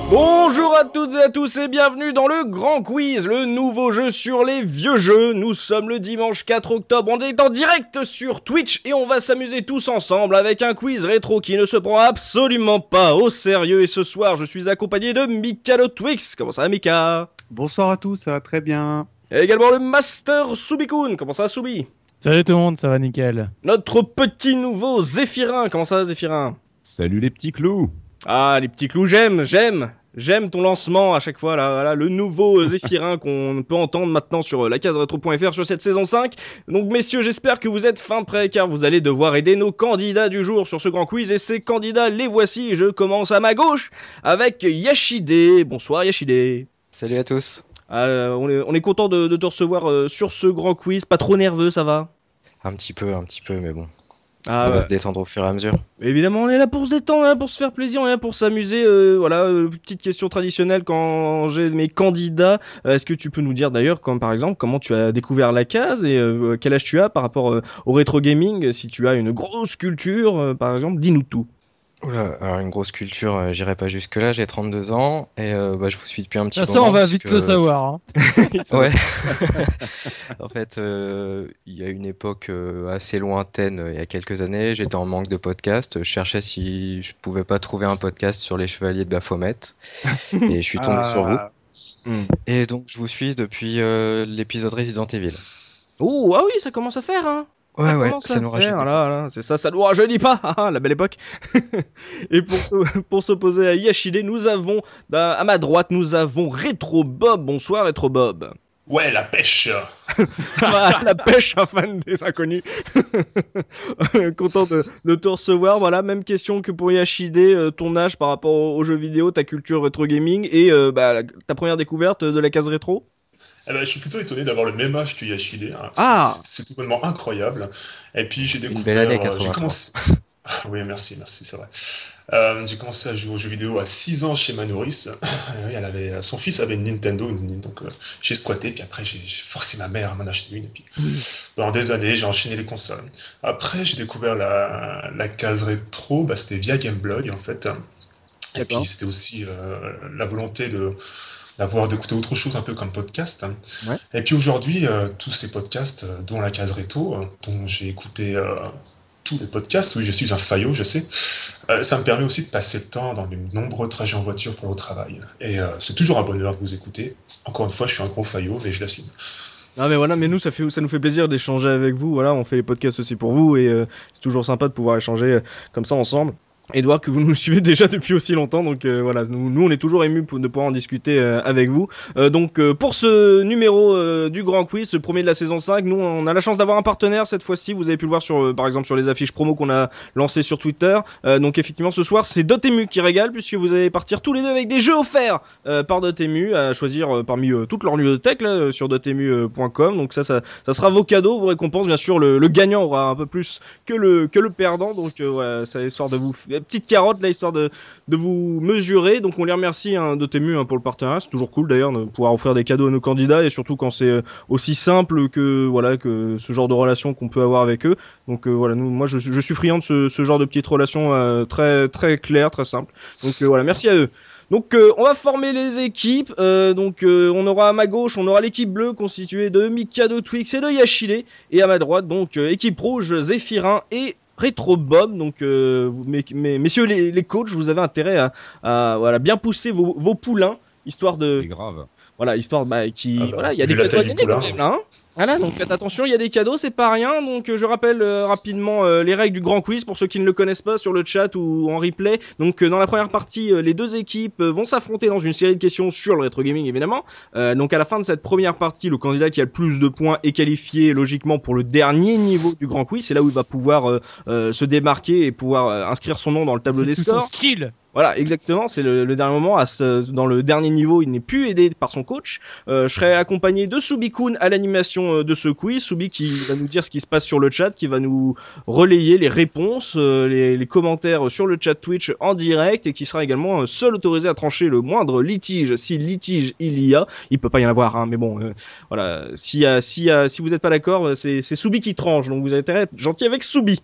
Bonjour à toutes et à tous et bienvenue dans le Grand Quiz, le nouveau jeu sur les vieux jeux. Nous sommes le dimanche 4 octobre, on est en direct sur Twitch et on va s'amuser tous ensemble avec un quiz rétro qui ne se prend absolument pas au sérieux. Et ce soir, je suis accompagné de Mika le Twix. Comment ça va, Mika? Bonsoir à tous, ça va très bien. Et également le Master Subikun. Comment ça va, Subi? Salut tout le monde, ça va nickel. Notre petit nouveau Zéphirin. Comment ça va, Zéphirin? Salut les petits clous. Ah, les petits clous, j'aime ton lancement à chaque fois, là, voilà, le nouveau Zéphirin qu'on peut entendre maintenant sur lacaseretro.fr sur cette saison 5. Donc messieurs, j'espère que vous êtes fin prêts car vous allez devoir aider nos candidats du jour sur ce grand quiz. Et ces candidats, les voici. Je commence à ma gauche avec Yashide. Bonsoir Yashide. Salut à tous. On est content de te recevoir sur ce grand quiz. Pas trop nerveux, ça va? Un petit peu, mais bon. Ah, on va ouais. se détendre au fur et à mesure. Évidemment, on est là pour se détendre, on est là pour se faire plaisir, on est là pour s'amuser. Petite question traditionnelle quand j'ai mes candidats. Est-ce que tu peux nous dire d'ailleurs, comme par exemple, comment tu as découvert la case et quel âge tu as par rapport au rétro gaming? Si tu as une grosse culture, par exemple, dis-nous tout. Oula, alors une grosse culture, j'irai pas jusque là, j'ai 32 ans et je vous suis depuis un petit moment. Ça, on va parce vite que- le savoir. Hein. Ouais. En fait, il y a une époque assez lointaine, il y a quelques années, j'étais en manque de podcast, je cherchais si je pouvais pas trouver un podcast sur les chevaliers de Baphomet et je suis tombé sur vous. Et donc je vous suis depuis l'épisode Resident Evil. Oh, ah oui, ça commence à faire, hein. Ouais, Comment ça ça nous rajeunit. là, c'est ça nous rajeunit pas, la belle époque. Et pour s'opposer à Yashide, nous avons, à ma droite, nous avons Retro Bob. Bonsoir Retro Bob. Ouais, la pêche. La pêche, un fan des inconnus. Content de te recevoir. Voilà, même question que pour Yashide, ton âge par rapport aux jeux vidéo, ta culture rétro gaming et ta première découverte de la case rétro. Eh ben, je suis plutôt étonné d'avoir le même âge que Yashide. Hein. Ah. C'est tout bonnement incroyable. Et puis j'ai découvert... belle année, j'ai 83. commencé... Oui, merci, c'est vrai. J'ai commencé à jouer aux jeux vidéo à 6 ans chez ma nourrice. Son fils avait une Nintendo, donc j'ai squatté, puis après j'ai forcé ma mère à m'en acheter une. Et puis, pendant des années, j'ai enchaîné les consoles. Après, j'ai découvert la case rétro, c'était via Gameblog en fait. Et D'accord. puis c'était aussi la volonté d'écouter autre chose un peu comme podcast. Ouais. Et puis aujourd'hui, tous ces podcasts, dont la case rétro, dont j'ai écouté tous les podcasts, oui, je suis un faillot, je sais, ça me permet aussi de passer le temps dans de nombreux trajets en voiture pour le travail. Et c'est toujours un bonheur de vous écouter. Encore une fois, je suis un gros faillot, mais je l'assume. Ah mais voilà, mais nous ça nous fait plaisir d'échanger avec vous. Voilà, on fait les podcasts aussi pour vous et c'est toujours sympa de pouvoir échanger comme ça ensemble. Et de voir que vous nous suivez déjà depuis aussi longtemps, donc voilà, nous on est toujours émus de pouvoir en discuter avec vous. Donc pour ce numéro du Grand Quiz, ce premier de la saison 5, nous on a la chance d'avoir un partenaire cette fois-ci. Vous avez pu le voir sur par exemple sur les affiches promo qu'on a lancées sur Twitter. Donc effectivement ce soir c'est Dotemu qui régale puisque vous allez partir tous les deux avec des jeux offerts par Dotemu à choisir parmi toutes leurs bibliothèques là sur dotemu.com. Donc ça sera vos cadeaux, vos récompenses. Bien sûr le gagnant aura un peu plus que le perdant. Donc ouais, c'est histoire de vous petite carotte là histoire de vous mesurer. Donc on les remercie Dotemu pour le partenariat, c'est toujours cool d'ailleurs de pouvoir offrir des cadeaux à nos candidats et surtout quand c'est aussi simple que ce genre de relation qu'on peut avoir avec eux. Donc moi je suis friand de ce genre de petites relations très très claires, très simples. Donc voilà, merci à eux. Donc on va former les équipes. On aura à ma gauche, on aura l'équipe bleue constituée de Mika de Twix et de Yashide, et à ma droite donc équipe rouge, Zéphirin et Retro Bob. Donc messieurs les coachs, vous avez intérêt à bien pousser vos poulains histoire de C'est grave. voilà, histoire il y a des vu la cadeaux à taille du gagner quand poulain. même là, hein. Voilà, donc faites attention, il y a des cadeaux, c'est pas rien. Donc je rappelle rapidement les règles du grand quiz pour ceux qui ne le connaissent pas sur le chat ou en replay. Donc dans la première partie, les deux équipes vont s'affronter dans une série de questions sur le rétro gaming évidemment. Donc à la fin de cette première partie, le candidat qui a le plus de points est qualifié logiquement pour le dernier niveau du grand quiz. C'est là où il va pouvoir se démarquer et pouvoir inscrire son nom dans le tableau des C'est tout son scores. skill. Voilà, exactement, c'est le dernier moment. Dans le dernier niveau, il n'est plus aidé par son coach. Je serai accompagné de Subikun à l'animation questions de ce quiz. Soubi qui va nous dire ce qui se passe sur le chat, qui va nous relayer les réponses, les commentaires sur le chat Twitch en direct et qui sera également seul autorisé à trancher le moindre litige. Si litige il y a, il peut pas y en avoir, hein, mais bon, voilà. Si vous n'êtes pas d'accord, c'est Soubi qui tranche, donc vous avez intérêt à être gentil avec Soubi.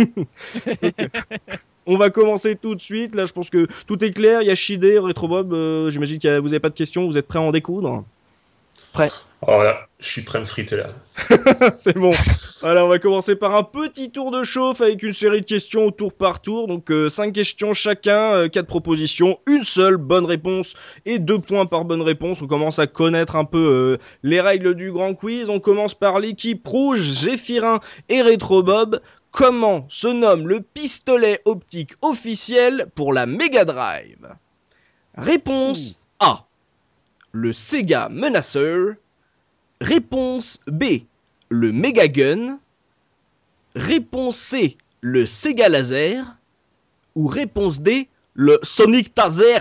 On va commencer tout de suite. Là, je pense que tout est clair. Il y a Shide, Retrobob. J'imagine que vous n'avez pas de questions. Vous êtes prêts à en découdre? Prêt. Alors là, je suis prêt à me friter là. C'est bon. Voilà, on va commencer par un petit tour de chauffe avec une série de questions au tour par tour. Donc 5 questions chacun, 4 propositions, une seule bonne réponse et 2 points par bonne réponse. On commence à connaître un peu les règles du grand quiz. On commence par l'équipe rouge, Zéphirin et Retrobob. Comment se nomme le pistolet optique officiel pour la Mega Drive? Réponse A. Le Sega Menacer. Réponse B. Le Mega Gun. Réponse C. Le Sega Laser. Ou réponse D. Le Sonic Taser.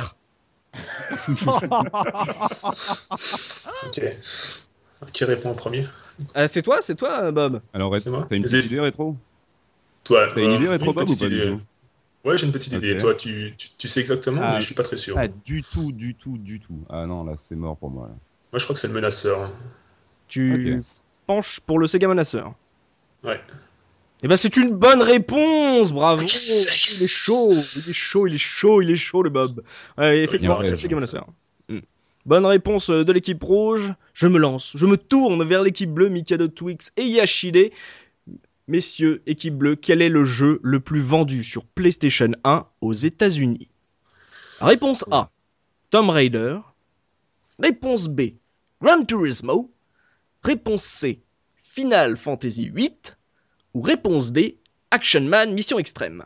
Ok. Qui répond en premier? C'est toi, Bob. Alors, C'est moi. t'as une petite idée, Rétro? Toi. T'as une idée, Rétro une Bob, ou petite pas du idée. tout? Ouais, j'ai une petite idée. Ok. Toi, tu sais exactement, Ah, mais je suis pas très sûr. Ah, du tout. Ah non, là, c'est mort pour moi. Là. Moi, je crois que c'est le menaceur. Tu Ok. penches pour le Sega Menacer. Ouais. Eh ben c'est une bonne réponse, bravo. Yes. Il est chaud le Bob. Ouais, effectivement, Bien c'est le fait, Sega Menacer. Bonne réponse de l'équipe rouge. Je me tourne vers l'équipe bleue, Mikado Twix et Yashide. Messieurs, équipe bleue, quel est le jeu le plus vendu sur PlayStation 1 aux États-Unis? Réponse A, Tomb Raider. Réponse B, Gran Turismo. Réponse C, Final Fantasy VIII. Ou réponse D, Action Man Mission Extrême.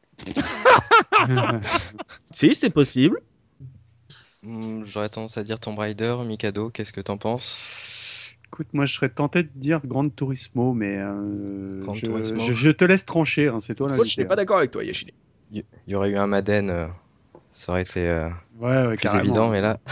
Si, c'est possible. J'aurais tendance à dire Tomb Raider, Mikado, qu'est-ce que t'en penses? Écoute, moi je serais tenté de dire Gran Turismo, mais Gran Turismo. je te laisse trancher, hein, c'est toi Moi, je l'invité. suis pas d'accord avec toi, Yashide. Il y aurait eu un Madden, ça aurait été Ouais, plus carrément. évident, mais là...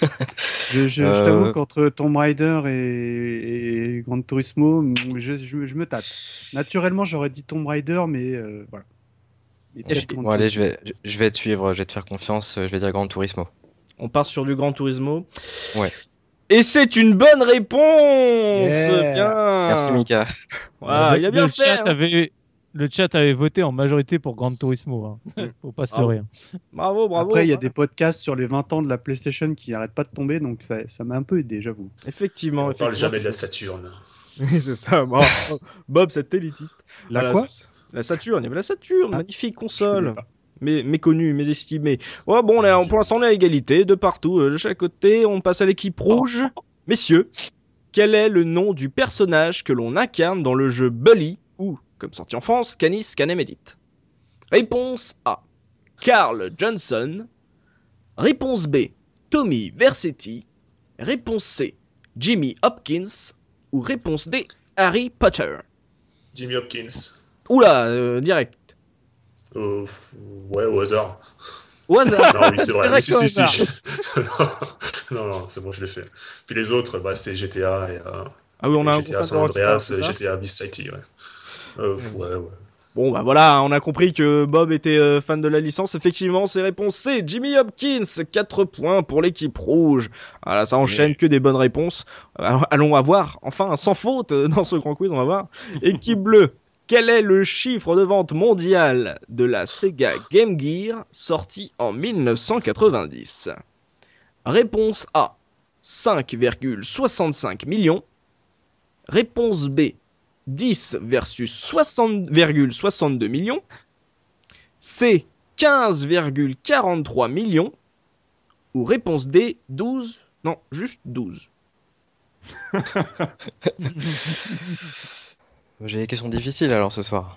Je t'avoue qu'entre Tomb Raider et Gran Turismo, je me tâte. Naturellement, j'aurais dit Tomb Raider, mais voilà. Mais peut-être Gran Bon, allez, Turismo. je vais te suivre, je vais te faire confiance, je vais dire Gran Turismo. On part sur du Gran Turismo. Ouais. Et c'est une bonne réponse. Yeah. Bien. Merci Mika. Voilà, il a bien le fait. chat hein. Le chat avait voté en majorité pour Gran Turismo. Hein. Faut pas se Bravo. leurrer. Bravo. Après, il y a des podcasts sur les 20 ans de la PlayStation qui n'arrêtent pas de tomber, donc ça m'a un peu aidé, j'avoue. Effectivement. On parle jamais de la c'est- Saturne. Oui, c'est ça. Bon, Bob, c'est élitiste. La Voilà, quoi La Saturne. Il y avait la Saturne. Ah, Magnifique Je console. connais pas. Méconnu, mésestimé. Ouais, bon, pour l'instant, on est à égalité, de partout, de chaque côté. On passe à l'équipe rouge. Messieurs, quel est le nom du personnage que l'on incarne dans le jeu Bully, ou, comme sorti en France, Canis Canem Edit? Réponse A, Carl Johnson. Réponse B, Tommy Vercetti. Réponse C, Jimmy Hopkins. Ou réponse D, Harry Potter. Jimmy Hopkins. Oula, direct. Ouais, au hasard. Au hasard. Non, oui, c'est vrai. vrai Si, qu'au si, hasard. si. Non, c'est bon, je l'ai fait. Puis les autres, c'est GTA et Ah oui, on a un GTA gros fan San de Rockstar, Andreas, c'est ça GTA Vice City, ouais. Ouais. Bon, bah voilà, on a compris que Bob était fan de la licence. Effectivement, c'est réponse C, Jimmy Hopkins. 4 points pour l'équipe rouge. Voilà, ça enchaîne que des bonnes réponses. Alors, allons avoir, enfin, sans faute dans ce grand quiz, on va voir. Équipe bleue, quel est le chiffre de vente mondial de la Sega Game Gear sortie en 1990? Réponse A, 5,65 millions. Réponse B, 10 versus 60,62 millions. C, 15,43 millions. Ou réponse D, 12. Non, juste 12. J'ai des questions difficiles alors ce soir.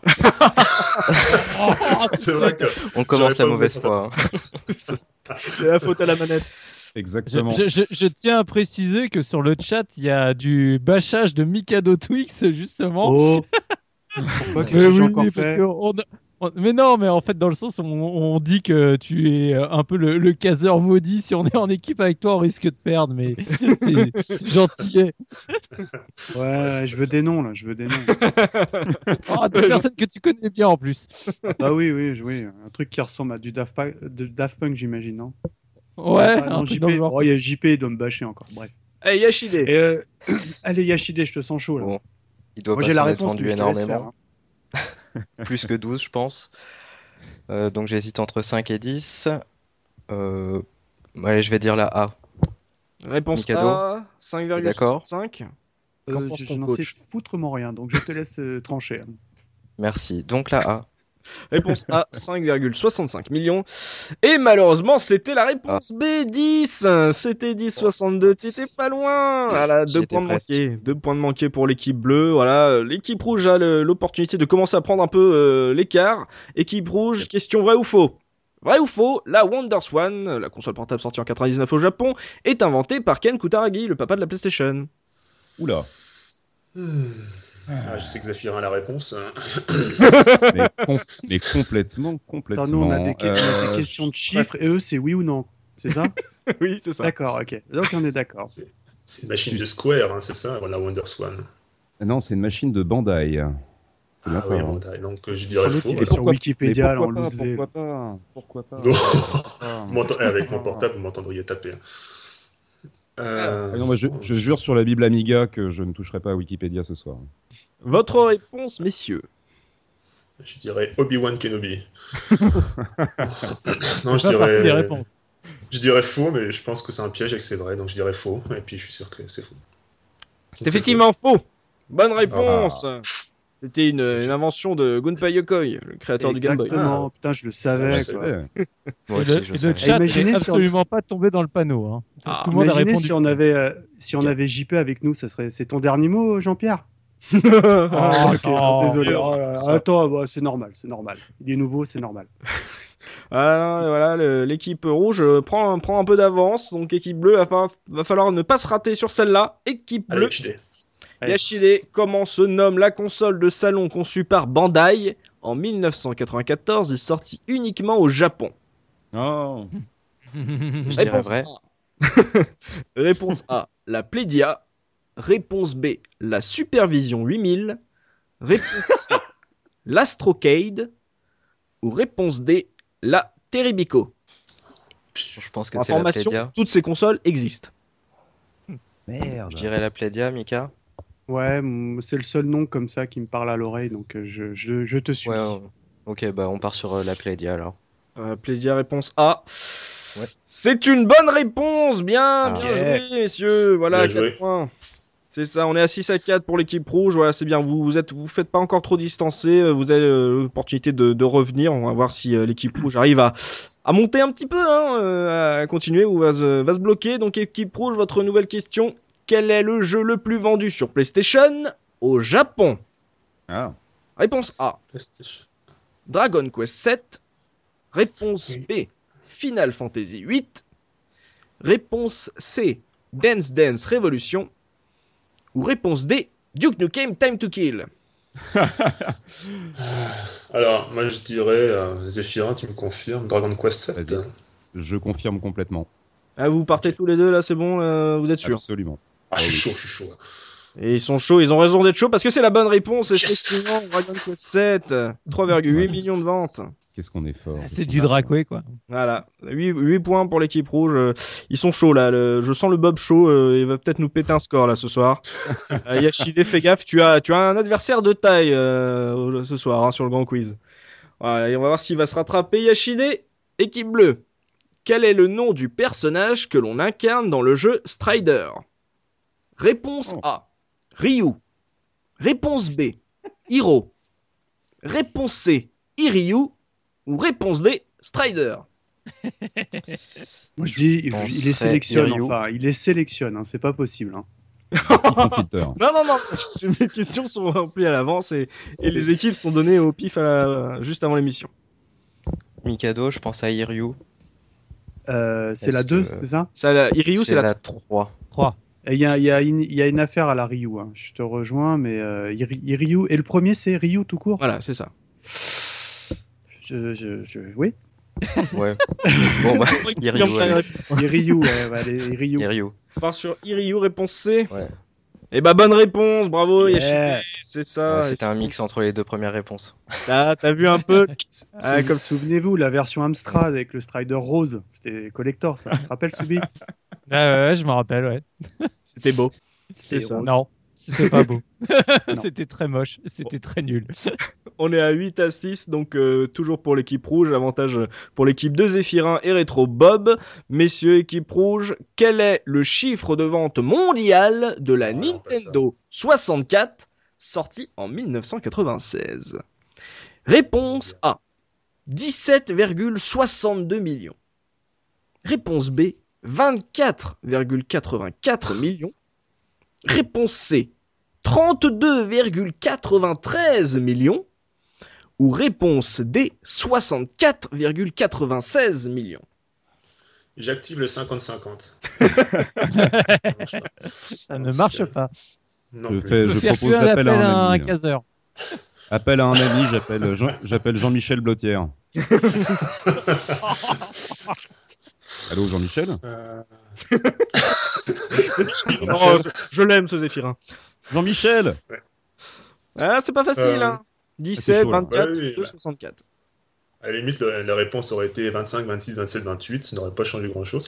C'est vrai que. On commence la pas mauvaise oublié. foi. Hein. C'est la faute à la manette. Exactement. Je tiens à préciser que sur le chat, il y a du bâchage de Mikado Twix, justement. Oh Pourquoi, qu'est-ce Mais que j'ai oui, encore parce fait que Mais non, mais en fait, dans le sens où on dit que tu es un peu le caseur maudit. Si on est en équipe avec toi, on risque de perdre, mais c'est gentil. Ouais, je veux des noms, là, je veux des noms. Oh, des personnes que tu connais bien en plus. Ah oui, un truc qui ressemble à du Daft Punk, j'imagine, non? Ouais, Ah, non, un truc JP. dans le genre. Oh, il y a JP, il doit me bâcher encore, bref. Hey, Yashide. Et, allez, Yashide, je te sens chaud, là. Bon, il doit Moi, pas j'ai la s'en être réponse, vendu mais je te laisse énormément. faire, hein. Plus que 12, je pense. Donc j'hésite entre 5 et 10. Allez, je vais dire la A. Réponse Mikado, A, t'es d'accord? 5,65. Qu'en pense Je ton n'en sais coach foutrement rien, donc je te laisse trancher, hein. Merci. Donc la A. Réponse A, 5,65 millions. Et malheureusement, c'était la réponse B, 10. C'était 10,62. T'étais pas loin. Voilà, J'y 2 étais points de presque. manqués. 2 points de manqués pour l'équipe bleue. Voilà, l'équipe rouge a l'opportunité de commencer à prendre un peu l'écart. Équipe rouge, question vrai ou faux? Vrai ou faux, la WonderSwan, la console portable sortie en 99 au Japon, est inventée par Ken Kutaragi, le papa de la PlayStation. Oula. Je sais que Zafir a la réponse. Mais complètement. Attends, nous, on a des questions de chiffres, et eux, c'est oui ou non. C'est ça? Oui, c'est ça. D'accord, ok. Donc, on est d'accord. C'est une machine de Square, hein, c'est ça, la WonderSwan. Non, c'est une machine de Bandai. C'est bien ça. Oui, hein. Bandai. Donc je dirais L'autre, faux. il est sur Wikipédia, là, en pourquoi loose pas, day. pourquoi pas. Non. Avec mon portable, vous m'entendriez taper. Ah non, moi, je jure sur la Bible Amiga que je ne toucherai pas à Wikipédia ce soir. Votre réponse, messieurs. Je dirais Obi-Wan Kenobi. Non, C'est pas partie des réponses. Je dirais faux, mais je pense que c'est un piège et que c'est vrai, donc je dirais faux. Et puis je suis sûr que c'est faux. C'est effectivement faux. Bonne réponse. C'était une invention de Gunpei Yokoi, le créateur du Game Boy. Exactement, putain, je le savais, quoi. Moi Et aussi, le, je et sais. le chat Imaginez n'est si on- absolument pas tombé dans le panneau. Hein. Ah, Tout le monde a Imaginez répondu. si on avait JP avec nous, ça serait. C'est ton dernier mot, Jean-Pierre? Oh, Ok, non, désolé. non, Oh là c'est là, ça. attends, bah, c'est normal, c'est normal. Il est nouveau, c'est normal. Voilà, l'équipe rouge prend un peu d'avance, donc équipe bleue, va falloir ne pas se rater sur celle-là. Équipe bleue, Allez, HD. Yashide, comment se nomme la console de salon conçue par Bandai en 1994 et sortie uniquement au Japon? Oh. Je dirais Réponse vrai. A. Réponse A, la Playdia. Réponse B, la Supervision 8000. Réponse C, l'Astrocade. Ou réponse D, la Terribico. Je pense que Pour c'est la information, Playdia. toutes ces consoles existent. Merde. Je dirais la Playdia, Mika. Ouais, c'est le seul nom comme ça qui me parle à l'oreille, donc je te suis. Ouais, ok, bah on part sur la Playdia alors. Playdia, réponse A. Ouais. C'est une bonne réponse. Bien yeah. joué, messieurs. Voilà, Bien 4 joué. points. C'est ça, on est à 6-4 pour l'équipe rouge. Voilà, c'est bien. Vous faites pas encore trop distancer. Vous avez l'opportunité de revenir. On va voir si l'équipe rouge arrive à monter un petit peu, à continuer ou va se bloquer. Donc, équipe rouge, votre nouvelle question. Quel est le jeu le plus vendu sur PlayStation au Japon? Ah. Réponse A, Dragon Quest 7. Réponse B, Final Fantasy 8. Réponse C, Dance Dance Revolution. Ou réponse D, Duke Nukem Time to Kill. Alors, moi je dirais, Zephyrin, tu me confirmes, Dragon Quest 7. Vas-y. Je confirme complètement. Ah, vous partez tous les deux là, c'est bon, vous êtes sûrs? Absolument. Ah, je suis chaud. Et ils sont chauds, ils ont raison d'être chauds parce que c'est la bonne réponse. Effectivement, Dragon Quest 7, 3,8 millions de ventes. Qu'est-ce qu'on est fort. C'est du Dracoué, quoi. Voilà, 8 points pour l'équipe rouge. Ils sont chauds là, je sens le Bob chaud, il va peut-être nous péter un score là ce soir. Yashide, fais gaffe, tu as un adversaire de taille ce soir sur le grand quiz. Voilà, et on va voir s'il va se rattraper. Yashide, équipe bleue. Quel est le nom du personnage que l'on incarne dans le jeu Strider? Réponse A, Ryu. Réponse B, Hiro. Réponse C, Iryu. Ou réponse D, Strider. Moi je dis, il les sélectionne, Iryu. enfin, il les sélectionne, hein, c'est pas possible. Hein. Confiteur. Non, mes questions sont remplies à l'avance et les équipes sont données au pif juste avant l'émission. Mikado, je pense à Iryu. C'est la 2, c'est ça? Iryu, c'est la... la 3. 3. Il y a une affaire à la Ryu, hein. Je te rejoins, mais Ryu. Et le premier, c'est Ryu tout court? Voilà, c'est ça. Oui. Ouais. Bon, bah, Iryu, allez. Iryu, Iryu. Iryu. On part sur Iryu, réponse C. Ouais. Et bah bonne réponse, bravo Yeah. Yashide, c'est ça. Ouais, c'était un mix entre les deux premières réponses. Ah, t'as vu un peu comme Souvenez-vous, la version Amstrad avec le Strider rose, c'était collector, ça. Tu te rappelles, Soubi? Ouais, je me rappelle, ouais. c'était beau. C'était ça. rose. Non, c'était pas beau. Non. C'était très moche, c'était très nul. On est à 8-6, donc toujours pour l'équipe rouge, avantage pour l'équipe de Zéphirin et Rétro Bob. Messieurs, équipe rouge, quel est le chiffre de vente mondial de la Nintendo 64 sortie en 1996? Réponse A, 17,62 millions. Réponse B, 24,84 millions. Réponse C, 32,93 millions. Ou réponse D, 64,96 millions. J'active le 50-50. Ça ne marche pas. Non Je plus. propose l'appel à un ami. caseur. Appel à un ami, j'appelle Jean-Michel Blotière. Allô, Jean-Michel? Oh, je l'aime ce Zéphirin. Jean-Michel! Ah, c'est pas facile, hein. 17, chaud, là. 24, Ouais, oui, 2, ouais. 64. À la limite, la réponse aurait été 25, 26, 27, 28. Ça n'aurait pas changé grand-chose.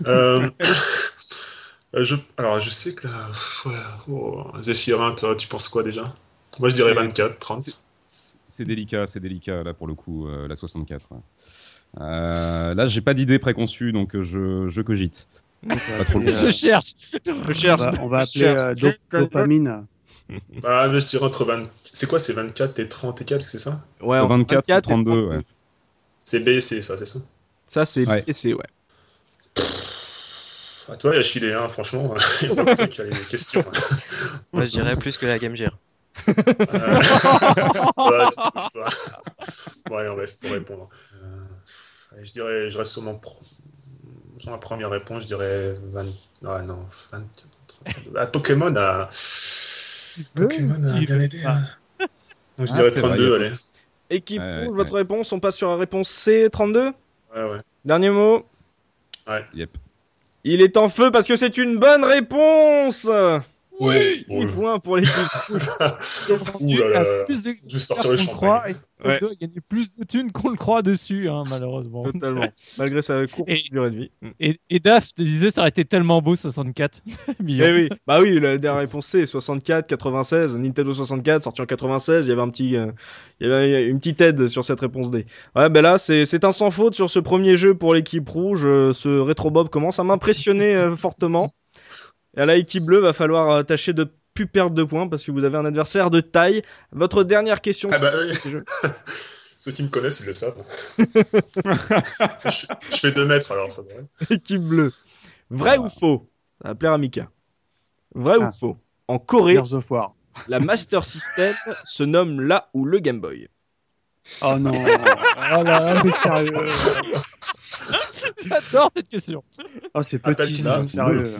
Alors, je sais que là... Zéphirin, toi, tu penses quoi déjà? Moi, je dirais 24, 30. C'est délicat, là, pour le coup, la 64. Ouais. Là, j'ai pas d'idée préconçue, donc je cogite. Pas trop le Je cherche. On va appeler dopamine. Bah, mais je dirais entre 20... C'est quoi, c'est 24 et 30 et 4, c'est ça? Ouais, 24 ou 32, ouais. C'est B et C, ça, c'est ça? Ça, c'est Ouais. BC, ouais. À toi, Yachide, hein, franchement, il y a pas de truc, il y a des questions. Moi, je dirais plus que la Game Gear. Ouais, on reste pour répondre. Allez, je reste sur sur ma première réponse, je dirais 20... Ah non, 20... Ah, Pokémon a bien aidé. Hein. Donc, je dirais c'est 32, vrai, allez. Équipe Ouais, rouge, ouais. votre réponse, on passe sur la réponse C, 32. Ouais. Dernier mot. Yep. Il est en feu parce que c'est une bonne réponse. Oui. 10 points pour l'équipe rouge. Ouh là là. Plus Je vais sortir le qu'on le champagne. croit et Ouais. doit gagner plus de thunes qu'on le croit dessus, hein, malheureusement. Totalement. Malgré sa courte Et- durée de vie. Et Daf te disait ça aurait été tellement beau 64 millions. Eh oui, bah oui, la dernière réponse C, 64, 96, Nintendo 64, sorti en 96, il y avait il y avait une petite aide sur cette réponse D. Ouais, ben là, c'est un sans faute sur ce premier jeu pour l'équipe rouge. Ce Retro Bob commence à m'impressionner fortement. Et à la équipe bleue, va falloir tâcher de plus perdre de points parce que vous avez un adversaire de taille. Votre dernière question. Ah bah sur oui. ce jeu. Ceux qui me connaissent, ils le savent. je fais 2 mètres, alors ça va. Équipe bleue. Vrai ou faux? Ça va plaire à Mika. Vrai ou faux? En Corée, Gears of War. la Master System se nomme là où le Game Boy. Oh non. Oh là, mais sérieux. J'adore cette question. Oh, c'est Appelle petit, ça. ça, sérieux.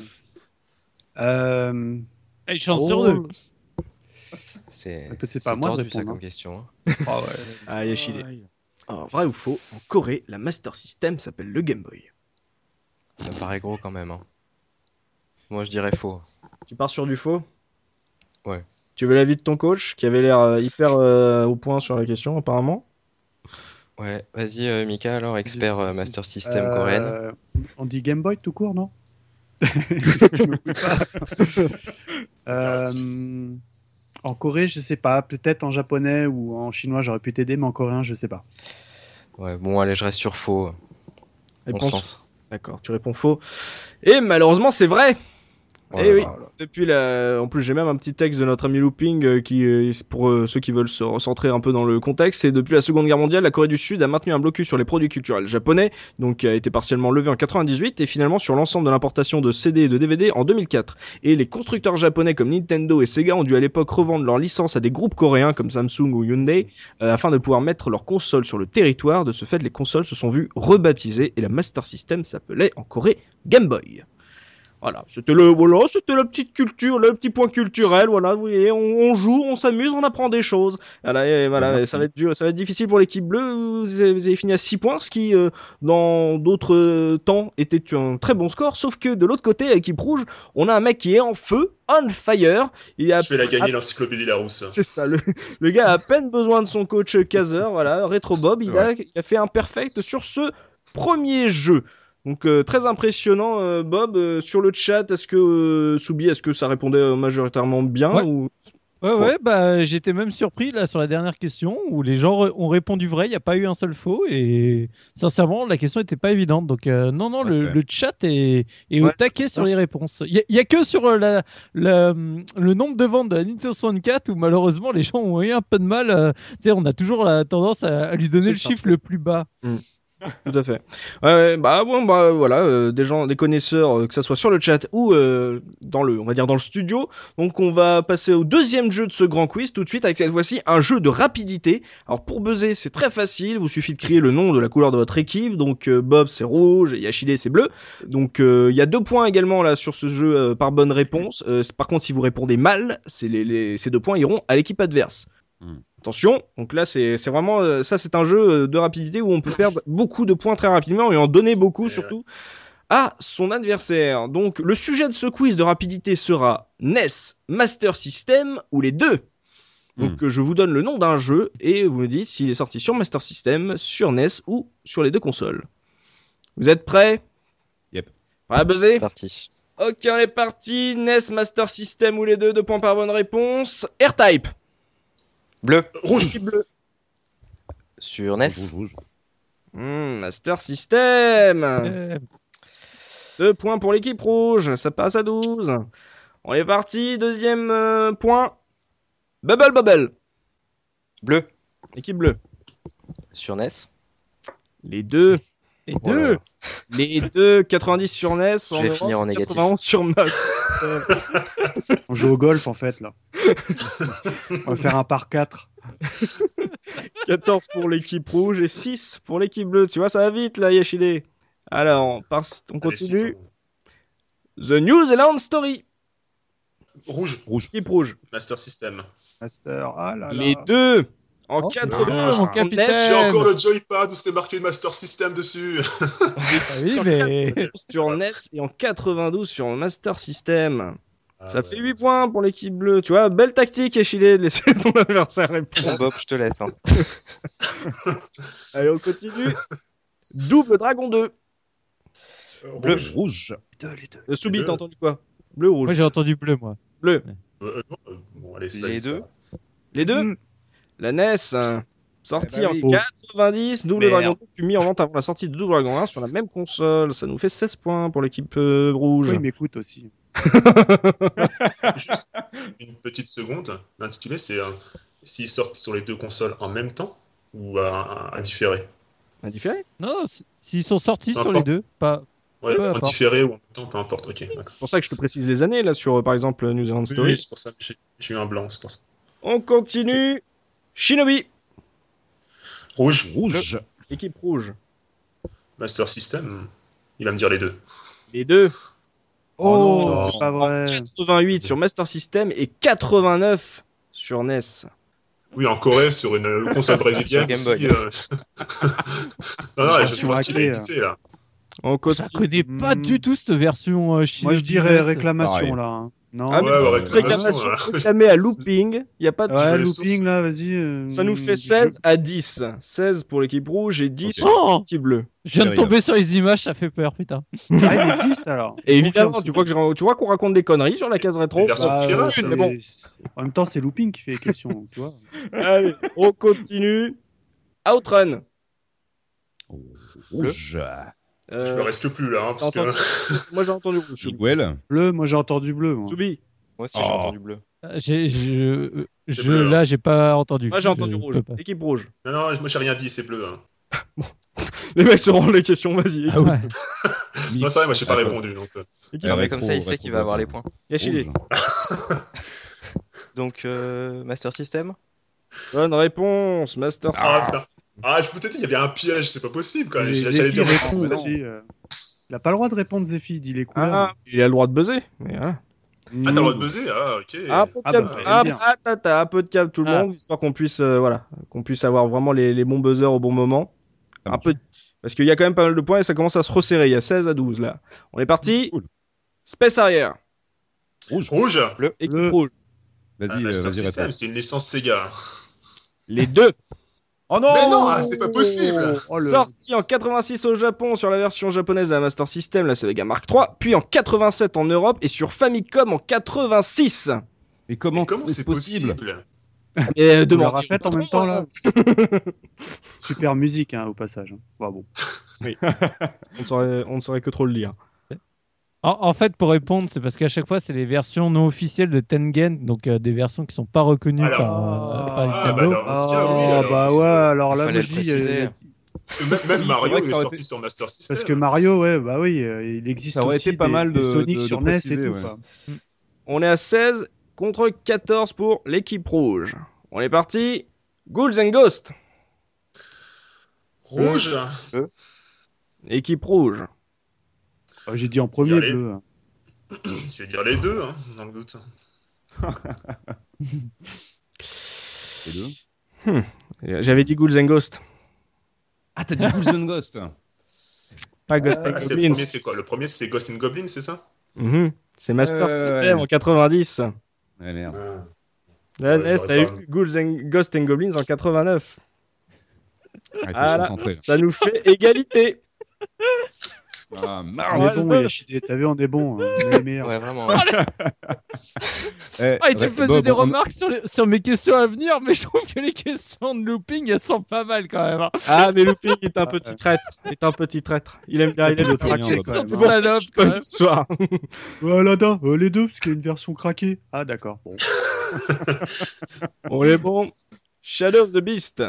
Et chance sur deux. C'est pas moi de tordu ça répondre, comme hein. question. Hein. Oh, ouais. Ah, Yashide. Alors, vrai ou faux? En Corée, la Master System s'appelle le Game Boy. Ça me paraît gros quand même. Hein. Moi, je dirais faux. Tu pars sur du faux? Ouais. Tu veux l'avis de ton coach, qui avait l'air hyper au point sur la question, apparemment? Ouais, vas-y, Mika, alors, expert Master System coréenne. On dit Game Boy tout court, non? Je me coupe pas. En Corée, je sais pas. Peut-être en japonais ou en chinois, j'aurais pu t'aider, mais en coréen, je sais pas. Ouais, bon, allez, je reste sur faux. On se Réponse. lance. D'accord, tu réponds faux. Et malheureusement, c'est vrai. Oh Eh là oui. là. Depuis en plus, j'ai même un petit texte de notre ami Looping qui, pour ceux qui veulent se recentrer un peu dans le contexte, c'est depuis la Seconde Guerre mondiale, la Corée du Sud a maintenu un blocus sur les produits culturels japonais, donc qui a été partiellement levé en 98 et finalement sur l'ensemble de l'importation de CD et de DVD en 2004. Et les constructeurs japonais comme Nintendo et Sega ont dû à l'époque revendre leurs licences à des groupes coréens comme Samsung ou Hyundai afin de pouvoir mettre leurs consoles sur le territoire. De ce fait, les consoles se sont vues rebaptisées et la Master System s'appelait en Corée Game Boy. Voilà, c'était le la petite culture, le petit point culturel. Voilà, vous voyez, on joue, on s'amuse, on apprend des choses. Voilà, et voilà, Merci. ça va être dur, ça va être difficile pour l'équipe bleue. Vous avez fini à 6 points, ce qui dans d'autres temps était un très bon score. Sauf que de l'autre côté, à l'équipe rouge, on a un mec qui est en feu, on fire. Il a Je vais la gagner, l'encyclopédie Larousse. c'est ça, le gars a à peine besoin de son coach Kazer, voilà, Retro Bob, il a fait un perfect sur ce premier jeu. Donc très impressionnant Bob, sur le chat, est-ce que Soubi, est-ce que ça répondait majoritairement bien Ouais. ou... Ouais, bah j'étais même surpris là sur la dernière question où les gens ont répondu vrai, il n'y a pas eu un seul faux et sincèrement la question n'était pas évidente. Donc non, le chat est au taquet sur les réponses. Il y a que sur le nombre de ventes de la Nintendo 64 où malheureusement les gens ont eu un peu de mal. Tu sais, on a toujours la tendance à lui donner le chiffre le plus bas. Tout à fait. Ouais, bah voilà, des connaisseurs, que ça soit sur le chat ou on va dire dans le studio. Donc on va passer au deuxième jeu de ce grand quiz tout de suite avec cette fois-ci un jeu de rapidité. Alors pour buzzer, c'est très facile, vous suffit de crier le nom de la couleur de votre équipe. Donc Bob c'est rouge et Yashide c'est bleu. Donc il y a 2 points également là sur ce jeu par bonne réponse. Par contre si vous répondez mal, ces 2 points iront à l'équipe adverse. Attention, donc là c'est vraiment ça, c'est un jeu de rapidité où on peut perdre beaucoup de points très rapidement et en donner beaucoup surtout à son adversaire. Donc le sujet de ce quiz de rapidité sera NES, Master System ou les deux. Donc je vous donne le nom d'un jeu et vous me dites s'il est sorti sur Master System, sur NES ou sur les deux consoles. Vous êtes prêts? Yep. Prêt à buzzer? Parti. Ok, on est parti. NES, Master System ou les deux, 2 points par bonne réponse. R-Type. Bleu. Rouge. Bleu. Sur NES. Rouge. Master System. 2 points pour l'équipe rouge, ça passe à 12. On est parti, deuxième point. Bubble. Bleu. Équipe bleue. Sur NES. Les deux. Voilà. Les deux, 90 sur NES. Je vais finir en négatif. 91 sur Master System. On joue au golf en fait là. On va faire un par 4. 14 pour l'équipe rouge et 6 pour l'équipe bleue. Tu vois, ça va vite là, Yashide. Alors, on continue. The New Zealand Story. Rouge. Équipe rouge. Master System. Master, ah là là. Les deux. En Oh, 80 mon sur capitaine. NES. J'ai encore le joypad où c'était marqué Master System dessus. Ah oui, mais Sur NES et en 92 sur Master System. Ah Ça ouais. fait 8 points pour l'équipe bleue. Tu vois, belle tactique, Yashide, de laisser ton adversaire Bon, répondre. Bob, je te laisse. Hein. Allez, on continue. Double Dragon 2. Bleu. Rouge. Soubi, deux. t'as entendu quoi? Bleu ou rouge? moi j'ai entendu bleu moi. Bleu. Non, bon, allez, Les deux. Les deux. La NES, sortie Eh ben oui. en 90, Double Merde. Dragon 2 fut mis en vente avant la sortie de Double Dragon 1 sur la même console. Ça nous fait 16 points pour l'équipe rouge. Oui, il m'écoute aussi. Juste une petite seconde. L'intitulé, c'est s'ils sortent sur les deux consoles en même temps ou à différé. Indifféré. Non, s'ils sont sortis Peu sur les importe. deux, pas. Ouais, Peu en importe. différé ou en même temps, peu importe. Ok, d'accord. C'est pour ça que je te précise les années là sur par exemple New Zealand Story. Oui, c'est pour ça que j'ai eu un blanc, c'est pour ça. On continue. Shinobi, Rouge. équipe rouge. Master System. Il va me dire les deux. Les deux. Oh, non. c'est pas vrai. 88 sur Master System et 89 sur NES. Oui, en Corée, sur une console brésilienne. Sur Game aussi, Boy. Non, non, je Version vois qu'il a hackée, évité, là. On Je continue. connais pas du tout cette version chinoise. Moi je dirais NES. réclamation Pareil. là. hein. Non. Ah, mais Ouais, bon, réclamation, réclamation là. réclamée à looping. Il y a pas de. Ouais, les looping sources. là, vas-y. Ça nous fait 16 à 10. 16 pour l'équipe rouge et 10 Ok. pour l'équipe bleue. Je viens de Sérieux. tomber sur les images, ça fait peur, putain. Ah, il existe alors. Et évidemment, Confiance. tu crois qu'on raconte des conneries sur la case rétro? Les versions Bah, pirate, c'est- mais bon. En même temps, c'est looping qui fait les questions, tu vois. Allez, on continue. Outrun. Rouge. Je me reste plus là, hein, parce t'as que. Moi j'ai entendu rouge. Soubi. Miguel. Bleu, moi j'ai entendu bleu. Moi. Soubi. Moi aussi, j'ai Oh. entendu bleu. bleu, Là, j'ai pas entendu. Moi j'ai entendu Je rouge. peux pas. Équipe rouge. Non, non, moi j'ai rien dit, c'est bleu. Hein. Les mecs se rendent les questions, vas-y. Ah ouais. Non, c'est vrai, moi j'ai pas D'accord. répondu. Donc, Équipe Non, mais rétro, comme ça, il sait rétro, qu'il va avoir les rétro. points. Yashide. Rouge. Donc, Master System. Bonne réponse, Master Ah, putain. Ah, je peux te dire, il y avait un piège, c'est pas possible quand même. J'ai J'allais dire répond mais non. aussi. Il a pas le droit de répondre, Zephy, dit les couleurs. Ah, il a le droit de buzzer. Mais voilà. Ah, t'as le droit de buzzer? Ah, ok. Un peu de un peu de câble tout le monde, histoire qu'on puisse, qu'on puisse avoir vraiment les bons buzzers au bon moment. Un peu, parce qu'il y a quand même pas mal de points et ça commence à se resserrer. Il y a 16-12 là. On est parti. Cool. Space arrière. Rouge. Équipe rouge. Vas-y, Master vas-y, System, répète. c'est une licence Sega. Les deux. Oh non! Mais non, c'est pas possible! Sorti en 86 au Japon sur la version japonaise de la Master System, la Sega Mark III, puis en 87 en Europe et sur Famicom en 86. Mais comment c'est possible? Et On l'aura fait en même temps là. Super musique au passage. Bah, bon. Oui. on ne saurait que trop le dire. En fait, pour répondre, c'est parce qu'à chaque fois, c'est les versions non officielles de Tengen, donc des versions qui sont pas reconnues par Nintendo. Alors là, moi je dis. Même Mario est sorti sur Master System. Parce que Mario, il existe ça aurait aussi été pas mal des de Sonic sur NES préciser, et tout. ouais. Quoi. On est à 16 contre 14 pour l'équipe rouge. On est parti. Ghouls and Ghosts. Rouge. Équipe rouge. J'ai dit en premier bleu. Je vais dire les deux, dans le doute. Les deux. J'avais dit Ghouls and Ghosts. Ah, t'as dit Ghouls and Ghosts. Pas Ghost and Le Goblins. premier, c'est quoi? Le premier, c'était Ghost and Goblins, c'est ça? C'est Master System en 90. Ouais, merde. La NES a eu Ghouls and Ghosts and Goblins en 89. Ça nous fait égalité. Ah, On est bon, Yashide, t'as vu, on est bon. On est les meilleurs. Ouais, vraiment. Et tu faisais des remarques sur mes questions à venir, mais je trouve que les questions de looping, elles sont pas mal quand même. Ah, mais looping est un petit traître. Il aime bien, il aime le traquer. Comme l'histoire. Voilà, les deux, parce qu'il y a une version craquée. Ah, d'accord. Bon. On est bon. Shadow of the Beast.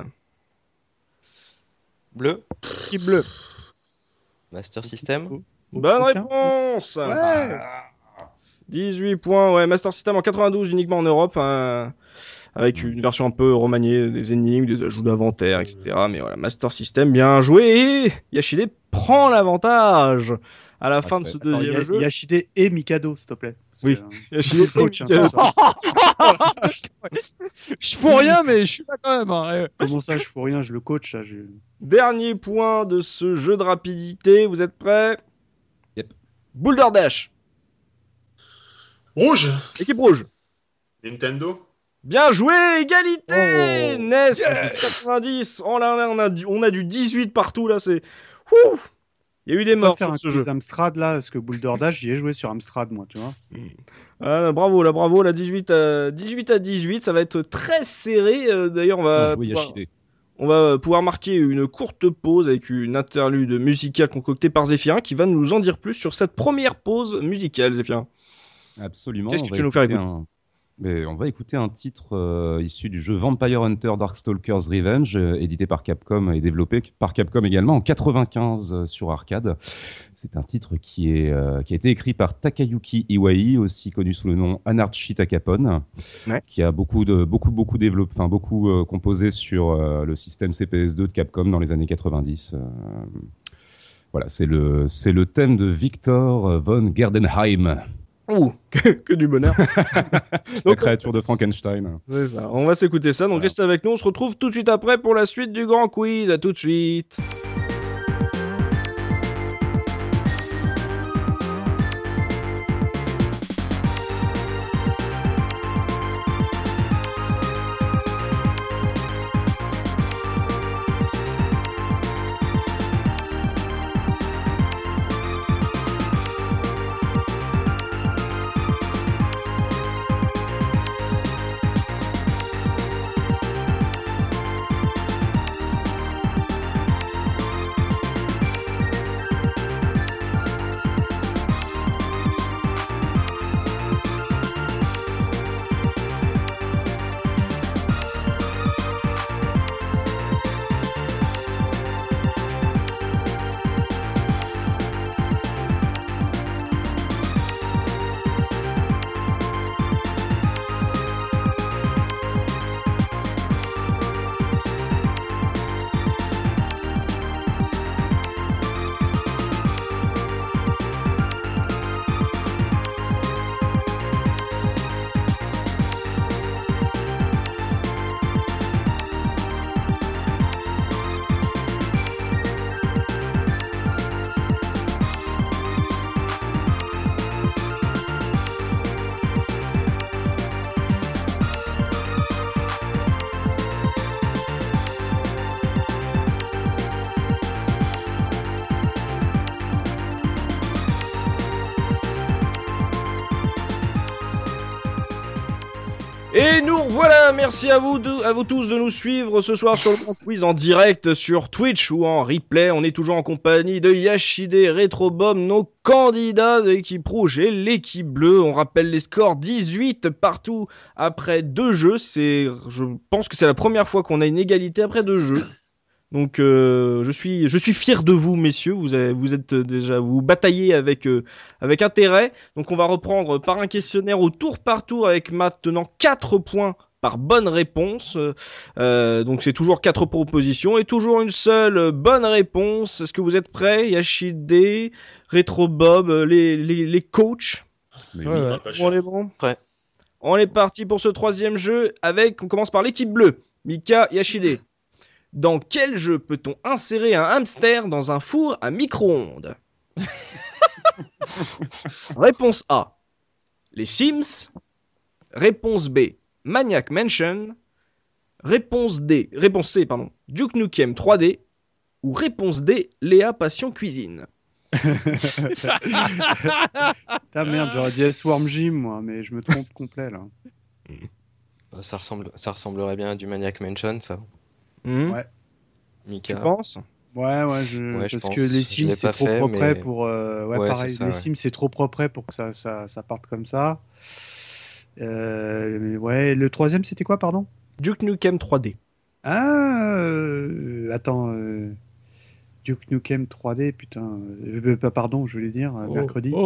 Bleu. Qui bleu. Master System. Bonne réponse. Ouais. 18 points. Ouais, Master System en 92 uniquement en Europe, avec une version un peu remaniée, des énigmes, des ajouts d'inventaire, etc. Mais voilà, Master System, bien joué. Et Yashide prend l'avantage à la fin de ce deuxième jeu. Yashide et Mikado, s'il te plaît. Oui. Yashide coach. Je fous rien, mais je suis là quand même. Comment ça, je fous rien, je le coach. Ça, Dernier point de ce jeu de rapidité. Vous êtes prêts? Yep. Boulder Dash. Rouge. Équipe rouge. Nintendo. Bien joué, égalité. NES 90. Oh là, on a du 18 partout là. C'est. Ouh. Il y a eu des morts sur ce jeu. Amstrad là, parce que Boulder Dash, j'y ai joué sur Amstrad moi, tu vois. Bravo, la 18 à 18, ça va être très serré. D'ailleurs, on va pouvoir marquer une courte pause avec une interlude musicale concoctée par Zéphirin qui va nous en dire plus sur cette première pause musicale, Zéphirin. Absolument. Qu'est-ce que tu vas nous faire écouter on va écouter un titre issu du jeu Vampire Hunter Darkstalkers Revenge, édité par Capcom et développé par Capcom également en 95 sur arcade. C'est un titre qui a été écrit par Takayuki Iwai, aussi connu sous le nom Anarchi Takapon, qui a beaucoup composé sur le système CPS2 de Capcom dans les années 90. Voilà, c'est le thème de Victor von Gerdenheim. Ouh, que du bonheur. La créature de Frankenstein. C'est ça. On va s'écouter ça. Donc restez avec nous. On se retrouve tout de suite après pour la suite du grand quiz. À tout de suite. Et nous voilà, merci à vous tous de nous suivre ce soir sur le Grand Quiz en direct sur Twitch ou en replay. On est toujours en compagnie de Yashide, Retrobob, nos candidats de l'équipe rouge et l'équipe bleue. On rappelle les scores 18 partout après 2 jeux. Je pense que c'est la première fois qu'on a une égalité après 2 jeux. Donc je suis fier de vous, messieurs. Vous êtes déjà, vous bataillez avec intérêt. Donc on va reprendre par un questionnaire au tour par tour avec maintenant 4 points par bonne réponse. Donc c'est toujours 4 propositions et toujours une seule bonne réponse. Est-ce que vous êtes prêts, Yashide, Retrobob, les coachs? Mais Ouais. On est bon. Prêt. On est parti pour ce 3e jeu on commence par l'équipe bleue. Mika, Yashide. Dans quel jeu peut-on insérer un hamster dans un four à micro-ondes? Réponse A. Les Sims. Réponse B. Maniac Mansion. Réponse C, Duke Nukem 3D. Ou réponse D. Léa Passion Cuisine. Merde, j'aurais dit Swarm Gym, moi, mais je me trompe complet, là. Ça ressemblerait bien à du Maniac Mansion, ça. Ouais. Tu Mika. penses? Ouais, je parce pense. que les Je Sims, l'ai c'est pas trop fait, propre mais- pour... Ouais, pareil, c'est ça, les ouais. Sims, c'est trop propre pour que ça parte comme ça. Ouais, le 3e, c'était quoi, pardon? Duke Nukem 3D. Ah, attends, Duke Nukem 3D, putain, pardon, je voulais dire, mercredi.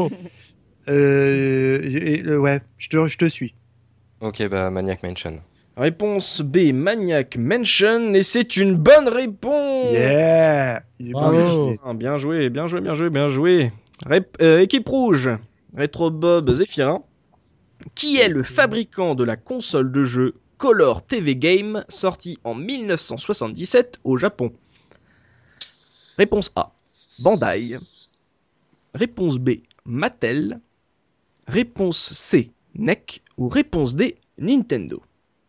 Ouais, je te suis. Ok, bah Maniac Mansion. Réponse B. Maniac Mansion. Et c'est une bonne réponse. Yeah! Il est Bravo. bon, il est- Ah, bien joué. Équipe rouge. Retrobob Zephyrin. Qui est le fabricant de la console de jeu Color TV Game sortie en 1977 au Japon? Réponse A. Bandai. Réponse B. Mattel. Réponse C. NEC. Ou réponse D. Nintendo.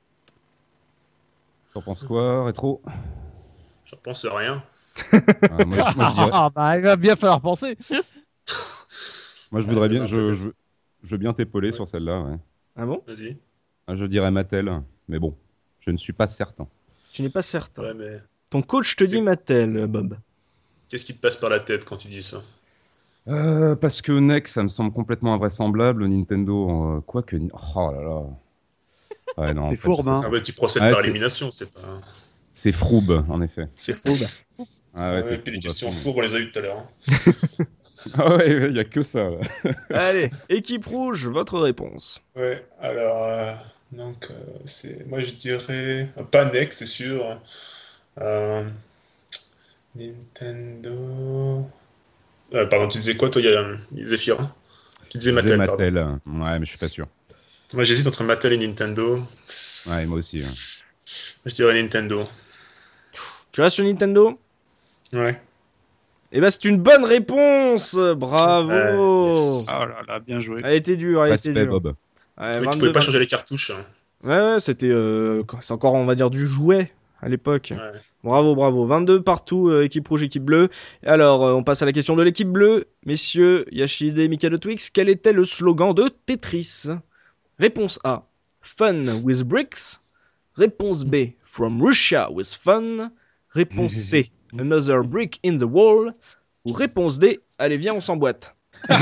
T'en penses quoi, Rétro? J'en pense rien. Moi, je dirais- Bah, il va bien falloir penser. moi, je voudrais bien, peut-être. je veux bien t'épauler Ouais. sur celle-là. Ouais. Ah bon? Vas-y. Je dirais Mattel, mais bon, je ne suis pas certain. Tu n'es pas certain. Ouais, mais Ton coach te dit C'est- Mattel, Bob. qu'est-ce qui te passe par la tête quand tu dis ça? Parce que NEC, ça me semble complètement invraisemblable. Nintendo, quoique. Oh là là. Ouais, non, en C'est fait, fourbe, hein. Ah ouais, tu procèdes Ouais, par c'est- élimination, c'est pas. C'est froube, en effet. C'est fou. Ah ouais, c'est puis les froube, questions à fond. fourbes, on les a eues tout à l'heure. Hein. Ah ouais, il y a que ça. Là. Allez, équipe rouge, votre réponse. Ouais, alors, moi je dirais. Pas NEC, c'est sûr. Nintendo. Pardon, tu disais quoi, toi, Zephyrin? Tu disais Mattel, pardon. Mattel. Ouais, mais je suis pas sûr. Moi j'hésite entre Mattel et Nintendo. Ouais, moi aussi. Hein. Je dirais Nintendo. Tu restes sur Nintendo? Ouais. Eh ben, c'est une bonne réponse. Bravo. Yes. Oh là là, bien joué. Elle était dure, elle était Respect, dure. Bob. Ouais, Mais tu 22, pouvais pas changer les cartouches. Hein. Ouais, c'était c'est encore, on va dire, du jouet à l'époque. Ouais. Bravo. 22 partout, équipe rouge, équipe bleue. Alors, on passe à la question de l'équipe bleue. Messieurs, Yashide et Mika de Twix, quel était le slogan de Tetris? Réponse A. Fun with bricks. Réponse B. From Russia with fun. Réponse C. Another brick in the wall. Ou réponse D. Allez, viens, on s'emboîte.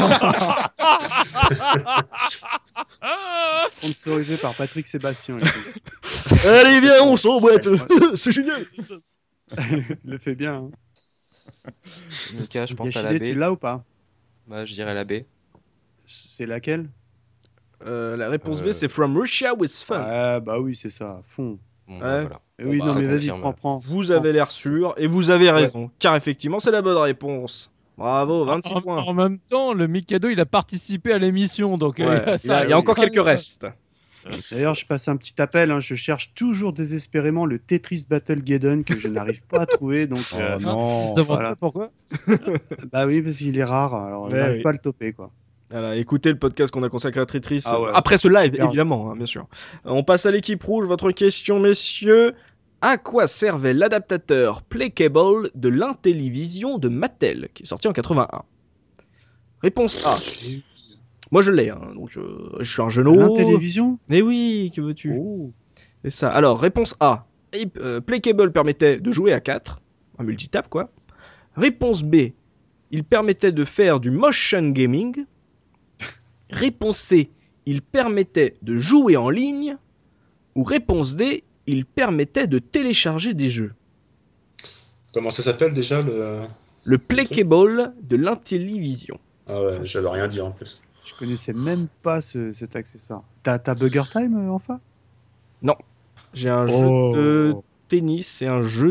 Sponsorisé par Patrick Sébastien. Allez, viens, on s'emboîte. C'est génial. Il le fait bien. Hein. Mika, je pense à la Yashide, tu B. l'as ou pas? Bah, je dirais la B. C'est laquelle? La réponse B, c'est From Russia with fun. Ouais, bah oui, c'est ça, à fond. Bon, Ouais. bah, voilà. Oui, bah, non, ça mais vas-y, confirme. prends. Vous avez l'air sûr et vous avez raison, car effectivement, c'est la bonne réponse. Bravo, 26 points. En même temps, le Mikado, il a participé à l'émission, donc Ouais, il y a oui. encore quelques restes. D'ailleurs, je passe un petit appel. Hein, je cherche toujours désespérément le Tetris Battlegeddon que je n'arrive pas à trouver. Donc, Oh non. voilà. Pourquoi? Bah oui, parce qu'il est rare. Alors, je Ouais, n'arrive oui. pas à le toper, quoi. Voilà, écoutez le podcast qu'on a consacré à Tetris. Ah ouais. Après ce live, Super. évidemment, hein, bien sûr. On passe à l'équipe rouge. Votre question, messieurs. À quoi servait l'adaptateur Playcable de l'Intellivision de Mattel, qui est sorti en 81? Réponse A. Moi je l'ai, hein, donc je suis un La genou. télévision. Mais oui, que veux-tu? Oh. C'est ça. Alors, réponse A. Playcable permettait de jouer à 4, un multitap quoi. Réponse B. Il permettait de faire du motion gaming. Réponse C. Il permettait de jouer en ligne. Ou réponse D. Il permettait de télécharger des jeux. Comment ça s'appelle déjà Le Playcable de l'Intellivision. Ah ouais, ça veut rien dire en plus. Je connaissais même pas cet accessoire. T'as Bugger Time, enfin? Non. J'ai un jeu de tennis et un jeu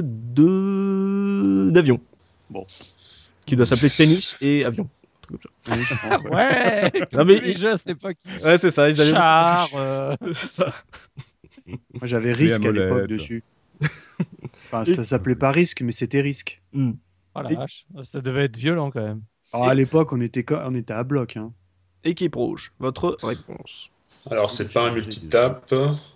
d'avion. Bon. Qui doit s'appeler tennis et avion. Oui, je pense, ouais. Ouais, Non, mais tous les jeux à cette époque. Ouais, c'est ça. Ils avaient... Char. C'est ça. Moi, j'avais Risk à l'époque molette. dessus. Enfin, ça s'appelait pas Risk, mais c'était Risk. Hmm. Oh la vache, ça devait être violent quand même. Alors, à l'époque, on était à bloc. Hein. Équipe rouge, votre réponse. Alors, c'est pas un multitap.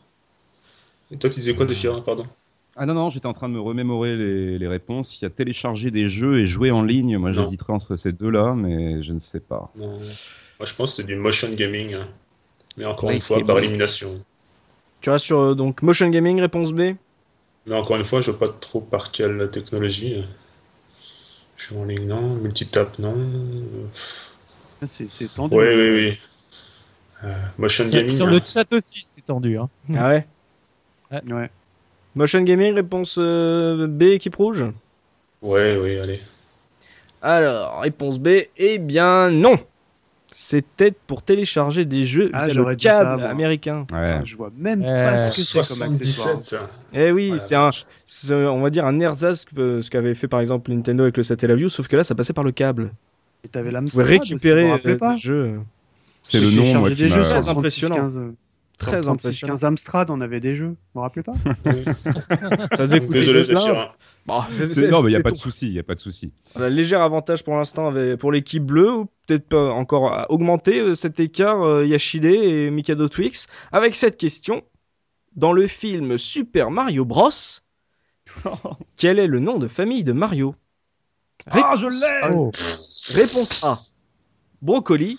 Et toi, tu disais quoi, Défira, pardon? Ah non, j'étais en train de me remémorer les réponses. Il y a télécharger des jeux et jouer en ligne. Moi, Non. j'hésiterais entre ces deux-là, mais je ne sais pas. Non. Moi, je pense que c'est du motion gaming. Hein. Mais encore une Oui, fois, c'est par bon. élimination. Tu restes sur donc motion gaming, réponse B. Mais encore une fois, je vois pas trop par quelle technologie. Je suis en ligne, non. Multitap, non. C'est tendu. Oui. Motion gaming. Sur le chat aussi, c'est tendu. Hein. Ah ouais. Ouais. Motion gaming, réponse B, équipe rouge. Oui, allez. Alors, réponse B, eh bien non. C'était pour télécharger des jeux Ah, via j'aurais le dit ça, câble moi. américain. Ouais. Putain, je vois même pas ce que c'est comme accessoire. 77. Eh oui, Voilà. c'est on va dire un ersatz ce qu'avait fait par exemple Nintendo avec le Satellaview, sauf que là ça passait par le câble. Et t'avais Vous l'Amstrad pouvez aussi, récupérer vous vous rappelez pas des jeux C'est le nom, moi, Télécharger qui des jeux m'a... sur le Très impressionnant. 3615. très impressionnant. 3615 Amstrad, on avait des jeux. Vous vous rappelez pas? Ça devait coûter Désolé, des blindes. Défira. Bon, Non, mais il n'y a c'est pas de tout. souci, il n'y a pas de souci. On a un léger avantage pour l'instant pour l'équipe bleue, ou peut-être pas encore augmenter cet écart Yashide et Mikado Twix avec cette question. Dans le film Super Mario Bros, quel est le nom de famille de Mario? Ah, je l'ai Oh. Réponse A, Brocoli.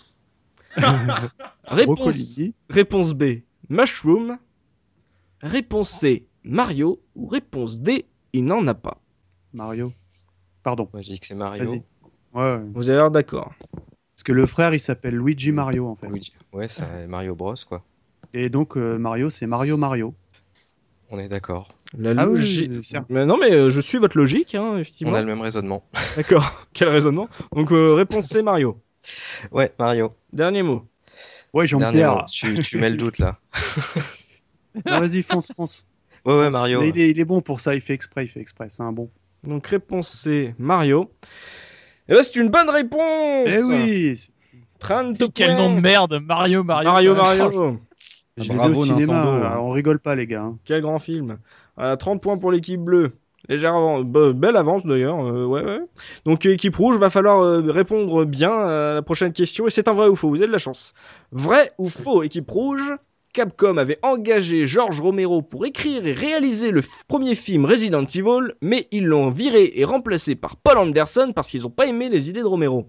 Brocoli. Réponse B, Mushroom. Réponse C, Mario. Ou réponse D, il n'en a pas. Mario. Pardon. Moi, je dis que c'est Mario. Vas-y. Ouais. Vous avez l'air d'accord. Parce que le frère, il s'appelle Luigi Mario, en fait. Luigi. Ouais, c'est Mario Bros, quoi. Et donc, Mario, c'est Mario. On est d'accord. La Ah oui, logique. certes. Mais non, mais je suis votre logique, hein, effectivement. On a le même raisonnement. D'accord. Quel raisonnement. Donc, réponse C, Mario. Ouais, Mario. Dernier mot. Ouais, Dernier Jean-Pierre. mot. Tu mets le doute, là. Non, vas-y, fonce. Ouais, Mario. Mais il est bon pour ça, il fait exprès. C'est un bon. Donc, réponse C, Mario. Et ben, c'est une bonne réponse. Eh oui 30 Quel points. nom de merde, Mario. Mario. Je l'ai vu Bravo, au cinéma, Nintendo, hein. On rigole pas, les gars. Hein. Quel grand film. 30 points pour l'équipe bleue. Légère avance, belle avance d'ailleurs. Ouais. Donc équipe rouge, va falloir répondre bien à la prochaine question. Et c'est un vrai ou faux, vous avez de la chance. Vrai ou faux, équipe rouge? Capcom avait engagé George Romero pour écrire et réaliser le premier film Resident Evil, mais ils l'ont viré et remplacé par Paul Anderson parce qu'ils n'ont pas aimé les idées de Romero.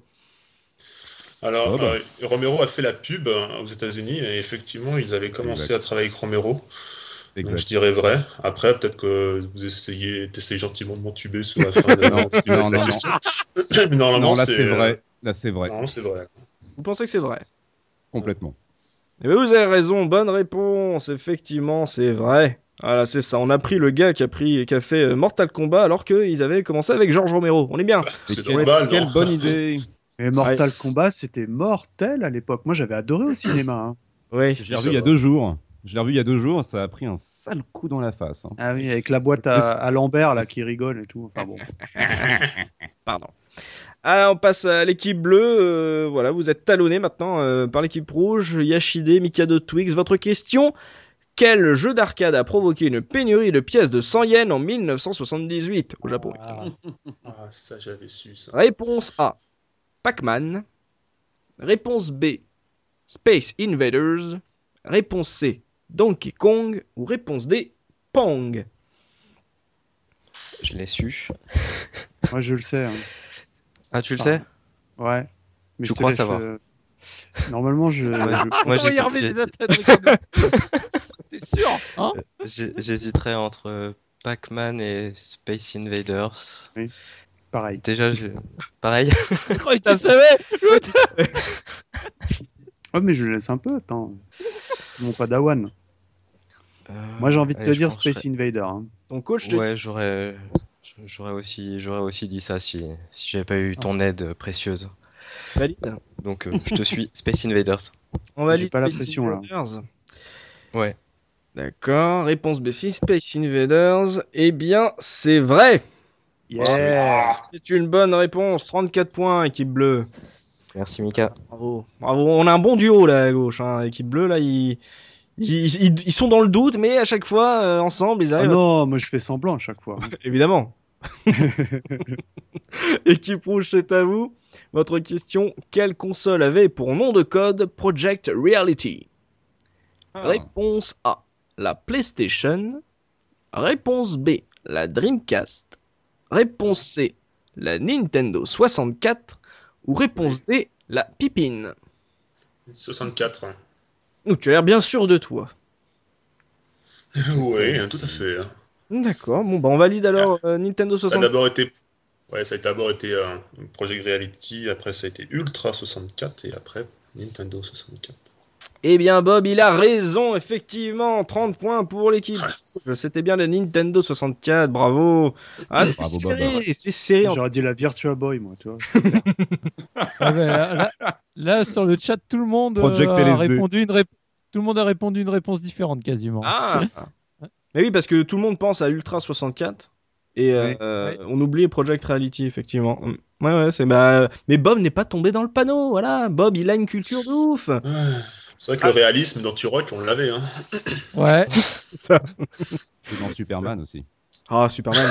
Alors, Ah bah. Romero a fait la pub aux États-Unis et effectivement, ils avaient commencé Exact. à travailler avec Romero. Donc, Exact. je dirais vrai. Après, peut-être que vous essayez gentiment de m'entuber sur la fin de Non, la non. question. Mais normalement, Non, là, c'est vrai. Là, c'est vrai. Normalement, c'est vrai. Vous pensez que c'est vrai? Complètement. Eh bien, vous avez raison, bonne réponse. Effectivement, c'est vrai. Voilà, c'est ça. On a pris le gars qui a fait Mortal Kombat alors qu'ils avaient commencé avec George Romero. On est bien. C'est quelle, normal, quelle non? bonne idée. Et Mortal Kombat, c'était mortel à l'époque. Moi, j'avais adoré au cinéma. Hein. Oui. Je l'ai revu il y a 2 jours. Ça a pris un sale coup dans la face. Hein. Ah oui, avec la boîte à Lambert là qui rigole et tout. Enfin bon. Pardon. Alors, on passe à l'équipe bleue. Voilà, vous êtes talonné maintenant par l'équipe rouge. Yashide, Mikado Twix. Votre question: quel jeu d'arcade a provoqué une pénurie de pièces de 100 yens en 1978 au Japon? Ah, ça, j'avais su ça. Réponse A, Pac-Man. Réponse B, Space Invaders. Réponse C, Donkey Kong. Ou réponse D, Pong. Je l'ai su. Moi, je le sais. Hein. Ah, tu le Ah. sais? Ouais. Mais Tu je te crois laisse, savoir? Normalement, Moi, On va y revenir déjà, t'es sûr hein j'hésiterais entre Pac-Man et Space Invaders. Oui, pareil. Déjà, pareil. Oh, et tu savais Ouais, mais je le laisse un peu, attends. C'est mon padawan. Moi, j'ai envie de te allez, je dire pencherais- Space Invader. Hein. Ton coach te Ouais, dit- j'aurais aussi dit ça si j'avais pas eu ton aide précieuse. Valide. Donc, je te suis, Space Invaders. On valide J'ai pas la Space pression, là. Invaders. Ouais. D'accord. Réponse B6, Space Invaders. Eh bien, c'est vrai. Yeah. C'est une bonne réponse. 34 points, équipe bleue. Merci Mika. Bravo. Bravo. On a un bon duo là à gauche. Hein. Équipe bleue, là, ils sont dans le doute, mais à chaque fois, ensemble, ils Ah arrivent. non, moi je fais semblant à chaque fois. Hein. Évidemment. Équipe rouge, c'est à vous. Votre question, quelle console avait pour nom de code Project Reality? Réponse A, la PlayStation. Réponse B, la Dreamcast. Réponse C, la Nintendo 64. Ou réponse D, la Pipine. 64. Donc tu as l'air bien sûr de toi. Oui, tout à fait. D'accord, bon bah on valide alors Nintendo Ça a 64. d'abord été, ça a d'abord été Project Reality, après ça a été Ultra 64 et après Nintendo 64. Eh bien Bob, il a raison, effectivement, 30 points pour l'équipe. C'était bien la Nintendo 64, bravo. Ah, c'est Bravo, Bob. serré, c'est serré. J'aurais dit la Virtua Boy, moi, tu vois. Ah ben, là, sur le chat, tout le monde Project a LSD. répondu tout le monde a répondu une réponse différente quasiment. Ah. Mais oui, parce que tout le monde pense à Ultra 64 et Ouais. on oublie Project Reality, effectivement. Ouais, c'est mais Bob n'est pas tombé dans le panneau, voilà. Bob, il a une culture de ouf. C'est vrai que le réalisme dans Turok, on l'avait. Hein. Ouais. C'est ça. Et dans Superman aussi. Ah, Superman.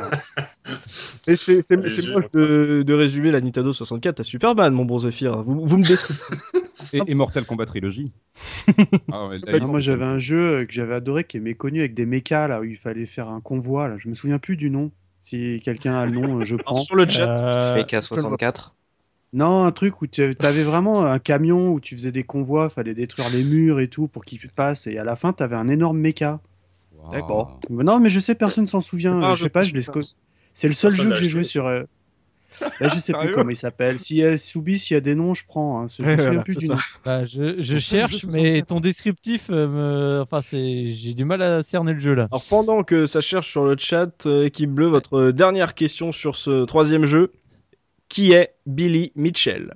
Et c'est Allez-y, moche de résumer la Nintendo 64 à Superman, mon bon Zephyr. Vous me décevez. Et Mortal Kombat Trilogy. Ah ouais, là, Ah, Non, moi j'avais un jeu que j'avais adoré qui est méconnu avec des mechas là où il fallait faire un convoi là. Je me souviens plus du nom. Si quelqu'un a le nom, je prends. Alors, sur le chat, Mecha 64. Non, un truc où tu avais vraiment un camion où tu faisais des convois, fallait détruire les murs et tout pour qu'ils passent et à la fin tu avais un énorme mecha. wow. D'accord. Non, mais je sais, personne s'en souvient. Ah, Je sais pas, je l'ai. C'est le seul Personne jeu l'a que j'ai joué acheté. sur. Là, je sais plus Sérieux comment il s'appelle. Si Soubi, s'il y a des noms, je prends. Hein. Je me souviens Voilà, plus c'est du ça. nom. Bah, je Sur cherche, jeu mais 64. ton descriptif enfin j'ai du mal à cerner le jeu là. Alors pendant que ça cherche sur le chat, équipe bleue, votre dernière question sur ce troisième jeu. Qui est Billy Mitchell?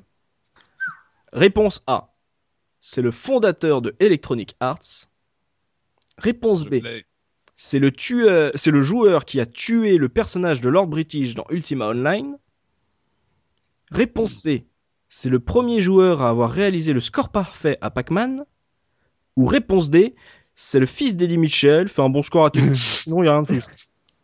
Réponse A. C'est le fondateur de Electronic Arts. Réponse B. C'est le joueur qui a tué le personnage de Lord British dans Ultima Online. Réponse C. C'est le premier joueur à avoir réalisé le score parfait à Pac-Man. Ou réponse D. C'est le fils d'Eddie Mitchell, fait un bon score à tout. Sinon, il n'y a rien de plus.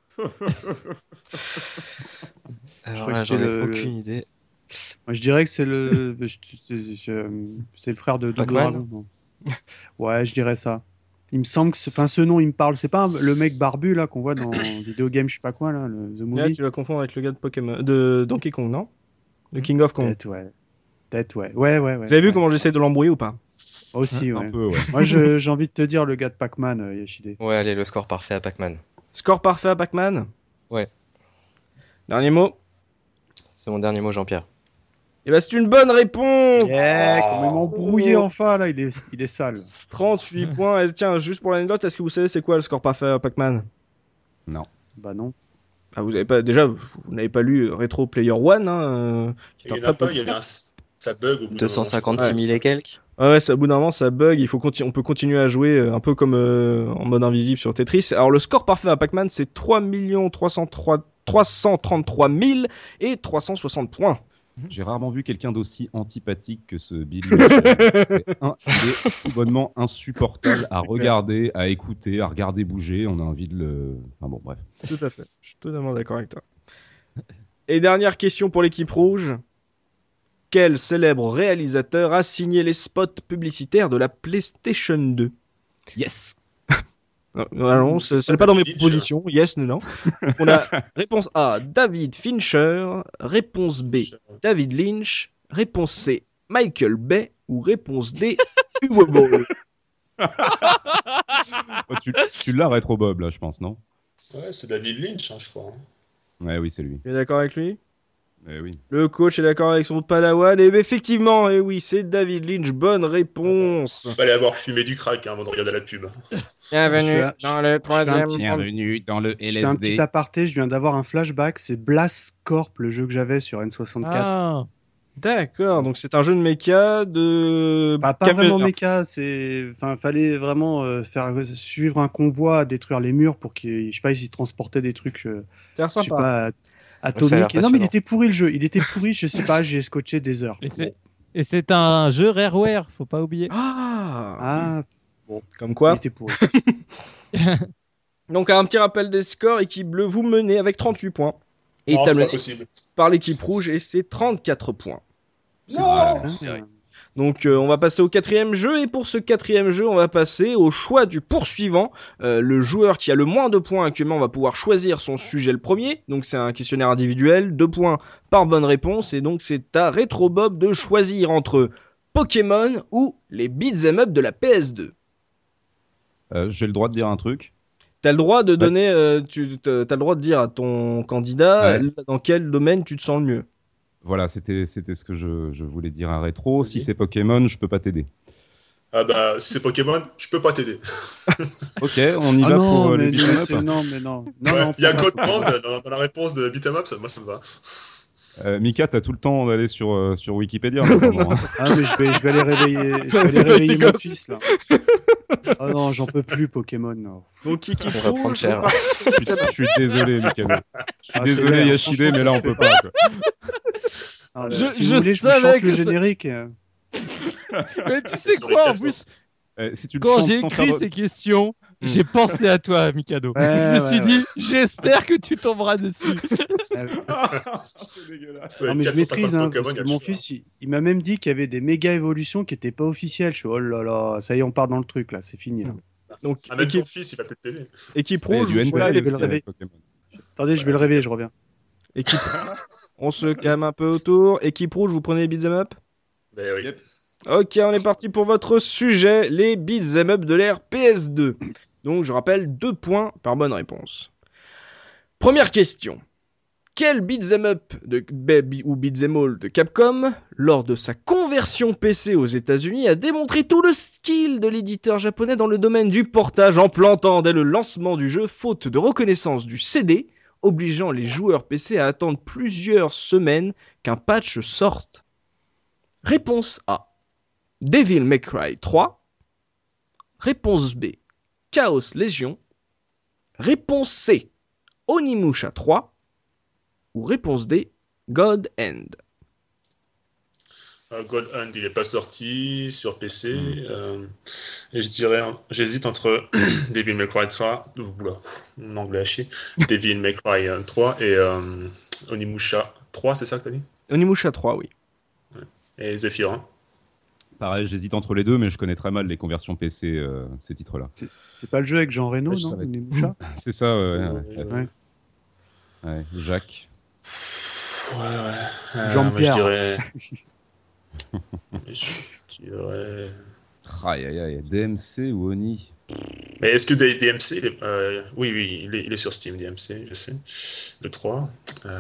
Alors crois là, que j'en c'était ai le- aucune idée. Moi, je dirais que c'est c'est le frère de Double Pac-Man Dragon. Non. Ouais, je dirais ça. Il me semble que ce nom, il me parle. C'est pas le mec barbu là qu'on voit dans Video Game, je sais pas quoi là, The Là, Movie. tu vas confondre avec le gars de Pokémon, de Donkey Kong, non? Le King of Kong. Peut-être, ouais. Peut-être, ouais. Ouais. Vous avez vu comment j'essaie de l'embrouiller ou pas? Aussi, ouais. Un peu, ouais. Moi, j'ai envie de te dire le gars de Pac-Man, Yoshide. Ouais, allez, le score parfait à Pac-Man. Score parfait à Pac-Man? Ouais. Dernier mot? C'est mon dernier mot, Jean-Pierre. Et bah c'est une bonne réponse! Yeah, comment il m'a embrouillé enfin là, il est sale. 38 points. Et tiens, juste pour l'anecdote, est-ce que vous savez c'est quoi le score parfait à Pac-Man? Non. Bah non. Ah, vous avez pas, déjà, vous n'avez pas lu Retro Player One, hein, qui est Il un y en très a pas, bon- il y avait ça bug au bout d'un moment, 256 000 et quelques. Ouais, au bout d'un moment, ça bug, on peut continuer à jouer un peu comme en mode invisible sur Tetris. Alors, le score parfait à Pac-Man, c'est 3 333 360 points. J'ai rarement vu quelqu'un d'aussi antipathique que ce Billy Mitchell. Il est tout bonnement insupportable à regarder, à écouter, à regarder bouger. On a envie de le... Enfin bon, bref. Tout à fait. Je suis totalement d'accord avec toi. Et dernière question pour l'équipe rouge. Quel célèbre réalisateur a signé les spots publicitaires de la PlayStation 2? Yes. Non, ce n'est pas dans mes propositions. Yes, non. On a réponse A, David Fincher. Réponse B, David Lynch. Réponse C, Michael Bay. ou réponse D, Uwe Boll. Tu l'as Rétro Bob là, je pense, non? Ouais, c'est David Lynch, je crois. Ouais, oui, c'est lui. Tu es d'accord avec lui? Oui. Le coach est d'accord avec son padawan, et effectivement, et oui, c'est David Lynch, bonne réponse. Fallait avoir fumé du crack avant de regarder la pub. Bienvenue dans le troisième. Bienvenue dans le LSD. Je fais un petit aparté, je viens d'avoir un flashback, c'est Blast Corp, le jeu que j'avais sur N64. Ah, D'accord, donc c'est un jeu de méca de. Enfin, pas vraiment méca, fallait vraiment faire suivre un convoi à détruire les murs pour qu'ils, je sais pas, ils y transportaient des trucs, Ça a l'air je sais sympa. pas, ça a l'air atomiques. Non, mais il passionnant. était pourri le jeu, il était pourri, je sais pas, j'ai scotché des heures. et c'est un jeu Rareware, faut pas oublier. Ah, Ah, comme il quoi. était pourri. Donc un petit rappel des scores, équipe bleue, vous menez avec 38 points. Et Non, c'est pas talonné possible. par l'équipe rouge, et c'est 34 points. Non Ah, Donc on va passer au quatrième jeu, et pour ce quatrième jeu, on va passer au choix du poursuivant. Le joueur qui a le moins de points actuellement va pouvoir choisir son sujet le premier, donc c'est un questionnaire individuel, 2 points par bonne réponse, et donc c'est à Retro Bob de choisir entre Pokémon ou les beat'em up de la PS2. J'ai le droit de dire un truc. T'as le droit de donner, t'as le droit de dire à ton candidat dans quel domaine tu te sens le mieux. Voilà, c'était ce que je voulais dire à Rétro. Vas-y. Si c'est Pokémon, je peux pas t'aider. Ah bah, si c'est Pokémon, je peux pas t'aider. Ok, on y Ah va non, pour mais les beat'em up. non, mais non. Ouais, il y a pas- Code Band dans la réponse de Beat'em Up, moi ça me va. Mika, t'as tout le temps d'aller sur Wikipédia maintenant, hein. Ah, mais je vais aller réveiller, mon fils, là. Ah non, j'en peux plus, Pokémon, non. Donc qui Ça va prendre cher. Je suis désolé, Mika. Je suis Ah, désolé, c'est Yashide, franchement, mais là ça on se peut fait pas. Quoi. Ah, Je- si je vous voulez, je vous savais chante que le ça- générique. Mais tu sais Sur les quoi, en 400. plus, Si tu le quand chantes j'ai sans écrit faire- ces questions, j'ai pensé à toi, Mikado. Ouais, Je me suis ouais, dit, j'espère que tu tomberas dessus. C'est dégueulasse. Non, mais je 450 maîtrise, hein, Pokémon, parce il y a que le mon choix. fils, il m'a même dit qu'il y avait des méga évolutions qui n'étaient pas officielles. Je suis, oh là là, ça y est, on part dans le truc, là, c'est fini. Là. Donc Ah, même ton équipe, fils, il va peut-être t'aider. équipe Il y a rouge, du vous hentai prenez- je vais le aussi réveiller. avec Pokémon. Attendez, je vais le réveiller, je reviens. équipe, on se calme un peu autour. Équipe rouge, vous prenez les beat'em up. Ben oui. Yep. Ok, on est parti pour votre sujet, les beat'em up de l'ère PS2. Donc je rappelle 2 points par bonne réponse. Première question. Quel beat'em up ou beat'em all de Capcom, lors de sa conversion PC aux États-Unis, a démontré tout le skill de l'éditeur japonais dans le domaine du portage en plantant dès le lancement du jeu, faute de reconnaissance du CD, obligeant les joueurs PC à attendre plusieurs semaines qu'un patch sorte? Réponse A. Devil May Cry 3. Réponse B. Chaos Legion. Réponse C. Onimusha 3. Ou réponse D. God End. God Hand, il est pas sorti sur PC. Et je dirais, j'hésite entre Devil May Cry 3, oula, mon anglais à chier, Devil May Cry 3 et Onimusha 3, c'est ça que t'as dit? Onimusha 3, oui. Et Zephyr 1. Pareil, j'hésite entre les deux, mais je connais très mal les conversions PC, ces titres-là. C'est pas le jeu avec Jean Reno, Ouais, je non savais. Onimusha C'est ça, Ouais. Ouais, Jacques. Ouais. Jean-Pierre. Moi, je dirais... Aïe, aïe, aïe. DMC ou Oni? Mais est-ce que DMC, oui, il est sur Steam, DMC, je sais. Le 3.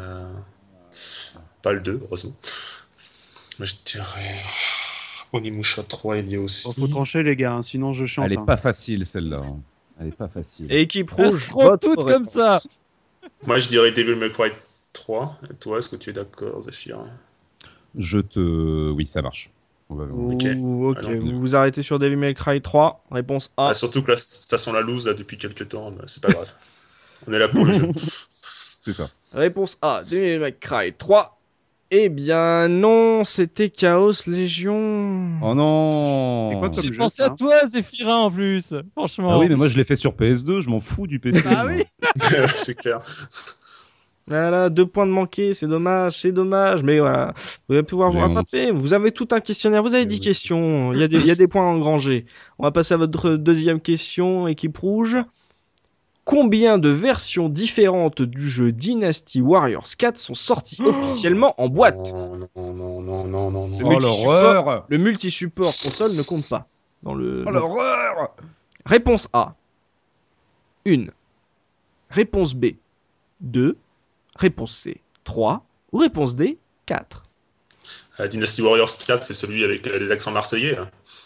Pas le 2, heureusement. Moi, je dirais... Onimusha 3, il y a aussi. Bon, faut trancher, les gars, hein, sinon je chante. Elle est hein. pas facile, celle-là. Elle est pas facile. Et équipe Elles rouge, seront votre toutes comme réponse. ça. Moi, je dirais Devil May Cry 3. Et toi, est-ce que tu es d'accord, Zephyr? Oui, ça marche. On va voir. Ok. Ok, Alors, vous vous arrêtez sur Devil May Cry 3. Réponse A. Ah, surtout que là, ça sent la loose là, depuis quelques temps, mais c'est pas grave. On est là pour le jeu. C'est ça. Réponse A. Devil May Cry 3. Eh bien non, c'était Chaos Legion. Oh non! C'est quoi comme J'ai jeu, pensé ça à toi, Zéphirin, en plus. Franchement. Ah oui, mais moi je l'ai fait sur PS2, je m'en fous du PC. Ah moi. oui. C'est clair. Voilà, 2 points de manquer, c'est dommage, mais voilà, vous allez pouvoir vous J'ai rattraper. Vous avez tout un questionnaire, vous avez 10 oui. questions, il y a des points engrangés. On va passer à votre deuxième question, équipe rouge. Combien de versions différentes du jeu Dynasty Warriors 4 sont sorties officiellement en boîte? Non. Le multi-support console ne compte pas. Dans le... Oh l'horreur! Réponse A, 1. Réponse B, 2. Réponse C, 3. Ou réponse D, 4. Dynasty Warriors 4, c'est celui avec les accents marseillais.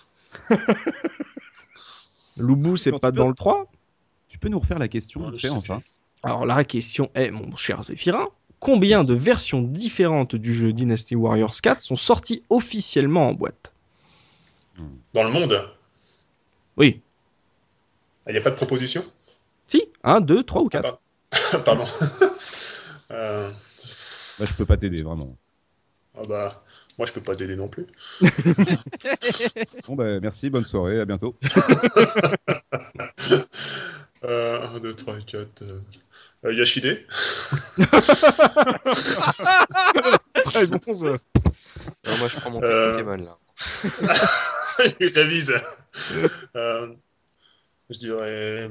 Loubou, c'est pas dans le 3? Tu peux nous refaire la question, Je sais enfin? Alors la question est, mon cher Zéphirin, combien de versions différentes du jeu Dynasty Warriors 4 sont sorties officiellement en boîte? Dans le monde? Oui. Il n'y a pas de proposition? Si, 1, 2, 3 ou 4. Pardon. Bah, je peux pas t'aider, vraiment. Moi, je peux pas t'aider non plus. Bon, bah, merci, bonne soirée, à bientôt. 1, 2, 3, 4... Yashide? Très bon, ça. Non, moi, je prends mon Pokémon, là. Il révise. Je dirais...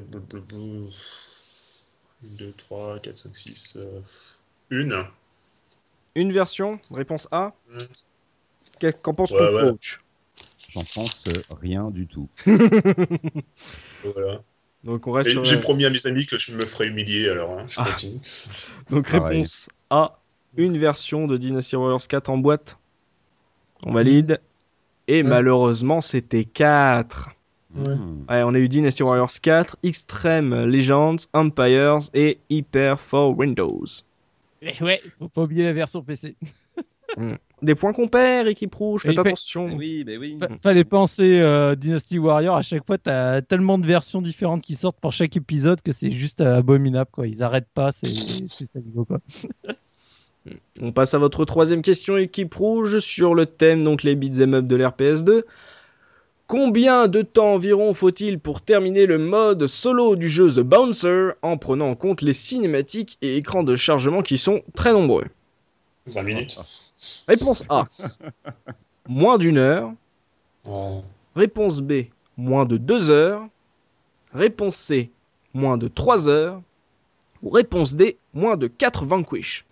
2, 3, 4, 5, 6... Une. Une version, réponse A. Qu'en pense ton coach? J'en pense rien du tout. Voilà. Donc on reste sur... J'ai promis à mes amis que je me ferais humilier, alors je continue. Donc réponse A, une version de Dynasty Warriors 4 en boîte. On valide. Et malheureusement, c'était 4. Ouais, on a eu Dynasty Warriors 4, Extreme Legends, Empires et Hyper for Windows. Et ouais, faut pas oublier la version PC. Des points qu'on perd, équipe rouge, faites attention. Oui. Fallait penser Dynasty Warrior, à chaque fois t'as tellement de versions différentes qui sortent pour chaque épisode que c'est juste abominable, quoi. Ils arrêtent pas, c'est ça niveau, quoi. On passe à votre troisième question, équipe rouge, sur le thème, donc les beat'em up de l'RPS2. Combien de temps environ faut-il pour terminer le mode solo du jeu The Bouncer en prenant en compte les cinématiques et écrans de chargement qui sont très nombreux? 20 minutes. Réponse A, moins d'1 heure. Ouais. Réponse B, moins de 2 heures. Réponse C, moins de 3 heures. Ou réponse D, moins de 4 Vanquish.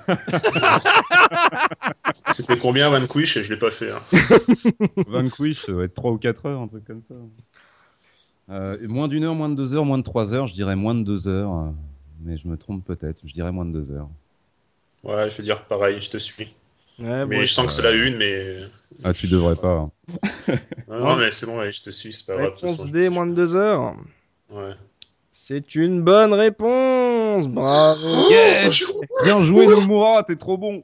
C'était combien Vanquish? Je l'ai pas fait. Vanquish, ça va être 3 ou 4 heures, un truc comme ça. Moins d'1 heure, moins de 2 heures, moins de 3 heures, je dirais moins de 2 heures. Mais je me trompe peut-être, je dirais moins de 2 heures. Ouais, je vais dire pareil, je te suis. Ouais, mais je sens que c'est la une, mais... Ah, tu devrais pas. Non, mais c'est bon, ouais, je te suis, c'est pas grave. Réponse D, moins de 2 heures. Ouais. C'est une bonne réponse. Bravo. Yes. Bien joué, Nomura, t'es trop bon.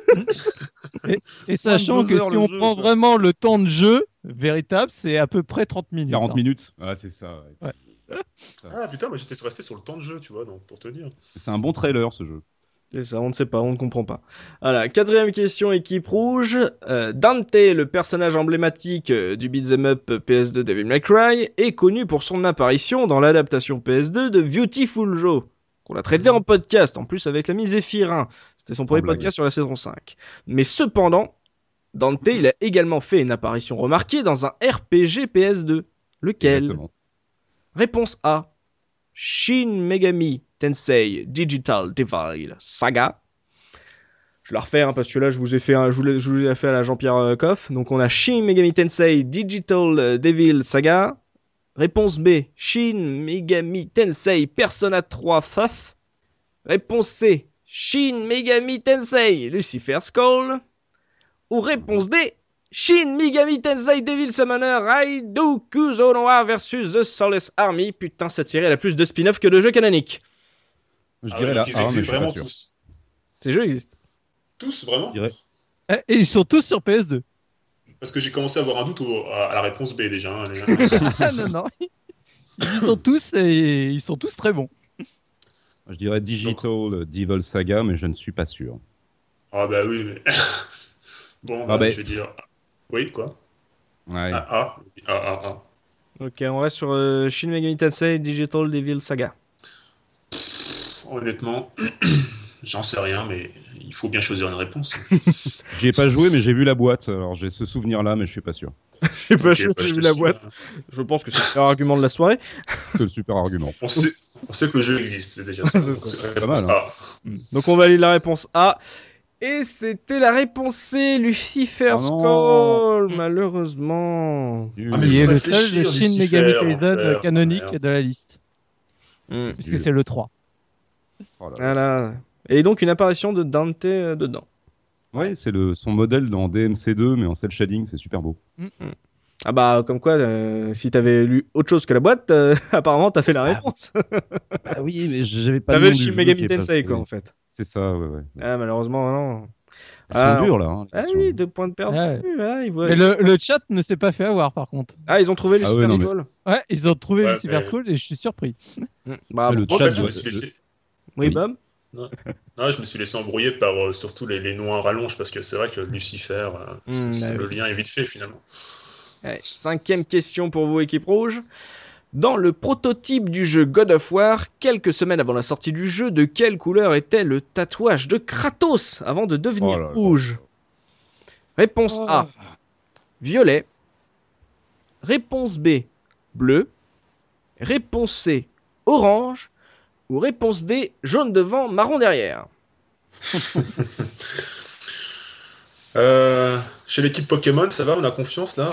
Et sachant que si on prend vraiment le temps de jeu véritable, c'est à peu près 30 minutes. 40 minutes. Ah, c'est ça. Ouais. Ah putain, moi j'étais resté sur le temps de jeu, tu vois, donc pour te dire. C'est un bon trailer, ce jeu. C'est ça, on ne sait pas, on ne comprend pas. Voilà, quatrième question, équipe rouge. Dante, le personnage emblématique du beat'em up PS2 Devil May Cry, est connu pour son apparition dans l'adaptation PS2 de Beautiful Joe, qu'on a traité en podcast, en plus avec l'ami Zéphirin. C'était son premier podcast sur la saison 5. Mais cependant, Dante, il a également fait une apparition remarquée dans un RPG PS2. Lequel? Exactement. Réponse A, Shin Megami Tensei Digital Devil Saga. Je la refais parce que là je vous ai fait je vous l'ai fait à la Jean-Pierre Coff. Donc on a Shin Megami Tensei Digital Devil Saga. Réponse B, Shin Megami Tensei Persona 3 Thuff. Réponse C, Shin Megami Tensei Lucifer's Call. Ou réponse D, Shin Megami Tensei Devil Summoner Raido Kuzonoha vs The Soulless Army. Putain, cette série elle a plus de spin-off que de jeux canoniques. Je dirais là, ils mais je existent suis vraiment pas sûr. tous. Ces jeux existent. Tous, vraiment? Je dirais... Et ils sont tous sur PS2. Parce que j'ai commencé à avoir un doute à la réponse B déjà. Non. Ils sont tous très bons. Je dirais Digital Devil Saga, mais je ne suis pas sûr. Ah bah oui, mais... Bon, je vais dire... Oui, quoi? Ouais. Ok, on reste sur Shin Megami Tensei Digital Devil Saga. Honnêtement, j'en sais rien, mais il faut bien choisir une réponse. J'y ai pas joué, mais j'ai vu la boîte. Alors j'ai ce souvenir-là, mais je suis pas sûr. J'ai vu la boîte. Je pense que c'est le super argument de la soirée. C'est le super argument. On On sait que le jeu existe, c'est déjà ça. C'est ça. Donc, Pas mal, hein. Donc on valide la réponse A. Et c'était la réponse C, Lucifer's Oh non. Call, malheureusement. Ah, mais Qui est faut le seul réfléchir, de Shin Lucifer, Megami Tensei frère. canonique Merde. de la liste. Mm. Puisque c'est le 3. Oh là là. Voilà. Et donc une apparition de Dante dedans. Ouais, c'est son modèle dans DMC2, mais en cel shading, c'est super beau. Ah bah comme quoi, si t'avais lu autre chose que la boîte, apparemment t'as fait la réponse. Bah oui, mais j'avais pas T'avais le le nom du Shin jeu Megami qui est pas- Tensei quoi en fait. C'est ça, ouais. Ah malheureusement non. Ils sont Ah, durs, là. Hein, les Ah questions. oui, 2 points de perdus. Ouais. Ah, ils voient- Mais le chat ne s'est pas fait avoir par contre. Ah, ils ont trouvé Ah ouais, Lucifer's non, mais- Call. Ouais, ils ont trouvé Ouais, Lucifer's mais- Call et je suis surpris. Bah, le bon. chat, Je me suis laissé... Oui, Oui. Bob. Non, je me suis laissé embrouiller par surtout les noms à rallonge parce que c'est vrai que Lucifer, Bah le oui. lien est vite fait finalement. Allez, 5e question pour vous, équipe rouge. Dans le prototype du jeu God of War, quelques semaines avant la sortie du jeu, de quelle couleur était le tatouage de Kratos avant de devenir Oh là là. rouge? Réponse A, violet. Réponse B, bleu. Réponse C, orange. Ou réponse D, jaune devant, marron derrière. Chez l'équipe Pokémon, ça va, on a confiance là.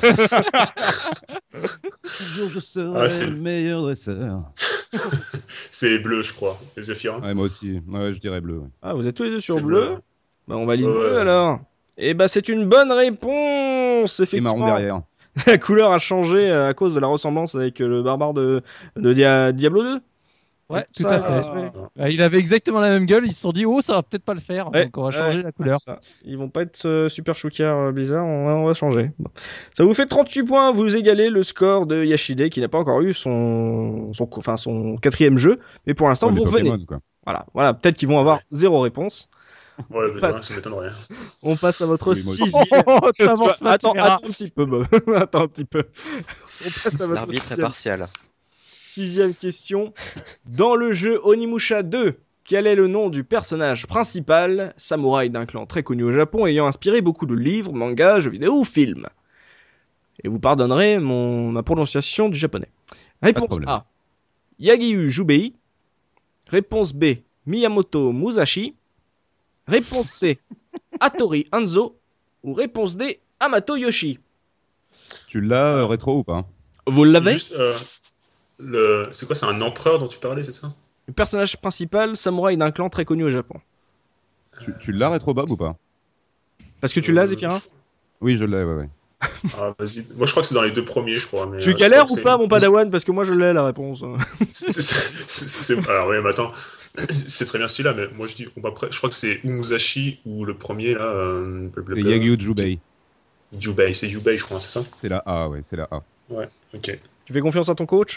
Toujours je serai Ah, c'est- le meilleur dresseur. C'est bleu, je crois. Les Zéphyrin. Ouais, moi aussi. Ouais, je dirais bleu. Ouais. Ah, vous êtes tous les deux sur C'est bleu. bleu. Bah, on valide Ouais. bleu alors. Et bah, c'est une bonne réponse, Et effectivement. marron derrière. La couleur a changé à cause de la ressemblance avec le barbare de Diablo 2. Ouais, C'est tout ça, à fait. Ah. Il avait exactement la même gueule, ils se sont dit, oh, ça va peut-être pas le faire, Ouais, donc on va changer la couleur. Ça. Ils vont pas être super choucars Blizzard, on va changer. Bon. Ça vous fait 38 points, vous égalez le score de Yashide qui n'a pas encore eu son 4e jeu, mais pour l'instant Ouais, mais vous revenez. Pokémon, quoi. Voilà, peut-être qu'ils vont avoir 0 réponse. Ouais, mais passe. ça m'étonnerait. On passe à votre Oui, moi aussi. 6e. Oh, t'avances pas, tu Attends verras. un petit peu, Bob. Attends un petit peu. On passe à votre L'arbitre est 6e. partial. 6e question. Dans le jeu Onimusha 2, quel est le nom du personnage principal, samouraï d'un clan très connu au Japon, ayant inspiré beaucoup de livres, mangas, jeux vidéo ou films? Et vous pardonnerez ma prononciation du japonais. Réponse problème. A, Yagyu Jubei. Réponse B, Miyamoto Musashi. Réponse C, Hattori Hanzo. Ou réponse D, Hamato Yoshi. Tu l'as rétro ou pas? Vous l'avez? Juste, c'est quoi, c'est un empereur dont tu parlais, c'est ça? Le personnage principal, samouraï d'un clan très connu au Japon. Tu l'as rétro Bob ou pas? Parce que tu l'as, Zéphirin? Oui, je l'ai, ouais. Ah, vas-y. Moi, je crois que c'est dans les deux premiers, je crois. Mais, Tu je galères crois ou que pas, c'est- mon padawan? Parce que moi, je l'ai, la réponse. Alors, oui, mais attends. C'est très bien celui-là, mais moi, je dis, je crois que c'est Umusashi ou le premier, là. C'est Yagyu Jubei. Yubei, c'est Yubei, je crois, c'est ça? C'est la A, ouais, c'est la A. Ouais, ok. Tu fais confiance à ton coach?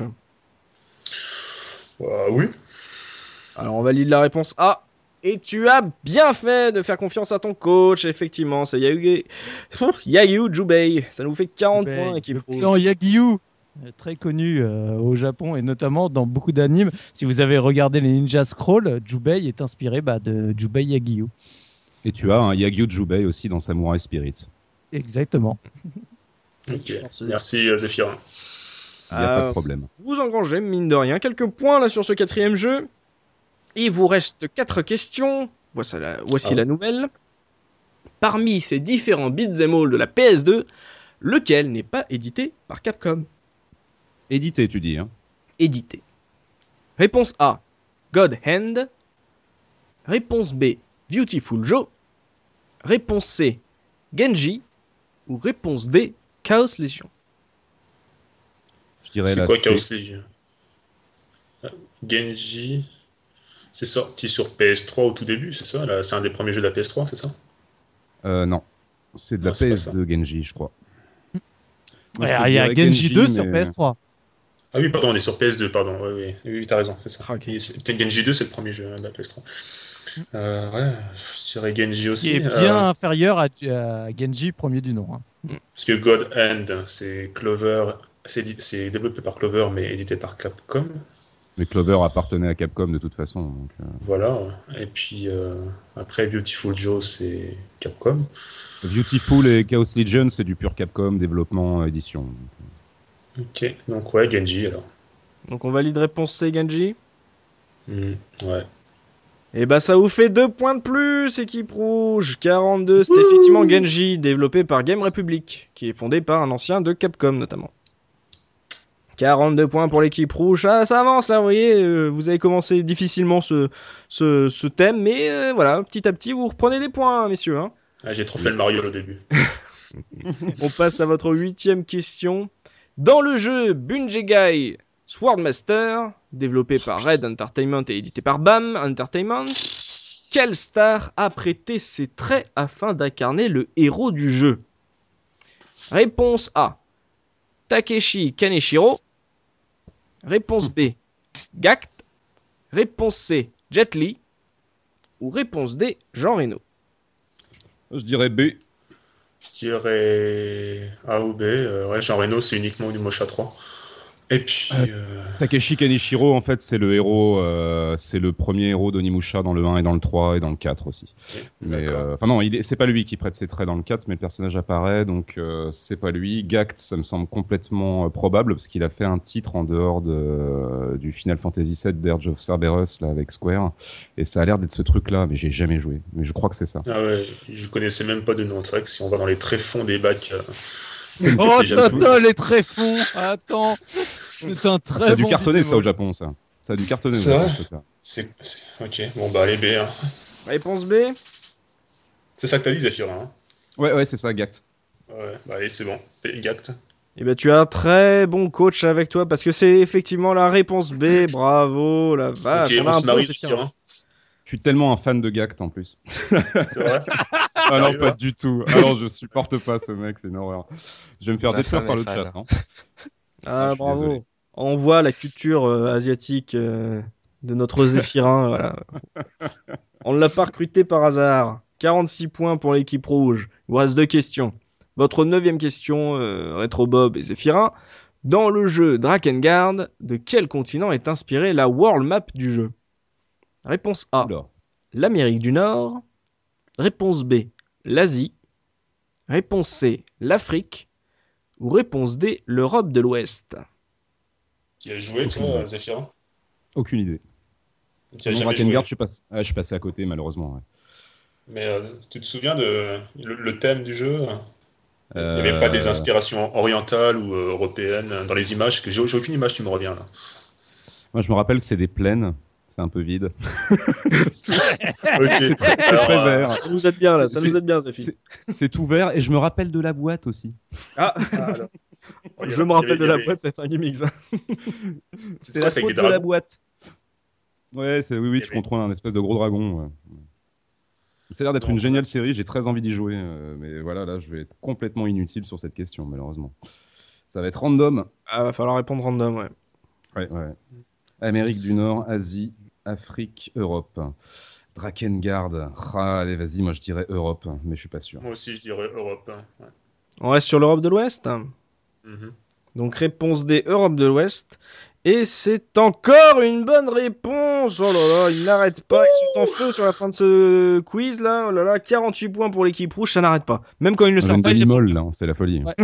Oui. Alors, on valide la réponse A. Et tu as bien fait de faire confiance à ton coach. Effectivement, c'est Yagyu Jubei. Ça nous fait 40 points, équipe Le rouge. clan Yagyu, très connu au Japon et notamment dans beaucoup d'animes. Si vous avez regardé les Ninja Scroll, Jubei est inspiré de Jubei Yagyu. Et tu as un Yagyu Jubei aussi dans Samurai Spirit. Exactement. Ok. Merci, Zéphirin. Il n'y a pas de problème. Vous engrangez, mine de rien, quelques points là sur ce 4e jeu. Il vous reste 4 questions. Voici la nouvelle. Parmi ces différents beat'em all de la PS2, lequel n'est pas édité par Capcom? Édité, tu dis, hein? Édité. Réponse A, God Hand. Réponse B, Beautiful Joe. Réponse C, Genji. Ou réponse D, Chaos Legion. Je dirais C'est la quoi C. Chaos Legion? Genji. C'est sorti sur PS3 au tout début, c'est ça? C'est un des premiers jeux de la PS3, c'est ça? Non. C'est de la Non, c'est pas PS ça. de Genji, je crois. Moi, Il je te y a dirais Genji 2 sur mais- PS3. Ah oui, pardon, on est sur PS2, pardon. Oui, t'as raison, c'est ça. Ah, ok. Peut-être Genji 2, c'est le premier jeu de la PS3. Ouais, je dirais Genji aussi. Qui est bien inférieur à Genji, premier du nom. Hein. Parce que God Hand, c'est Clover, c'est développé par Clover, mais édité par Capcom. Mais Clover appartenait à Capcom de toute façon. Donc, Voilà. Et puis après, Beautiful Joe, c'est Capcom. Beautiful et Chaos Legion, c'est du pur Capcom, développement, édition. Ok, donc ouais, Genji alors. Donc on valide réponse C, Genji. Ouais. Et bah ça vous fait 2 points de plus, équipe rouge. 42, c'est effectivement Genji, développé par Game Republic, qui est fondé par un ancien de Capcom notamment. 42 points pour l'équipe rouge. Ah, ça avance là, vous voyez. Vous avez commencé difficilement ce thème, mais voilà, petit à petit, vous reprenez des points, messieurs. Hein. Ah, j'ai trop fait le Mario au début. On passe à votre 8e question. Dans le jeu Bungegai Swordmaster, développé par Red Entertainment et édité par BAM Entertainment, quelle star a prêté ses traits afin d'incarner le héros du jeu? Réponse A, Takeshi Kaneshiro. Réponse B, Gact. Réponse C, Jet Li. Ou réponse D, Jean Reno. Je dirais B. Je dirais A ou B. Ouais, Jean Reno, c'est uniquement du Mocha 3. Et puis. Takeshi Kaneshiro, en fait, c'est le héros, c'est le premier héros d'Onimusha dans le 1 et dans le 3 et dans le 4 aussi. Mais, enfin, non, c'est pas lui qui prête ses traits dans le 4, mais le personnage apparaît, donc c'est pas lui. Gact, ça me semble complètement probable, parce qu'il a fait un titre en dehors du Final Fantasy VII d'Urge of Cerberus, là, avec Square, et ça a l'air d'être ce truc-là, mais j'ai jamais joué. Mais je crois que c'est ça. Ah ouais, je connaissais même pas de nom. C'est vrai que si on va dans les tréfonds des bacs. Oh, Toto, les tréfonds. Attends. C'est un très ça a dû bon cartonner vidéo. Ça au Japon, ça. Ça a dû cartonner. C'est vrai ça. Ok, bon bah allez B. Hein. Réponse B. C'est ça que t'as dit, Zephyrin. Hein. Ouais, c'est ça, Gact. Ouais, bah allez, c'est bon. Gact. Eh ben, tu as un très bon coach avec toi parce que c'est effectivement la réponse B. Bravo, la vache. Ok, on se marie, Zephyrin. Je suis tellement un fan de Gact en plus. C'est vrai. Ah non, pas du tout. Alors je supporte pas ce mec, c'est une horreur. Je vais me faire Ma détruire femme par est le fan. chat. Hein. Ah, je suis bravo. désolé. On voit la culture asiatique de notre Zéphirin. Voilà. On ne l'a pas recruté par hasard. 46 points pour l'équipe rouge. Il vous reste 2 questions. Votre 9e question, Retro Bob et Zéphirin. Dans le jeu Drakengard, de quel continent est inspirée la world map du jeu? Réponse A, Oula. l'Amérique du Nord. Réponse B, l'Asie. Réponse C, l'Afrique. Ou réponse D, l'Europe de l'Ouest. Tu as joué, toi, Zephyrin? Aucune idée. Tu as Non, jamais Drakengard, joué. je suis passé à côté malheureusement. Ouais. Mais tu te souviens de le thème du jeu? Il n'y avait pas des inspirations orientales ou européennes dans les images, que j'ai aucune image qui me revient là. Moi, je me rappelle, c'est des plaines. C'est un peu vide. Ok. C'est très vert. Ça nous aide bien là, ça nous aide bien, Zéphi. C'est tout vert et je me rappelle de la boîte aussi. Ah, Alors. Oh, je me rappelle de la boîte, c'est un gimmick ça. C'est la faute de la boîte. Ouais, oui, tu avait- contrôles un espèce de gros dragon. Ouais. Ça a l'air d'être une géniale série, j'ai très envie d'y jouer. Mais voilà, là, je vais être complètement inutile sur cette question, malheureusement. Ça va être random. Ah, va falloir répondre random, ouais. Ouais. Amérique du Nord, Asie, Afrique, Europe. Drakengard. Ah, allez, vas-y, moi je dirais Europe, mais je suis pas sûr. Moi aussi, je dirais Europe. Ouais. On reste sur l'Europe de l'Ouest. Mhm. Donc réponse D, Europe de l'Ouest. Et c'est encore une bonne réponse. Oh là là, ils n'arrêtent pas. Ils sont en feu sur la fin de ce quiz là. Oh là là, 48 points pour l'équipe rouge, ça n'arrête pas. Même quand ils ne On sortent pas, vient de ils Limol, là, c'est la folie. Ouais.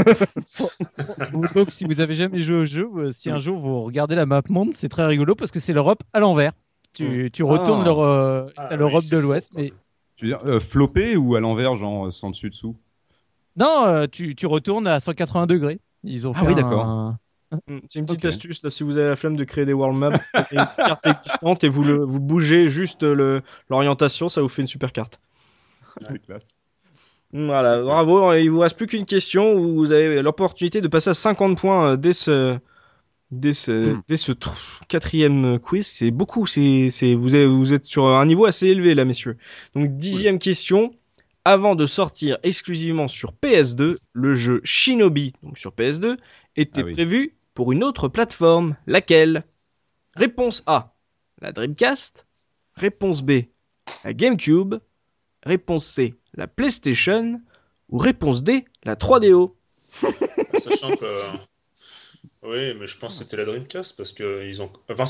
Donc, si vous avez jamais joué au jeu, si un jour vous regardez la map monde, c'est très rigolo parce que c'est l'Europe à l'envers. Tu retournes t'as l'Europe de l'Ouest, mais Tu veux dire floppé ou à l'envers, genre sans dessus-dessous? non, tu retournes à 180 degrés. Ils ont Ah fait oui, d'accord. C'est une petite Ok. astuce là, si vous avez la flemme de créer des world maps, vous prenez une carte existante et vous bougez juste l'orientation, ça vous fait une super carte. C'est classe. Voilà, bravo. Il vous reste plus qu'une question où vous avez l'opportunité de passer à 50 points dès ce 4e quiz. C'est beaucoup. Vous êtes sur un niveau assez élevé là, messieurs. Donc 10e question. Avant de sortir exclusivement sur PS2, le jeu Shinobi, donc sur PS2, était prévu pour une autre plateforme. Laquelle? Réponse A, la Dreamcast. Réponse B, la GameCube. Réponse C, la PlayStation. Ou réponse D, la 3DO. Sachant que. Oui, mais je pense que c'était la Dreamcast parce que ils ont. Attends,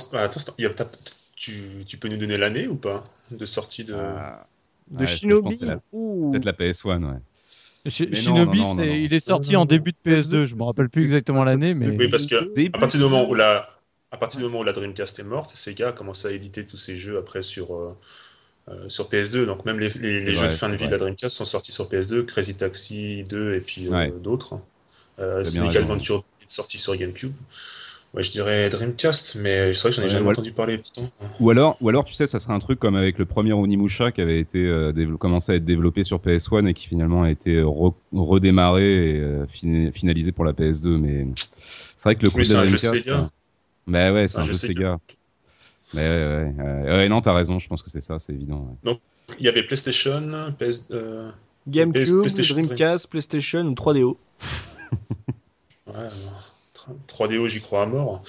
tu peux nous donner l'année ou pas de sortie de. De Shinobi. C'est peut-être la PS1, ouais. Shinobi, non. il est sorti en début de PS2. Je me rappelle plus exactement l'année, mais Oui, parce que à partir du moment où la à partir du moment où la Dreamcast est morte, Sega a commencé à éditer tous ces jeux après sur PS2. Donc même les jeux de fin de vie de la Dreamcast sont sortis sur PS2, Crazy Taxi 2 et puis d'autres. Sonic Adventure est sorti sur GameCube. Ouais, je dirais Dreamcast, mais c'est vrai que j'en ai jamais entendu parler. Putain. Ou alors, tu sais, ça serait un truc comme avec le premier Onimusha qui avait été commencé à être développé sur PS1 et qui finalement a été redémarré et finalisé pour la PS2. Mais c'est vrai que le coup de la Dreamcast, mais ouais, c'est un jeu Sega. Mais ouais, non, t'as raison. Je pense que c'est ça, c'est évident. Ouais. Donc il y avait PlayStation, GameCube, Dreamcast, PlayStation ou 3DO. Ouais. 3DO, j'y crois à mort.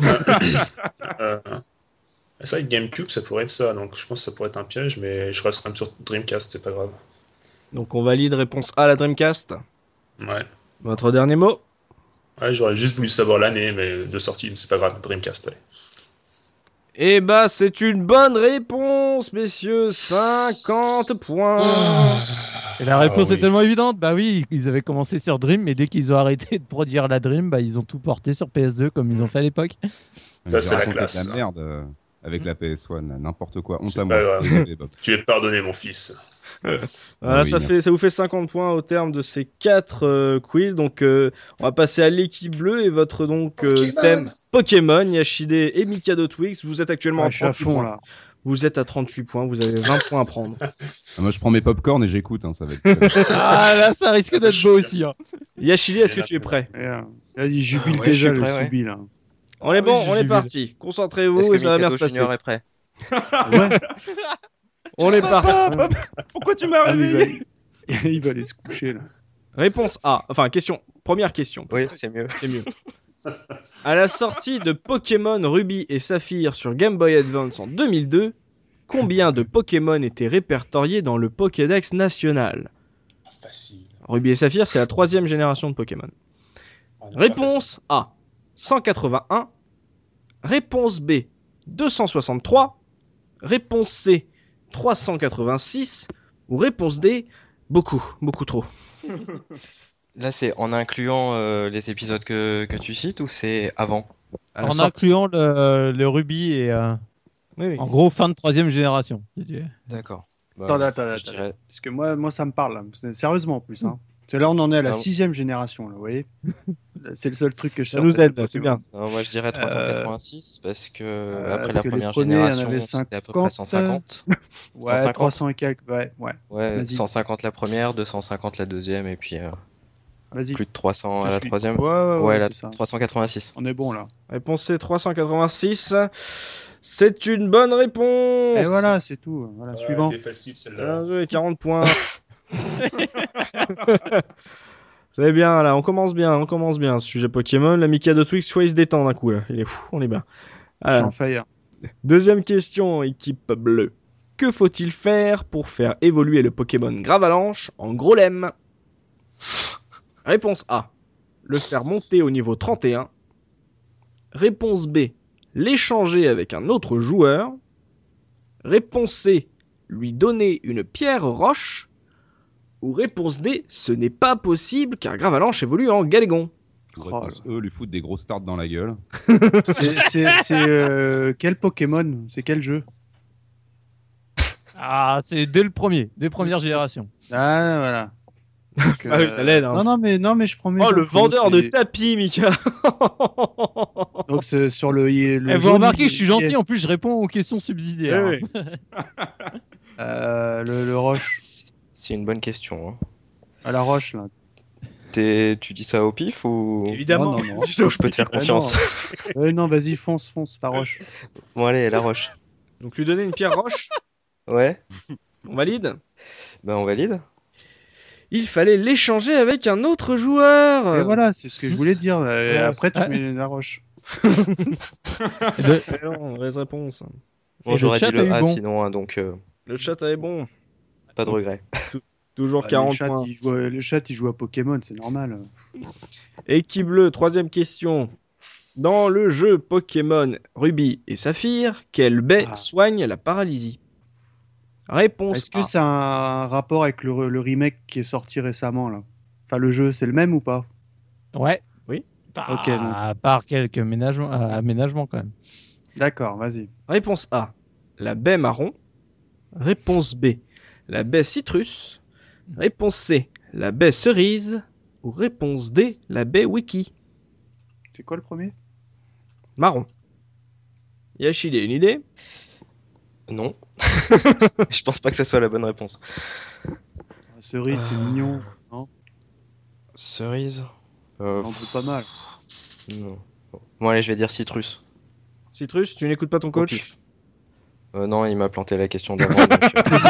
Ça, avec GameCube, ça pourrait être ça. Donc, je pense que ça pourrait être un piège, mais je reste quand même sur Dreamcast, c'est pas grave. Donc, on valide réponse A, la Dreamcast. Ouais. Votre dernier mot? Ouais, j'aurais juste voulu savoir l'année, mais de sortie, c'est pas grave. Dreamcast, allez. Eh bah, c'est une bonne réponse, messieurs. 50 points. Et la réponse est tellement évidente. Bah oui, ils avaient commencé sur Dream, mais dès qu'ils ont arrêté de produire la Dream, bah ils ont tout porté sur PS2 comme ils ont fait à l'époque. Ça, c'est la classe. La merde avec la PS1, n'importe quoi. Honte à moi. Tu es pardonné, mon fils. Voilà, ça vous fait 50 points au terme de ces 4 quiz. Donc, on va passer à l'équipe bleue et votre thème Pokémon, Yashide et Mikado Twix. Vous êtes actuellement à 38 points. Là. Vous êtes à 38 points, vous avez 20 points à prendre. Moi, je prends mes popcorn et j'écoute, ça va être... Ah, là, ça risque d'être beau aussi. Hein. Yashide, est-ce que tu es prêt? Il jubile déjà, le Subi, là. On est bon, on est parti. Concentrez-vous et ça va bien se passer. Est prêt? Ouais. On est parti. Pourquoi tu m'as réveillé? Il va aller se coucher, là. Réponse A. Enfin, première question. Oui, c'est mieux. C'est mieux. À la sortie de Pokémon Ruby et Saphir sur Game Boy Advance en 2002, combien de Pokémon étaient répertoriés dans le Pokédex national? Facile. Ruby et Saphir, c'est la 3e génération de Pokémon. Réponse A, 181. Réponse B, 263. Réponse C, 386. Ou réponse D, beaucoup trop. Là, c'est en incluant les épisodes que tu cites ou c'est avant? En incluant le Ruby et en gros fin de 3e génération. Si tu veux. D'accord. Attends. Dirais... Parce que moi, ça me parle. Là. Sérieusement en plus. Hein. Parce que là, on en est à la 6e génération. Là, vous voyez. C'est le seul truc que je sais. Ça nous aide, là, c'est bien. Non, moi, je dirais 386 parce que après la première génération, c'était à peu près 150. Ouais, 150. 300 et quelques. Ouais, 150 la première, 250 la deuxième et puis plus de 300 à la troisième. Ouais, la c'est ça. 386. On est bon là. Réponse C, 386. C'est une bonne réponse. Et voilà, c'est tout. Voilà, suivant. C'était facile celle-là. 40 points. C'est bien là, on commence bien ce sujet Pokémon. La Mikado Twix, soit il se détend d'un coup là. Il est fou, on est bien. J'en fais. Deuxième question, équipe bleue. Que faut-il faire pour faire évoluer le Pokémon Gravalanche en Grolem? Réponse A, le faire monter au niveau 31. Réponse B, l'échanger avec un autre joueur. Réponse C, lui donner une pierre roche. Ou réponse D, ce n'est pas possible car Gravalanche évolue en Galégon. Réponse E, lui foutre des grosses tartes dans la gueule. C'est quel Pokémon? C'est quel jeu? Ah, c'est dès premières générations. Ah, voilà. Donc, oui, ça l'aide. Hein. Non, mais je prends mes le vendeur de tapis, Mika. Donc, c'est sur le vous remarquez que je suis gentil, en plus, je réponds aux questions subsidiaires. Oui. Le roche. C'est une bonne question. Hein. À la roche, là. Tu dis ça au pif ou... Évidemment. Non. Je peux te faire confiance. Non, vas-y, fonce, la roche. Bon, allez, la roche. Donc, lui donner une pierre roche. Ouais. On valide? On valide. Il fallait l'échanger avec un autre joueur. Et voilà, c'est ce que je voulais dire. Après, tu mets la roche. Non, mauvaise réponse. Bon, j'aurais dit le A sinon, hein, donc... Le chat est bon. Pas de regret. Toujours 40 points. Le chat, il joue à Pokémon, c'est normal. Équipe bleue, troisième question. Dans le jeu Pokémon Ruby et Saphir, quelle baie soigne la paralysie? Réponse Est-ce que ça a un rapport avec le remake qui est sorti récemment là? Enfin, le jeu, c'est le même ou pas? Ouais. Oui. Ok, donc. À part quelques aménagements quand même. D'accord, vas-y. Réponse A, la baie marron. Réponse B, la baie citrus. Réponse C, la baie cerise. Ou réponse D, la baie wiki. C'est quoi le premier? Marron. Yachid, une idée? Non. Je pense pas que ça soit la bonne réponse. Cerise, c'est mignon. Non, Cerise. on en peut pas mal. Non. Bon, allez, je vais dire citrus. Citrus, tu n'écoutes pas ton Au coach? pif. Non, il m'a planté la question d'avant. donc,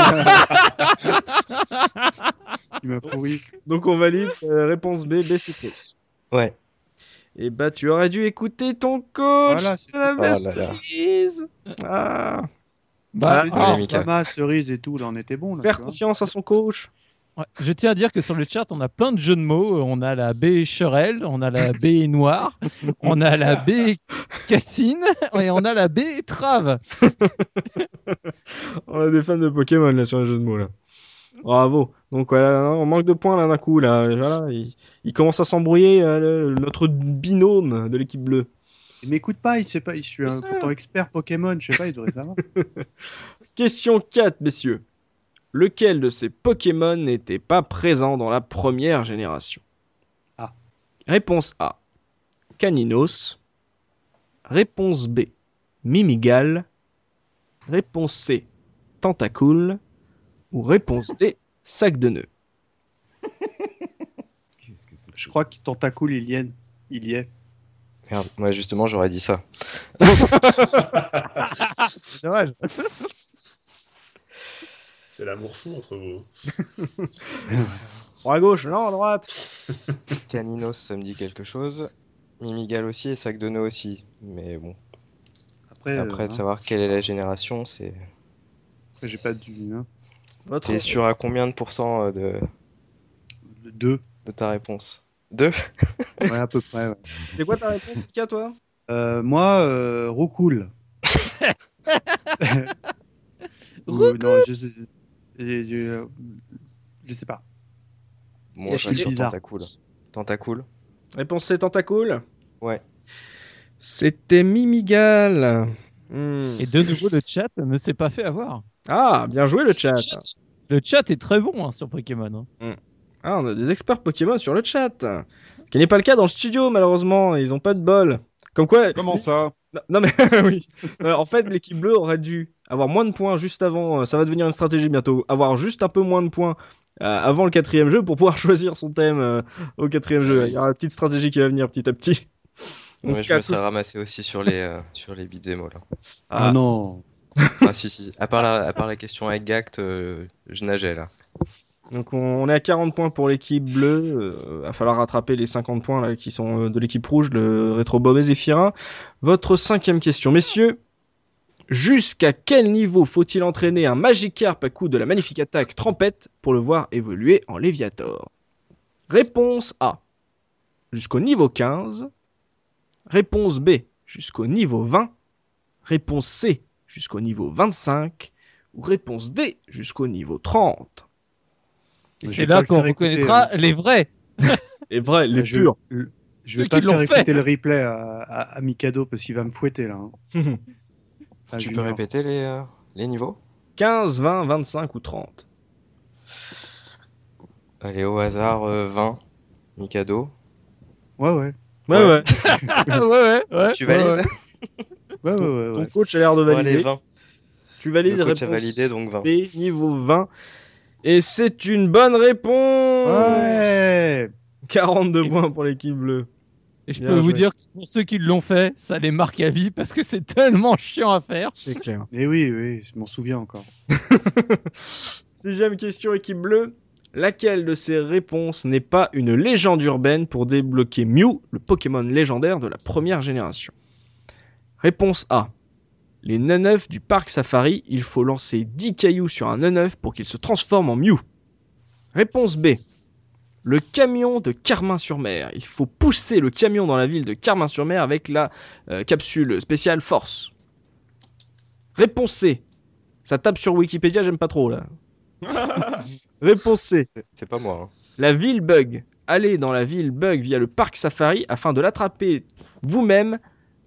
Il m'a pourri. Donc on valide réponse B, baie citrus. Ouais. Et bah tu aurais dû écouter ton coach. Voilà, c'est la baie Oh là là. cerise. Ah. Bah, Ah, désolé, Mika. Mama, cerise et tout, là, on était bon. Là, Faire tu vois. confiance à son coach. ouais, je tiens à dire que sur le chat, on a plein de jeux de mots. On a la baie Cherelle, on a la baie Noire, on a la baie Cassine et on a la baie Trave. On a des fans de Pokémon là sur les jeux de mots là. Bravo. Donc voilà, on manque de points là d'un coup là. Voilà, il commence à s'embrouiller notre binôme de l'équipe bleue. Il m'écoute pas, il sait pas. Je suis C'est ça. pourtant expert Pokémon, je sais pas, il devrait savoir. Question 4, messieurs. Lequel de ces Pokémon n'était pas présent dans la première génération? Ah. Réponse A, Caninos. Réponse B, Mimigal. Réponse C, Tentacool. Ou réponse D, Sac de nœuds. Qu'est-ce que c'est que Je crois que Tentacool, il y est. Merde, moi justement, j'aurais dit ça. C'est dommage. C'est l'amour fou entre vous. À gauche, non, à droite. Caninos, ça me dit quelque chose. Mimigal aussi et Sac de nœuds aussi. Mais bon, Après, après de savoir quelle est la génération, c'est. après, j'ai pas du. Hein. Votre... T'es sûr à combien de pourcents Le 2. de ta réponse? 2? Ouais, à peu près. Ouais. C'est quoi ta réponse, Pika, toi? Moi, Roucoule. Non, je sais pas. Bon, je Yachid, reste sur bizarre. Tentacool. Tentacool? Réponse C, Tentacool. Ouais. C'était Mimigal. Et de nouveau, le chat ne s'est pas fait avoir. Ah, bien joué le chat. Le chat est très bon hein, sur Pokémon. Hein. Ah, on a des experts Pokémon sur le chat. Ce qui n'est pas le cas dans le studio, malheureusement. Ils ont pas de bol. Comme quoi. Comment ça? Non, mais oui. En fait, l'équipe bleue aurait dû avoir moins de points juste avant. Ça va devenir une stratégie bientôt. Avoir juste un peu moins de points avant le 4e jeu pour pouvoir choisir son thème au 4e jeu. Il y aura une petite stratégie qui va venir petit à petit. Donc, Ouais, je me à serais tous- ramassé aussi sur les beat'em all, là. Ah non. Ah si. À part la question avec Gact, je nageais là. Donc on est à 40 points pour l'équipe bleue. Va falloir rattraper les 50 points là, qui sont de l'équipe rouge, le Rétro Bob et Zephyrin. Votre 5e question. Messieurs, jusqu'à quel niveau faut-il entraîner un Magikarp à coup de la magnifique attaque Trempette pour le voir évoluer en Léviator? Réponse A, jusqu'au niveau 15. Réponse B, jusqu'au niveau 20. Réponse C, jusqu'au niveau 25. Ou réponse D, jusqu'au niveau 30. Et Je c'est vais pas là le qu'on faire écouter, reconnaîtra hein. les vrais. Et vrai, les Je, purs. je Ceux vais pas qui l'ont faire fait. écouter le replay à Mikado parce qu'il va me fouetter là. Hein. Enfin, Tu peux Junior. répéter les niveaux? 15, 20, 25 ou 30. Allez, au hasard, 20. Mikado. Ouais, ouais. Ouais, ouais. ouais. Tu valides? Ouais, ouais, ouais. Ton ouais. coach a l'air de Bon, allez, valider. 20. Tu valides Le coach a réponse validé, donc 20. B, niveau 20. Et c'est une bonne réponse. Ouais. 42 points pour l'équipe bleue. Et je Bien peux vous joué. dire que pour ceux qui l'ont fait, ça les marque à vie parce que c'est tellement chiant à faire. C'est clair. Mais oui, oui, je m'en souviens encore. 6e question, équipe bleue. Laquelle de ces réponses n'est pas une légende urbaine pour débloquer Mew, le Pokémon légendaire de la première génération? Réponse A. Les Neneufs du parc Safari, il faut lancer 10 cailloux sur un Neneuf pour qu'il se transforme en Mew. Réponse B. Le camion de Carmin-sur-Mer. Il faut pousser le camion dans la ville de Carmin-sur-Mer avec la capsule spéciale Force. Réponse C. Ça tape sur Wikipédia, j'aime pas trop là. Réponse C. C'est pas moi. Hein. La ville bug. allez dans la ville Bug via le parc Safari afin de l'attraper vous-même,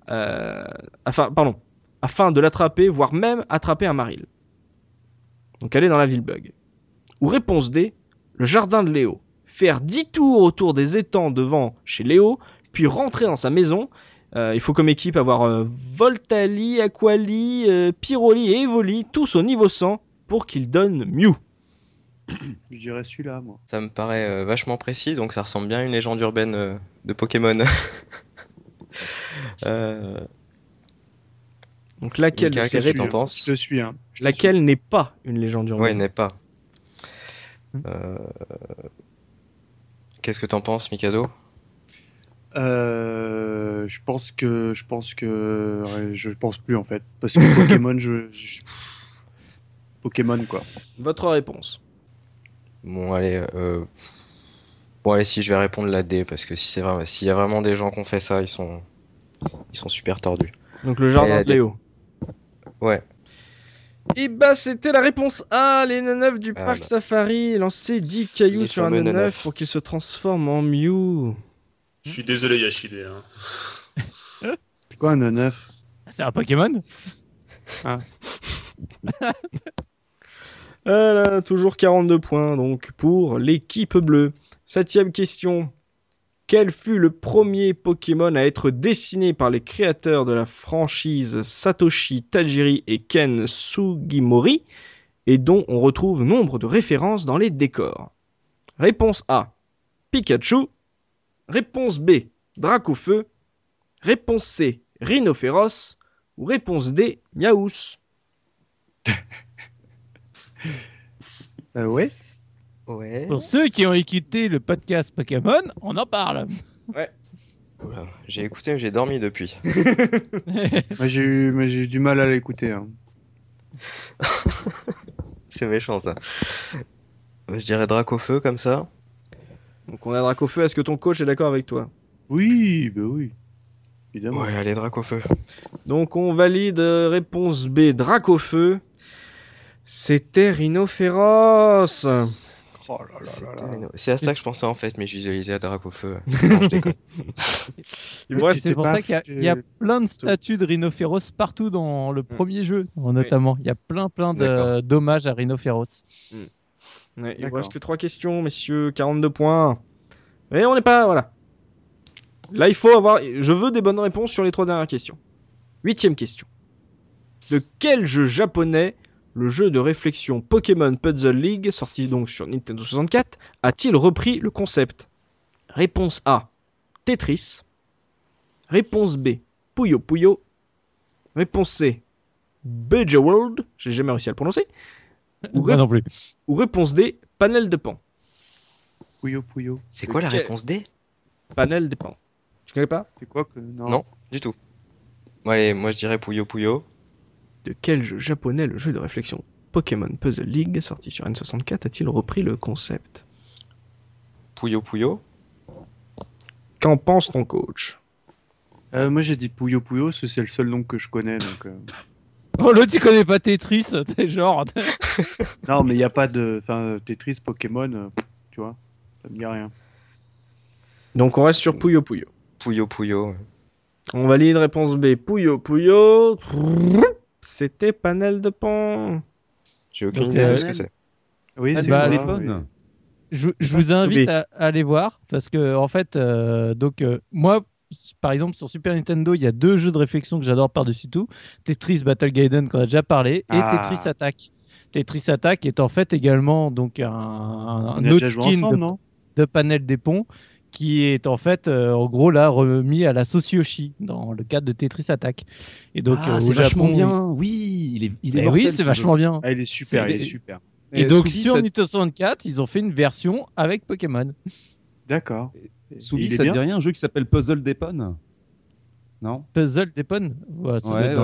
afin de l'attraper, voire même attraper un Marill. Donc allez dans la ville Bug. Ou réponse D, le jardin de Léo. Faire 10 tours autour des étangs devant chez Léo, puis rentrer dans sa maison. Il faut comme équipe avoir Voltali, Aquali, Pyroli et Evoli, tous au niveau 100 pour qu'ils donnent Mew. Je dirais celui-là, moi. Ça me paraît vachement précis, donc ça ressemble bien à une légende urbaine de Pokémon. Donc laquelle de ces qu'est-ce que t'en penses ? Je suis, hein. Laquelle n'est pas une légende urbaine ? Ouais, n'est pas. Qu'est-ce que t'en penses, Mikado ? Je pense plus en fait, parce que Pokémon, Pokémon quoi. Votre réponse. Bon, allez, si je vais répondre la D, parce que s'il y a vraiment des gens qui ont fait ça, ils sont super tordus. Donc le jardin de Léo. Ouais. Et bah c'était la réponse A, les Neneufs du parc Safari, lancer 10 cailloux sur un Neneuf pour qu'il se transforme en Mew. Je suis désolé Yashide. Hein. C'est quoi un Neneuf ? C'est un Pokémon ? Ah. Voilà, toujours 42 points donc pour l'équipe bleue. 7ème question. Quel fut le premier Pokémon à être dessiné par les créateurs de la franchise Satoshi Tajiri et Ken Sugimori et dont on retrouve nombre de références dans les décors ? Réponse A, Pikachu. Réponse B, Dracofeu. Réponse C, Rhinophéros. Ou réponse D, Miaous. Ouais. Ouais. Pour ceux qui ont écouté le podcast Pokémon, on en parle. Ouais. Oula, j'ai écouté, mais j'ai dormi depuis. Moi, j'ai eu du mal à l'écouter. Hein. C'est méchant ça. Je dirais Dracofeu comme ça. Donc on a Dracofeu, est-ce que ton coach est d'accord avec toi ? Oui, bah oui. Évidemment. Ouais, allez, Dracofeu. Donc on valide réponse B, Dracofeu. C'était Rhinophéros. Oh là là là là. C'est à ça que je pensais en fait, mais je visualisais à Dracofeu. Non, je déconne. C'est pour ça qu'il y a plein de statues de Rhinophéros partout dans le premier jeu, notamment. Il y a plein d'hommages à Rhinophéros. Ouais, il ne reste que 3 questions, messieurs, 42 points. Et on n'est pas... Voilà. Là, il faut avoir... Je veux des bonnes réponses sur les 3 dernières questions. 8ème question. De quel jeu japonais le jeu de réflexion Pokémon Puzzle League, sorti donc sur Nintendo 64, a-t-il repris le concept ? Réponse A, Tetris. Réponse B, Puyo Puyo. Réponse C, Bejeweled, j'ai jamais réussi à le prononcer. Moi non plus. Ou réponse D, Panel de Pan. Puyo Puyo. C'est quoi la réponse D ? Panel de Pan. Tu connais pas ? C'est quoi que... Non, du tout. Bon, allez, moi je dirais Puyo Puyo. De quel jeu japonais le jeu de réflexion Pokémon Puzzle League, sorti sur N64, a-t-il repris le concept ? Puyo Puyo. Qu'en pense ton coach ? Moi j'ai dit Puyo Puyo, parce que c'est le seul nom que je connais. Donc, Oh, l'autre, il connaît pas Tetris, t'es genre. Non, mais il n'y a pas de. Enfin, Tetris, Pokémon, tu vois, ça me dit rien. Donc on reste sur Puyo Puyo. Puyo Puyo. On valide réponse B, Puyo Puyo. C'était Panel de Pan. J'ai aucune idée de ce que c'est. Oui, c'est bah, quoi, les Je vous invite à aller voir parce que en fait, moi, par exemple, sur Super Nintendo, il y a 2 jeux de réflexion que j'adore par-dessus tout. Tetris Battle Gaiden qu'on a déjà parlé et Tetris Attack. Tetris Attack est en fait également donc un autre skin de Panel des Ponts qui est en fait en gros là remis à la sauce Yoshi dans le cadre de Tetris Attack. Et donc c'est vachement bien. Oui, il est oui, c'est vachement bien. Ah, il est super, il est super. Et donc sur Nintendo 64, ils ont fait une version avec Pokémon. D'accord. Soubi, ça te dit rien, un jeu qui s'appelle Puzzle Depon ? Non ? Puzzle Depon ? Ouais, ça doit être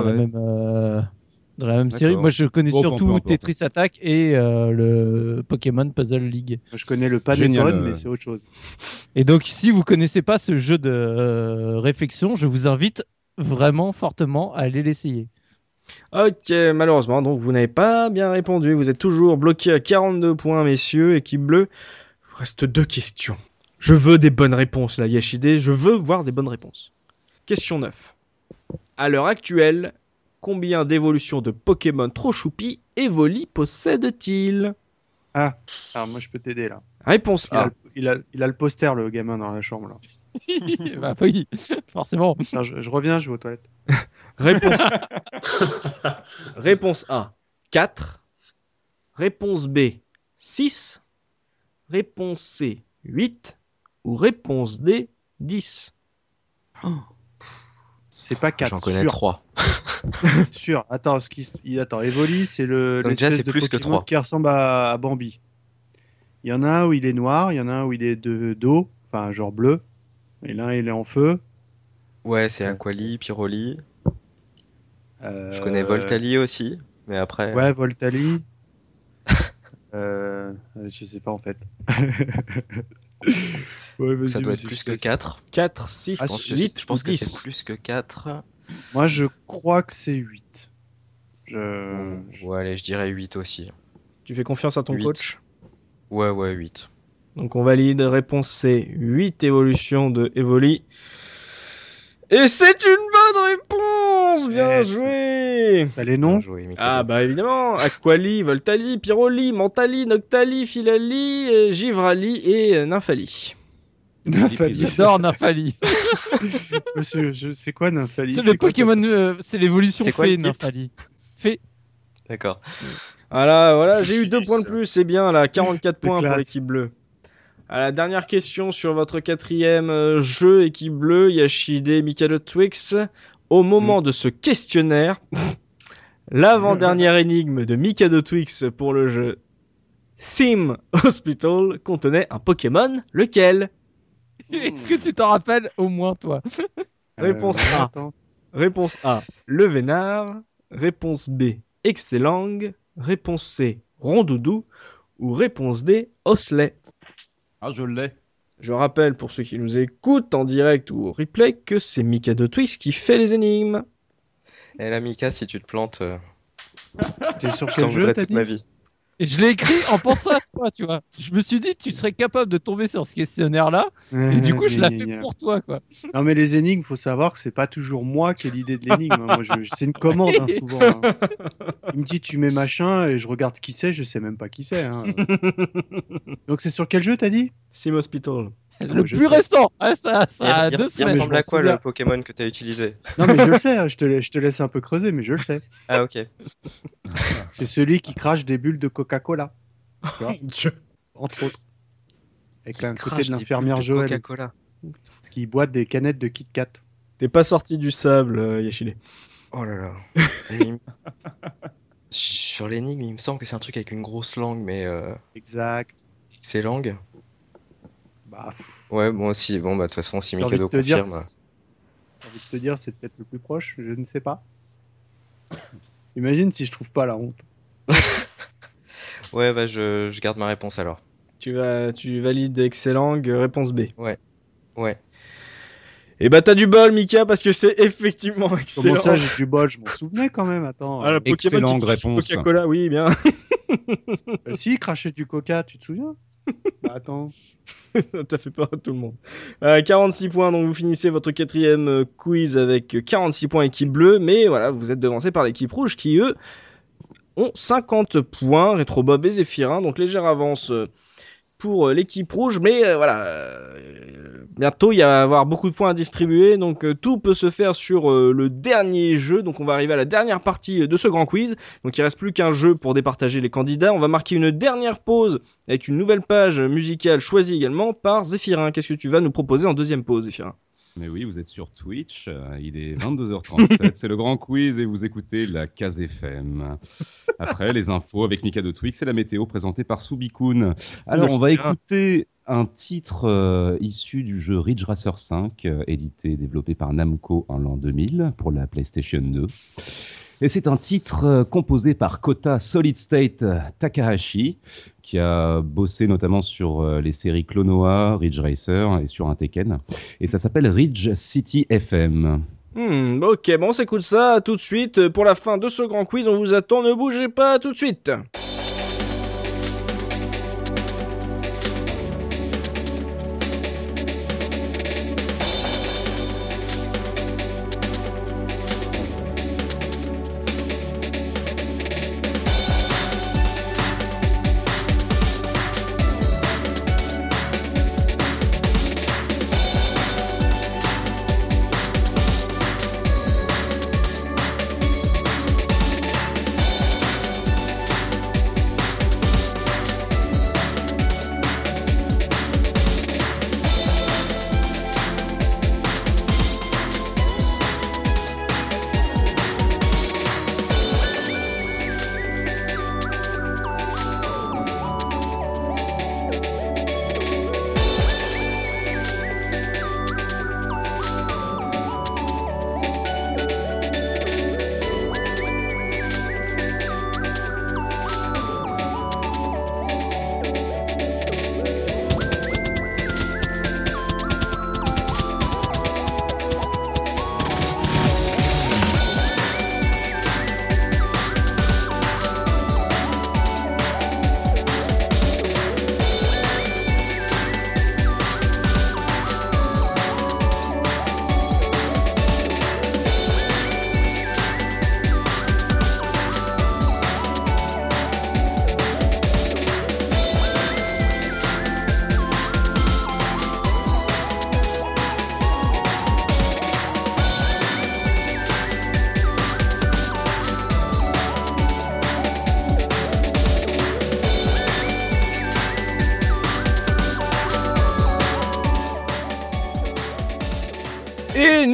dans la même série. Moi, je connais surtout Tetris Attack et le Pokémon Puzzle League. Moi, je connais le Panepon, mais c'est autre chose. Et donc, si vous connaissez pas ce jeu de réflexion, je vous invite vraiment fortement à aller l'essayer. Ok, malheureusement, donc vous n'avez pas bien répondu. Vous êtes toujours bloqué à 42 points, messieurs. Équipe bleue, il vous reste 2 questions. Je veux des bonnes réponses, là, Yashide. Je veux voir des bonnes réponses. Question 9. À l'heure actuelle, combien d'évolutions de Pokémon trop choupi Evoli possède-t-il? Ah, alors moi je peux t'aider là. Réponse A. Il a le poster, le gamin, dans la chambre là. Bah oui, forcément. Alors, je reviens, je vais aux toilettes. Réponse A. 4. Réponse B. 6. Réponse C. 8. Ou réponse D. 10. C'est pas 4. J'en connais sûr. 3. Sûr. Attends, Evoli, c'est Donc déjà, l'espèce c'est de plus que Pokémon 3. qui ressemble à Bambi. Il y en a un où il est noir, il y en a un où il est d'eau, enfin genre bleu. Et là, il est en feu. Ouais, c'est Aquali, Pyroli. Je connais Voltali aussi, mais après. Ouais, Voltali. Je sais pas en fait. Ouais, vas-y, Ça doit vas-y, être plus je que laisse. 4. 4, 6, Ah, Je pense que 8 je pense ou que 10. c'est plus que 4. Moi, je crois que c'est 8. Je... Ouais, allez, je dirais 8 aussi. Tu fais confiance à ton 8. coach? Ouais, 8. Donc on valide. Réponse C. 8 évolutions de Evoli. Et c'est une bonne réponse. Bien Yes. joué. T'as les noms? Bien joué, Mikado. Ah bah évidemment, Aquali, Voltali, Pyroli, Mentali, Noctali, Filali, Givrali et Nymphali. Nymphali. J'adore Nymphali. C'est quoi Nymphali? C'est le Pokémon, c'est l'évolution C'est quoi fée, le type Nymphali. Fée. D'accord. Voilà, j'ai eu 2 points de plus, c'est bien là, 44 C'est points pour classe. l'équipe bleue. À la dernière question sur votre 4e jeu, équipe bleue, Yashide, Mikado Twix. Au moment de ce questionnaire, l'avant-dernière énigme de Mikado Twix pour le jeu Sim Hospital contenait un Pokémon, lequel? Est-ce que tu t'en rappelles au moins, toi? Réponse A. Attends. Réponse A, le Vénard. Réponse B, Excellang. Réponse C, Rondoudou. Ou réponse D, Osley. Ah, je l'ai. Je rappelle pour ceux qui nous écoutent en direct ou au replay que c'est Mikado Twix qui fait les énigmes. Et là, Mika, si tu te plantes, T'es sur je quel t'en jeu, voudrais t'as toute dit? ma vie. Et je l'ai écrit en pensant à toi, tu vois. Je me suis dit, tu serais capable de tomber sur ce questionnaire-là. Et du coup, je l'ai fait pour toi, quoi. Non, mais les énigmes, faut savoir que c'est pas toujours moi qui ai l'idée de l'énigme. Moi, c'est une commande, hein, souvent. Hein. Il me dit, tu mets machin, et je regarde qui c'est, je sais même pas qui c'est. Hein. Donc, c'est sur quel jeu, t'as dit? Sim Hospital. Le je plus sais. récent. Ah, ça a Il 2 il semaines. ressemble à m'en quoi souviens. le Pokémon que tu as utilisé? Non, mais je le sais, hein, je te laisse un peu creuser, mais je le sais. Ah, ok. C'est celui qui crache des bulles de Coca-Cola. Tu vois, Dieu. entre autres. Avec un côté Crache de des l'infirmière bulles de Joël. Coca-Cola. Parce qu'il boit des canettes de Kit Kat. T'es pas sorti du sable, Yashide. Oh là là. Sur l'énigme, il me semble que c'est un truc avec une grosse langue, mais Exact. c'est langue. Bah, Ouais, moi aussi. Bon, bah, de toute façon, si j'ai envie de Mikado te dire, confirme. c'est peut-être le plus proche, je ne sais pas. Imagine si je trouve pas la honte. Ouais, bah, je garde ma réponse alors. Tu valides Excellang, réponse B. Ouais. Et bah t'as du bol, Mika, parce que c'est effectivement excellent. Comment ça, j'ai du bol, je m'en souvenais quand même, attends. Ah, le Pokémon Excellente qui crache réponse. Coca-Cola, oui, bien. Si, cracher du coca, tu te souviens? Bah, attends. T'as fait peur à tout le monde. 46 points, donc vous finissez votre 4e quiz avec 46 points équipe bleue, mais voilà, vous êtes devancé par l'équipe rouge qui, eux, ont 50 points. Retro Bob et Zéphirin, donc légère avance pour l'équipe rouge, mais bientôt il va y avoir beaucoup de points à distribuer, donc tout peut se faire sur le dernier jeu. Donc on va arriver à la dernière partie de ce grand quiz, donc il reste plus qu'un jeu pour départager les candidats. On va marquer une dernière pause avec une nouvelle page musicale choisie également par Zéphirin. Qu'est-ce que tu vas nous proposer en deuxième pause, Zéphirin? Mais oui, vous êtes sur Twitch, il est 22h37, c'est le grand quiz et vous écoutez la Case FM. Après, les infos avec Mikado Twix et la météo présentée par Subikun. Alors, on va écouter un titre issu du jeu Ridge Racer 5, édité et développé par Namco en l'an 2000 pour la PlayStation 2. Et c'est un titre composé par Kota Solid State Takahashi, qui a bossé notamment sur les séries Clonoa, Ridge Racer et sur un Tekken. Et ça s'appelle Ridge City FM. Ok, bon, on s'écoute ça tout de suite. Pour la fin de ce grand quiz, on vous attend, ne bougez pas tout de suite.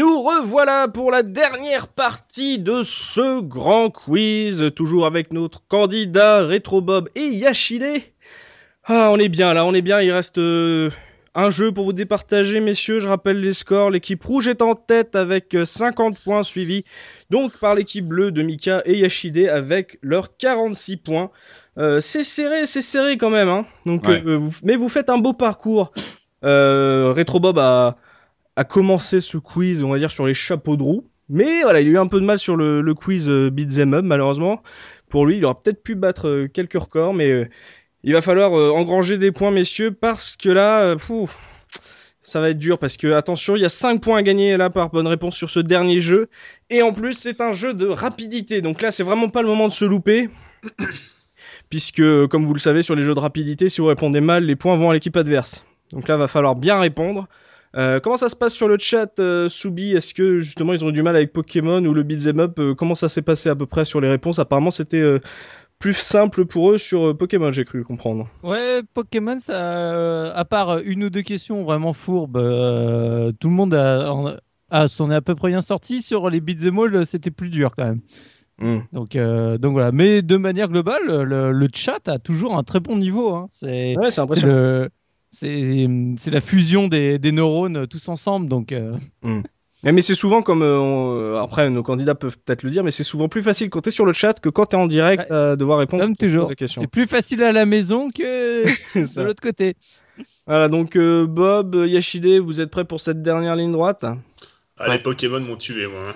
nous revoilà pour la dernière partie de ce grand quiz, toujours avec notre candidat Retrobob et Yashide. Ah, on est bien là, il reste un jeu pour vous départager, messieurs. Je rappelle les scores, l'équipe rouge est en tête avec 50 points, suivi donc par l'équipe bleue de Mika et Yashide avec leurs 46 points. C'est serré quand même, hein. Donc, ouais. Mais vous faites un beau parcours. Retrobob a commencé ce quiz, on va dire, sur les chapeaux de roue. Mais voilà, il a eu un peu de mal sur le quiz Beat'em Up, malheureusement. Pour lui, il aura peut-être pu battre quelques records, mais il va falloir engranger des points, messieurs, parce que là, ça va être dur. Parce que, attention, il y a 5 points à gagner là par bonne réponse sur ce dernier jeu. Et en plus, c'est un jeu de rapidité. Donc là, c'est vraiment pas le moment de se louper. Puisque, comme vous le savez, sur les jeux de rapidité, si vous répondez mal, les points vont à l'équipe adverse. Donc là, va falloir bien répondre. Comment ça se passe sur le chat, Soubi? Est-ce que justement ils ont eu du mal avec Pokémon ou le Beat'em Up? Comment ça s'est passé à peu près sur les réponses? Apparemment c'était plus simple pour eux sur Pokémon, j'ai cru comprendre. Ouais, Pokémon, ça, à part une ou deux questions vraiment fourbes, tout le monde s'en est à peu près bien sorti. Sur les Beat'em All, c'était plus dur quand même. Donc voilà. Mais de manière globale, le chat a toujours un très bon niveau. Hein. C'est impressionnant. C'est la fusion des neurones tous ensemble, donc. Mais c'est souvent comme après nos candidats peuvent peut-être le dire, mais c'est souvent plus facile quand t'es sur le chat que quand t'es en direct à devoir répondre comme toujours. aux questions. C'est plus facile à la maison que de l'autre côté. Voilà, donc Bob, Yashide, vous êtes prêts pour cette dernière ligne droite? Les Pokémon m'ont tué, moi.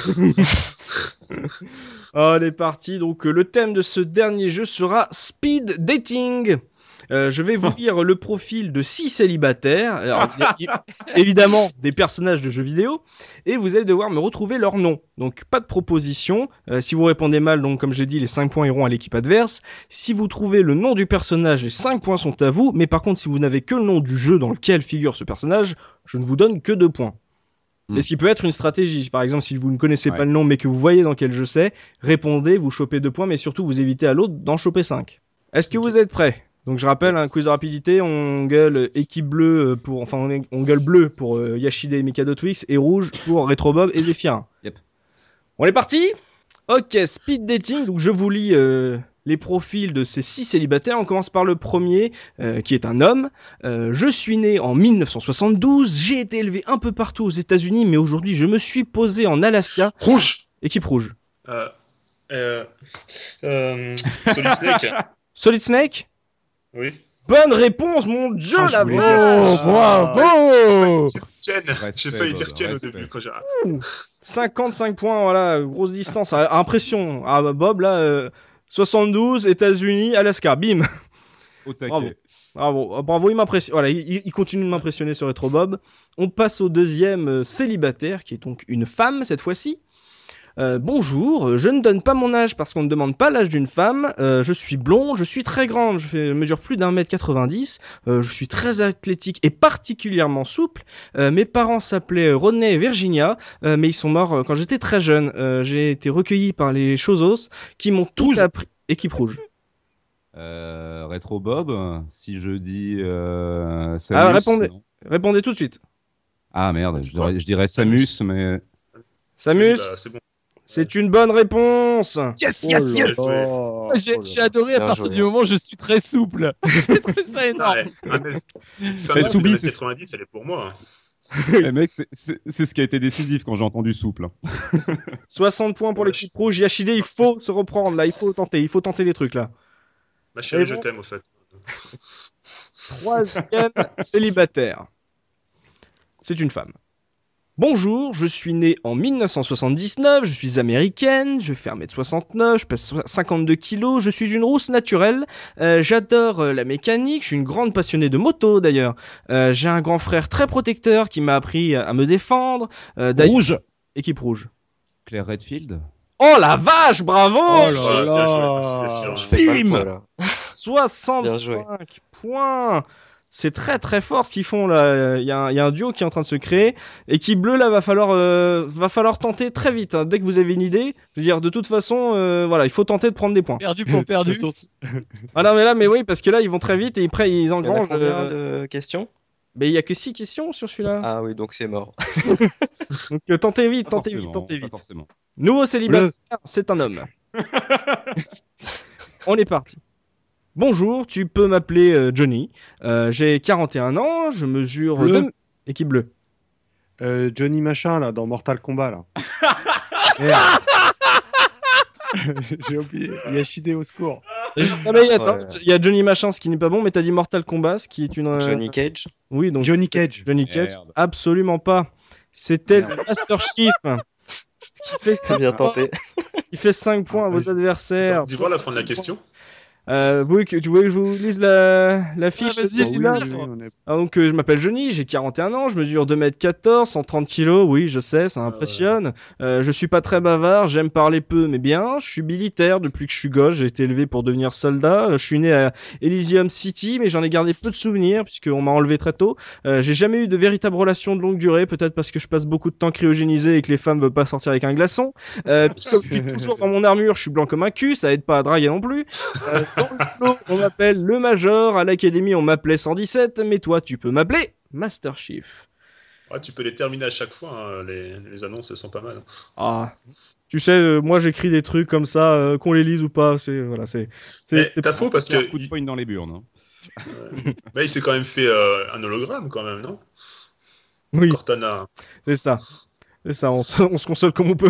Allez, parti. Donc le thème de ce dernier jeu sera Speed Dating. Je vais vous lire le profil de 6 célibataires, alors, évidemment des personnages de jeux vidéo, et vous allez devoir me retrouver leur nom. Donc pas de proposition. Si vous répondez mal, donc comme j'ai dit, les 5 points iront à l'équipe adverse. Si vous trouvez le nom du personnage, les 5 points sont à vous. Mais par contre, si vous n'avez que le nom du jeu dans lequel figure ce personnage, je ne vous donne que 2 points. Et ce qui peut être une stratégie. Par exemple, si vous ne connaissez pas le nom, mais que vous voyez dans quel jeu c'est, répondez, vous chopez 2 points, mais surtout vous évitez à l'autre d'en choper 5. Est-ce que vous êtes prêts? Donc je rappelle, un quiz de rapidité, on gueule équipe bleue on gueule bleu pour Yashide et Mikado Twix, et rouge pour Retrobob et Zephyrin. Yep. On est parti? Ok, speed dating, donc je vous lis les profils de ces 6 célibataires. On commence par le premier, qui est un homme. Je suis né en 1972, j'ai été élevé un peu partout aux États-Unis, mais aujourd'hui je me suis posé en Alaska. Rouge. Équipe rouge. Solid Snake. Solid Snake? Oui. Bonne réponse, mon Dieu, la bravo! J'ai failli dire Ken au début quand j'ai. 55 points, voilà, grosse distance. Impression. Ah, Bob, là, 72, États-Unis, Alaska, bim. Au taquet. Bravo, il m'impressionne. Voilà, il continue de m'impressionner sur Retro Bob. On passe au deuxième célibataire, qui est donc une femme cette fois-ci. Bonjour, je ne donne pas mon âge parce qu'on ne demande pas l'âge d'une femme. Je suis blond, je suis très grande, je mesure plus d'1m90. Je suis très athlétique et particulièrement souple. Mes parents s'appelaient Rodney et Virginia, mais ils sont morts quand j'étais très jeune. J'ai été recueilli par les Chozos qui m'ont tout appris. Équipe rouge. Retro Bob, si je dis Samus. Répondez tout de suite. Ah merde, je dirais Samus, mais. Samus. C'est bon. C'est une bonne réponse. Yes. J'ai adoré à partir du moment où je suis très souple. J'ai trouvé ça énorme. Samus, 90, elle est pour moi. Mec, c'est ce qui a été décisif quand j'ai entendu souple. 60 points pour l'équipe rouge. Yashide, il faut se reprendre là. Il faut tenter les trucs là. Ma chérie, je t'aime au fait. Troisième célibataire. C'est une femme. Bonjour, je suis née en 1979, je suis américaine, je fais 1m69, je pèse 52 kilos, je suis une rousse naturelle, j'adore la mécanique, je suis une grande passionnée de moto d'ailleurs, j'ai un grand frère très protecteur qui m'a appris à me défendre. Rouge. Équipe rouge. Claire Redfield. Oh la vache, bravo! Oh là là! Bim! 65 points! C'est très très fort ce qu'ils font là. Il y a un duo qui est en train de se créer. Équipe bleue là, va falloir tenter très vite. Hein. Dès que vous avez une idée, je veux dire de toute façon, voilà, il faut tenter de prendre des points. Perdu pour perdu. Ah non mais oui parce que là ils vont très vite et après ils engrangent. Combien de questions? Mais il y a que 6 questions sur celui-là. Ah oui, donc c'est mort. Donc tentez vite, Pas tentez forcément. vite. Nouveau célibataire, c'est un homme. On est parti. Bonjour, tu peux m'appeler Johnny. J'ai 41 ans, je mesure... Bleu. Équipe bleue. Johnny Machin, là, dans Mortal Kombat, là. Merde. J'ai oublié. Yashide au secours. Ah mais attends, il y a Johnny Machin, ce qui n'est pas bon, mais t'as dit Mortal Kombat, ce qui est une... Johnny Cage. Oui, donc Johnny Cage. Johnny Cage, Merde. absolument pas. C'était le Master Chief. Ce qui fait C'est bien tenté. qui fait 5 points à vos adversaires. Dis-moi la fin de la question. Tu voulez que je vous lise la fiche? vas-y, de celui-là Donc, je m'appelle Johnny, j'ai 41 ans, je mesure 2m14, 130 kg, oui, je sais, ça impressionne. Je suis pas très bavard, j'aime parler peu, mais bien. Je suis militaire depuis que je suis gosse, j'ai été élevé pour devenir soldat. Je suis né à Elysium City, mais j'en ai gardé peu de souvenirs, puisqu'on m'a enlevé très tôt. J'ai jamais eu de véritable relation de longue durée, peut-être parce que je passe beaucoup de temps cryogénisé et que les femmes veulent pas sortir avec un glaçon. Puis comme je suis toujours dans mon armure, je suis blanc comme un cul, ça aide pas à draguer non plus. Dans le boulot, on m'appelle le Major, à l'académie on m'appelait 117, mais toi tu peux m'appeler Master Chief. Ouais, tu peux les terminer à chaque fois, hein. Les annonces elles sont pas mal. Ah, tu sais, moi j'écris des trucs comme ça, qu'on les lise ou pas, c'est T'as faux parce Un que coup de poing dans les burnes. bah, il s'est quand même fait un hologramme quand même, non? oui, Cortana. c'est ça, on se console comme on peut.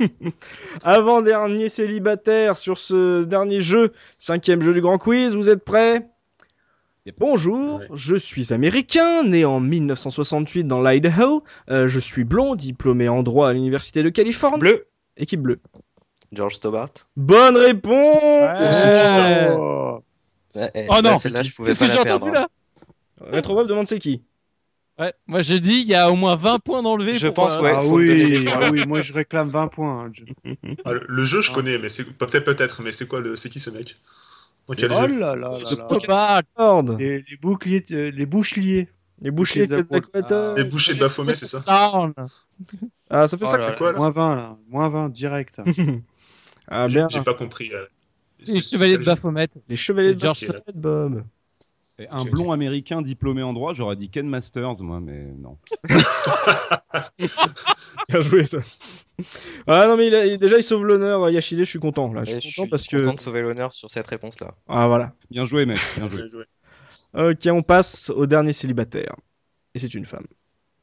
Avant-dernier célibataire sur ce dernier jeu, 5e jeu du grand quiz, vous êtes prêts? Yep. Bonjour, Ouais. je suis américain, né en 1968 dans l'Idaho. Je suis blond, diplômé en droit à l'université de Californie. Bleu. Équipe bleue. George Stobart. Bonne réponse. C'est qui ça? Oh. Oh non, Celle-là, je pouvais qu'est-ce pas que j'ai la perdre. entendu là? Retrobob demande c'est qui. Ouais, moi j'ai dit il y a au moins 20 points d'enlevé. Je pour, pense, ouais. Ah faut me donner oui, des points. ah oui, moi je réclame 20 points. Ah, le jeu je connais, mais c'est peut-être, mais c'est quoi c'est qui ce mec? Donc, il y a Oh les- là là là là. Stobart. Horde. Les boucliers, les bouches liées. Les bouchers de Quetzalcoatl. les bouchées de Baphomet, c'est ça? Down. Ah, ça fait Oh ça là que là, quoi, là moins 20 là, moins 20 direct. Ah bien. J'ai pas compris. Les chevaliers de Baphomet. Les chevaliers de George Baphomet, Bob. Et un blond américain diplômé en droit, j'aurais dit Ken Masters, moi, mais non. Bien joué ça. Ah non mais déjà il sauve l'honneur Yashide, je suis content là, je Ouais, suis je content suis parce que content de sauver l'honneur sur cette réponse-là. ah voilà. Bien joué, mec, bien joué. Bien joué. Ok, on passe au dernier célibataire. Et c'est une femme.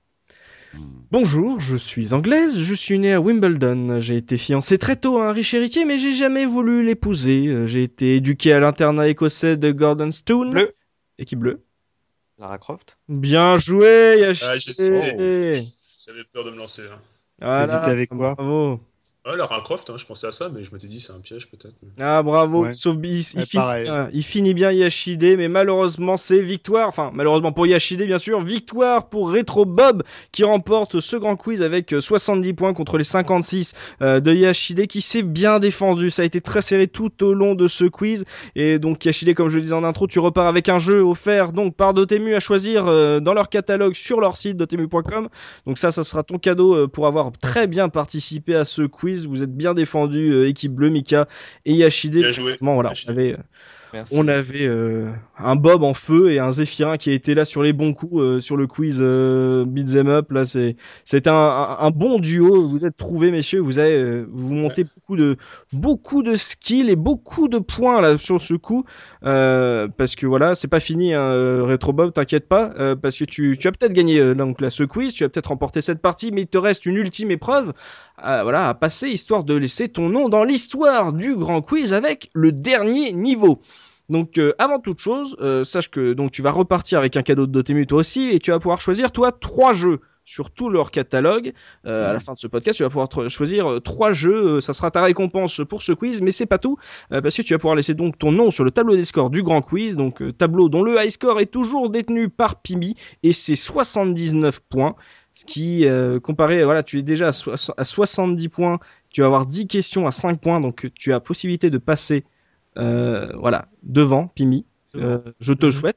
Bonjour, je suis anglaise, je suis née à Wimbledon. J'ai été fiancée très tôt à un riche héritier, mais j'ai jamais voulu l'épouser. J'ai été éduquée à l'internat écossais de Gordonstoun. Bleu. Équipe bleue. Lara Croft. Bien joué, Yashide. Ah, j'ai cité. J'avais peur de me lancer. Hein. Voilà, T'hésitais avec quoi? bravo. Ah, Lara Croft, hein, je pensais à ça, mais je m'étais dit c'est un piège peut-être. Ah bravo, Ouais. sauf pareil. il finit bien Yashide, mais malheureusement c'est victoire, enfin malheureusement pour Yashide bien sûr, victoire pour Retro Bob qui remporte ce grand quiz avec 70 points contre les 56 de Yashide qui s'est bien défendu, ça a été très serré tout au long de ce quiz et donc Yashide comme je le disais en intro, tu repars avec un jeu offert donc par Dotemu à choisir dans leur catalogue sur leur site dotemu.com, donc ça sera ton cadeau pour avoir très bien participé à ce quiz. Vous êtes bien défendus, équipe bleue, Mika et Yashide. Bien joué. Voilà, Yashide. Merci. on avait un Bob en feu et un Zéphirin qui a été là sur les bons coups sur le quiz Beat'em Up. Là, c'était un bon duo. Vous êtes trouvés, messieurs. Vous montez beaucoup de skills et beaucoup de points là sur ce coup. Parce que voilà, c'est pas fini, hein, Retro Bob, t'inquiète pas, parce que tu as peut-être gagné donc là ce quiz, tu as peut-être remporté cette partie, mais il te reste une ultime épreuve, à passer histoire de laisser ton nom dans l'histoire du grand quiz avec le dernier niveau. Donc avant toute chose, sache que donc tu vas repartir avec un cadeau de Dotemu toi aussi et tu vas pouvoir choisir toi 3 jeux sur tout leur catalogue. À la fin de ce podcast, tu vas pouvoir choisir 3 jeux. Ça sera ta récompense pour ce quiz, mais c'est pas tout, parce que tu vas pouvoir laisser donc ton nom sur le tableau des scores du grand quiz. Donc tableau dont le high score est toujours détenu par Pimi et c'est 79 points. Ce qui, comparé, voilà, tu es déjà à 70 points. Tu vas avoir 10 questions à 5 points, donc tu as possibilité de passer, devant Pimi. Je te le souhaite.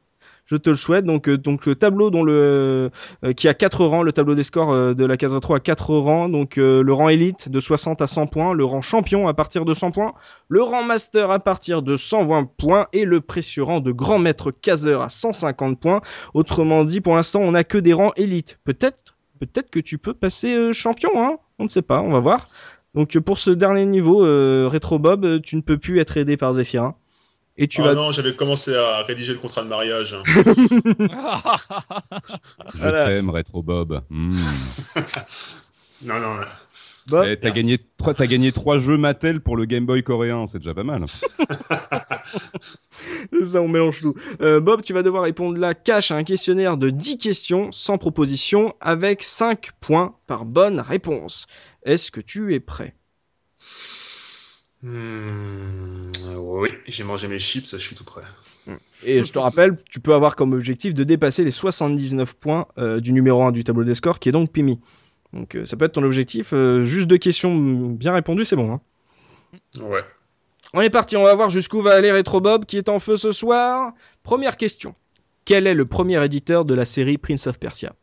Je te le souhaite. Donc le tableau qui a 4 rangs, le tableau des scores de la case rétro a 4 rangs. Donc le rang élite de 60 à 100 points, le rang champion à partir de 100 points, le rang master à partir de 120 points et le précieux rang de grand maître caseur à 150 points. Autrement dit, pour l'instant, on n'a que des rangs élites. Peut-être que tu peux passer champion, hein. On ne sait pas, on va voir. Donc pour ce dernier niveau, Retro Bob, tu ne peux plus être aidé par Zéphirin. Et non, j'avais commencé à rédiger le contrat de mariage. Je t'aime, Retro Bob. Non. Bob, t'as gagné 3 jeux Mattel pour le Game Boy coréen, c'est déjà pas mal. Ça, on mélange tout. Bob, tu vas devoir répondre là cash à un questionnaire de 10 questions sans proposition avec 5 points par bonne réponse. Est-ce que tu es prêt? Oui, j'ai mangé mes chips, je suis tout prêt. Et je te rappelle, tu peux avoir comme objectif de dépasser les 79 points du numéro 1 du tableau des scores, qui est donc Pimi. Donc ça peut être ton objectif. Juste 2 questions bien répondues, c'est bon. Hein. Ouais. On est parti, on va voir jusqu'où va aller Retro Bob, qui est en feu ce soir. Première question. Quel est le premier éditeur de la série Prince of Persia?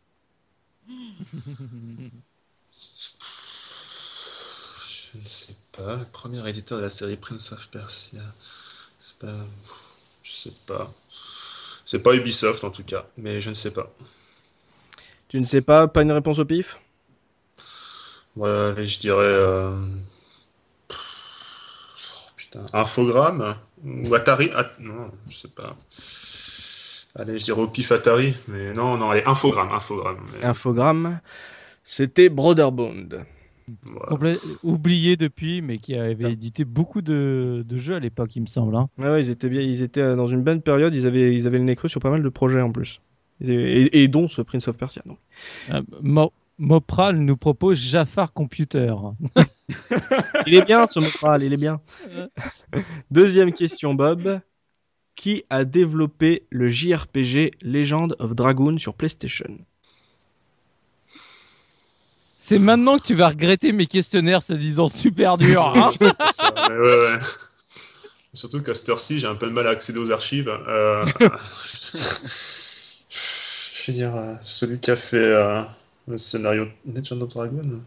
Je ne sais pas. Le premier éditeur de la série Prince of Persia. Je sais pas. C'est pas Ubisoft en tout cas, mais je ne sais pas. Tu ne sais pas? Pas une réponse au pif? Ouais, allez, je dirais. Infogrames ou Atari. Non, je sais pas. Allez, je dirais au pif Atari, mais non, allez, Infogrames. Mais... Infogrames, c'était Brotherbound. Voilà. Oublié depuis, mais qui avait édité beaucoup de jeux à l'époque, il me semble. Hein. Ouais, ils étaient dans une bonne période, ils avaient le nez creux sur pas mal de projets en plus. Et dont ce Prince of Persia. Donc. Mopral nous propose Jafar Computer. Il est bien ce Mopral, il est bien. Deuxième question, Bob. Qui a développé le JRPG Legend of Dragoon sur PlayStation? C'est maintenant que tu vas regretter mes questionnaires se disant super dur. Hein. Ouais. Surtout qu'à cette heure-ci, j'ai un peu de mal à accéder aux archives. Je veux dire, celui qui a fait le scénario Legend of Dragoon.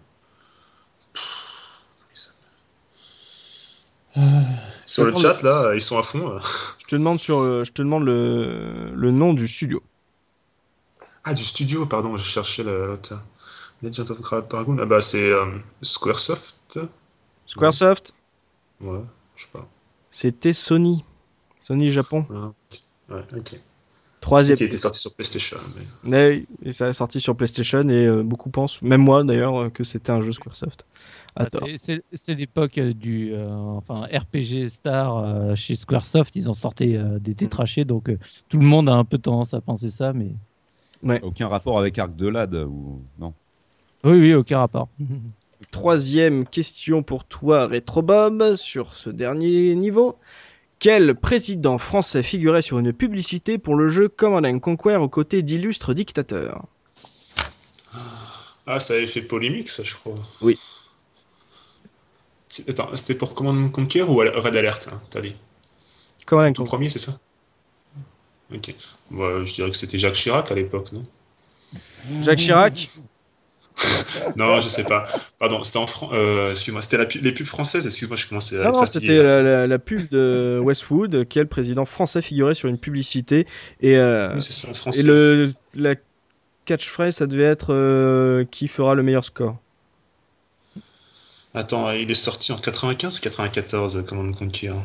Sur le chat, là, ils sont à fond. Je te demande le nom du studio. Ah, du studio, pardon, je cherchais l'auteur. Legend of Dragoon, ah bah c'est Squaresoft. Squaresoft? Ouais, je sais pas. C'était Sony Japon. Ouais, ok. Troisième. Qui était sorti sur PlayStation. Mais... Et ça a sorti sur PlayStation et beaucoup pensent, même moi d'ailleurs, que c'était un jeu Squaresoft. C'est l'époque du RPG Star chez Squaresoft, ils ont sorti des tétrachés, donc tout le monde a un peu tendance à penser ça, mais... Ouais. Aucun rapport avec Arc de Lad ou non? Oui, aucun rapport. Troisième question pour toi, Retro Bob, sur ce dernier niveau. Quel président français figurait sur une publicité pour le jeu Command & Conquer aux côtés d'illustres dictateurs? Ah, ça avait fait polémique, ça, je crois. Oui. Attends, c'était pour Command & Conquer ou Red Alert, hein, t'as dit? Command & Tout Conquer. premier, c'est ça? Ok. Bon, je dirais que c'était Jacques Chirac à l'époque, non? Jacques Chirac? Non, je sais pas. Pardon, c'était en France. Excuse-moi, c'était les pubs françaises. Excuse-moi, je commençais à être Non, fatigué. c'était la pub de Westwood. Quel président français figurait sur une publicité? Et, oui, c'est ça, en français. Et la catchphrase, ça devait être qui fera le meilleur score? Attends, il est sorti en 95 ou 94, Command & Conquer?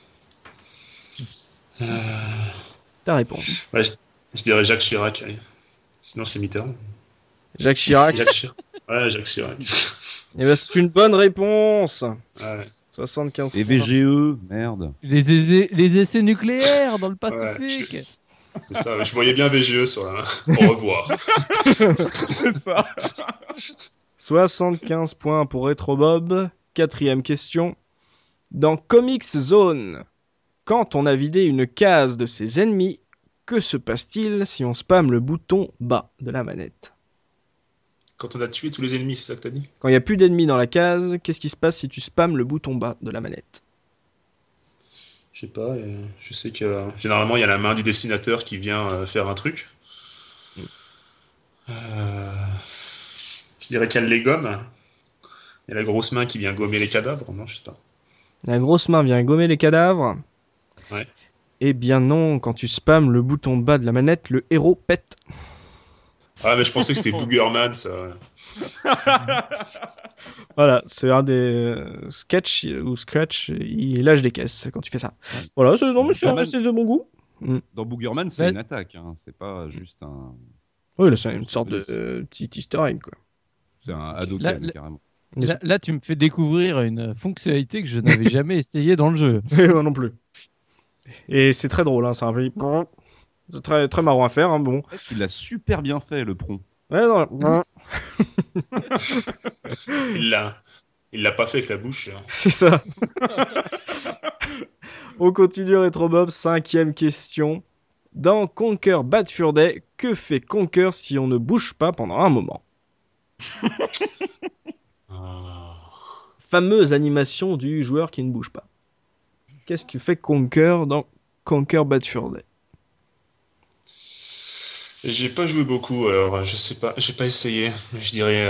Ta réponse. Ouais, je dirais Jacques Chirac. Allez. Sinon, c'est Mitterrand. Jacques Chirac. Ouais, Jacques Chirac. Et ben, c'est une bonne réponse. Ouais. 75. Et VGE, merde. Les essais nucléaires dans le Pacifique. Ouais, c'est ça, je voyais bien VGE sur la... Au revoir. C'est ça. 75 points pour Retro Bob. Quatrième question. Dans Comics Zone, quand on a vidé une case de ses ennemis, que se passe-t-il si on spamme le bouton bas de la manette? Quand on a tué tous les ennemis, c'est ça que t'as dit? Quand il n'y a plus d'ennemis dans la case, qu'est-ce qui se passe si tu spammes le bouton bas de la manette? Je sais pas. Je sais que généralement, il y a la main du dessinateur qui vient faire un truc. Je dirais qu'elle les gomme. Il y a la grosse main qui vient gommer les cadavres. Non, je sais pas. La grosse main vient gommer les cadavres. Ouais. Eh bien non, quand tu spammes le bouton bas de la manette, le héros pète. Ah, mais je pensais que c'était Boogerman, ça. Voilà, c'est un des sketch ou scratch, il lâche des caisses quand tu fais ça. Voilà, c'est de bon goût. Dans Boogerman, c'est une attaque, hein. C'est pas juste un... Oui, là, c'est une sorte de petit easter egg, quoi. C'est un Hadoken, carrément. Là, tu me fais découvrir une fonctionnalité que je n'avais jamais essayé dans le jeu. Moi non plus. Et c'est très drôle, hein, c'est un peu... C'est très, très marrant à faire, hein, bon. Tu l'as super bien fait, le prompt. Ouais, non. Il l'a pas fait avec la bouche. C'est ça. On continue Retro Bob, 5e question. Dans Conker Bad Fur Day, que fait Conker si on ne bouge pas pendant un moment? Fameuse animation du joueur qui ne bouge pas. Qu'est-ce que fait Conker dans Conker Bad Fur Day? J'ai pas joué beaucoup, alors je sais pas, j'ai pas essayé. Mais je dirais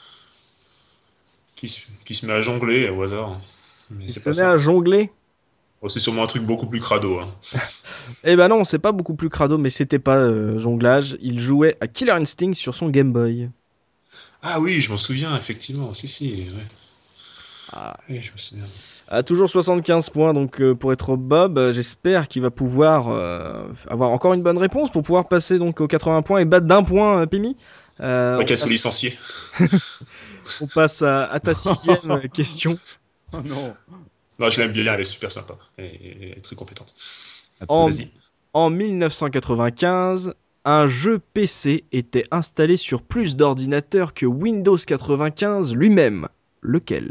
qui se met à jongler au hasard. Mais Il c'est se pas met ça. à jongler? Oh, c'est sûrement un truc beaucoup plus crado. Hein. Eh ben non, c'est pas beaucoup plus crado, mais c'était pas jonglage. Il jouait à Killer Instinct sur son Game Boy. Ah oui, je m'en souviens, effectivement. Si, ouais. Ah. Oui, je me souviens. Toujours 75 points, donc pour être Bob, j'espère qu'il va pouvoir avoir encore une bonne réponse pour pouvoir passer donc aux 80 points et battre d'un point Pimi. Pas qu'elle soit licenciée. On passe à ta 6e question. Oh non. Non, je l'aime bien, elle est super sympa. Elle est très compétente. Vas-y. En 1995, un jeu PC était installé sur plus d'ordinateurs que Windows 95 lui-même. Lequel?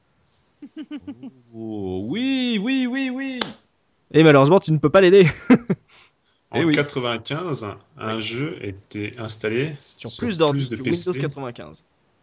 Oh, oui. Et malheureusement, tu ne peux pas l'aider. En 95, un jeu était installé sur plus d'ordi que PC. Windows 95.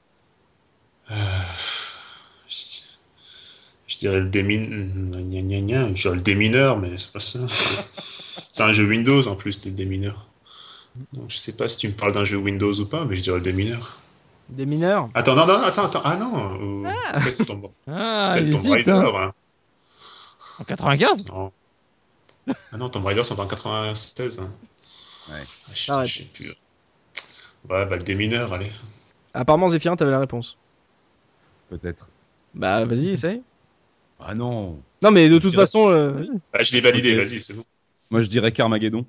Je dirais le démineur. Je dirais le démineur, mais c'est pas ça. C'est un jeu Windows en plus, le démineur. Donc je sais pas si tu me parles d'un jeu Windows ou pas, mais je dirais le démineur. Des mineurs? Attends. Ah non. Peut-être Tomb Raider. Hein. En 95? Non. Ah non, Tomb Raider, c'est en 96. Hein. Ouais. Je sais plus. Ouais, le démineur, allez. Apparemment, Zéphirin, t'avais la réponse. Peut-être. Bah, vas-y, essaye. Ah non. Non, mais de toute façon... je l'ai validé, okay. Vas-y, c'est bon. Moi, je dirais Carmageddon.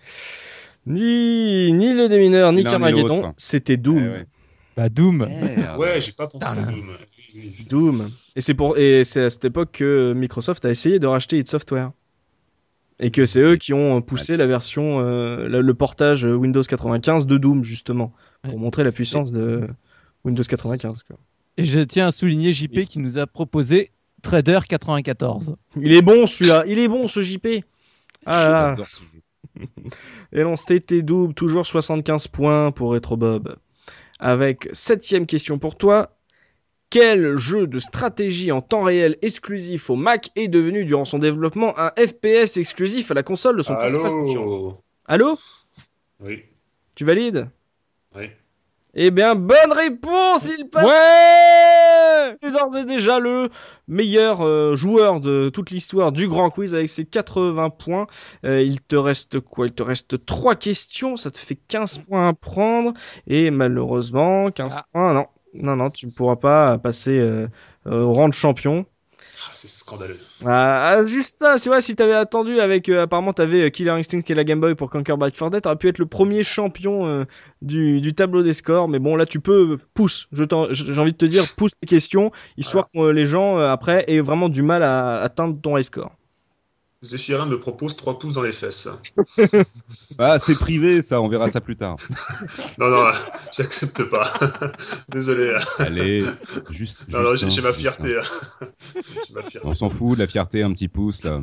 Ni le démineur, ni Carmageddon, c'était Doom. Ouais. Bah, Doom. Ouais, j'ai pas pensé à Doom. Doom. Et c'est à cette époque que Microsoft a essayé de racheter id Software. Et que c'est eux qui ont poussé la version, le portage Windows 95 de Doom, justement, pour montrer la puissance de Windows 95. Quoi. Et je tiens à souligner JP qui nous a proposé Trader 94. Il est bon celui-là, il est bon ce JP. Ah là. Et non, c'était Doom, toujours 75 points pour Retro Bob. Avec 7e question pour toi. Quel jeu de stratégie en temps réel exclusif au Mac est devenu durant son développement un FPS exclusif à la console de son principal concurrent? Allô? Oui. Tu valides? Oui. Eh bien, bonne réponse, il passe. Ouais! C'est d'ores et déjà le meilleur joueur de toute l'histoire du Grand Quiz avec ses 80 points. Il te reste quoi? Il te reste 3 questions, ça te fait 15 points à prendre. Et malheureusement, 15 points, non, tu ne pourras pas passer au rang de champion. C'est scandaleux. Juste ça, c'est vrai, si t'avais attendu avec... apparemment, t'avais Killer Instinct et la Game Boy pour Conquer Bad Fur Day, t'aurais pu être le premier champion du tableau des scores. Mais bon, là, tu peux... Pousse. J'ai envie de te dire, pousse les questions, histoire que les gens, après, aient vraiment du mal à atteindre ton high score. Zéphirin me propose 3 pouces dans les fesses. Ah, c'est privé, ça, on verra ça plus tard. Non, j'accepte pas. Désolé. Allez, juste. Non, j'ai ma fierté. On s'en fout, de la fierté, un petit pouce, là.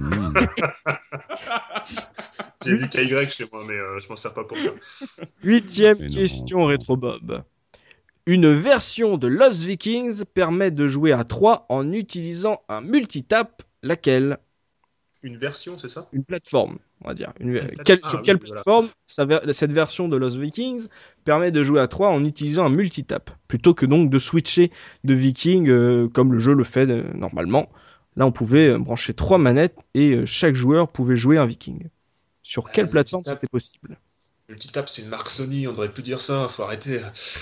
J'ai du KY chez moi, mais je m'en sers pas pour ça. 8e question, Retro Bob. Une version de Lost Vikings permet de jouer à 3 en utilisant un multitap, laquelle? Une version, c'est ça? Une plateforme, on va dire. Sur oui, quelle voilà. plateforme cette version de Lost Vikings permet de jouer à 3 en utilisant un multitap, plutôt que donc de switcher de Viking comme le jeu le fait normalement. Là, on pouvait brancher 3 manettes et chaque joueur pouvait jouer un Viking. Sur quelle plateforme multitap. c'était possible? Multitap, c'est une marque Sony, on devrait plus dire ça, faut arrêter.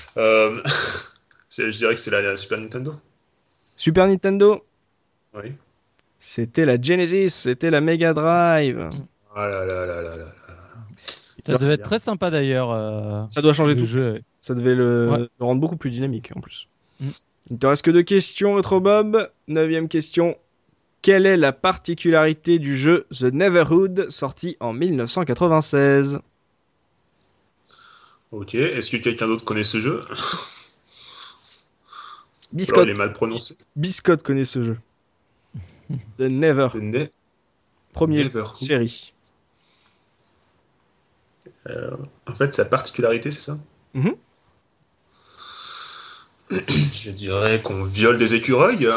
Je dirais que c'est la Super Nintendo. Super Nintendo, Oui. c'était la Genesis, c'était la Mega Drive. Ah là là là là là. Ça devait être très sympa d'ailleurs. Ça doit changer le tout. jeu. Ça devait le rendre beaucoup plus dynamique en plus. Il te reste que 2 questions, Retro Bob. 9e question. Quelle est la particularité du jeu The Neverhood, sorti en 1996? Ok, est-ce que quelqu'un d'autre connaît ce jeu? Biscotte. Alors, il est mal prononcé. Biscotte connaît ce jeu. The Neverhood. Première série. En fait, sa particularité, c'est ça? Je dirais qu'on viole des écureuils.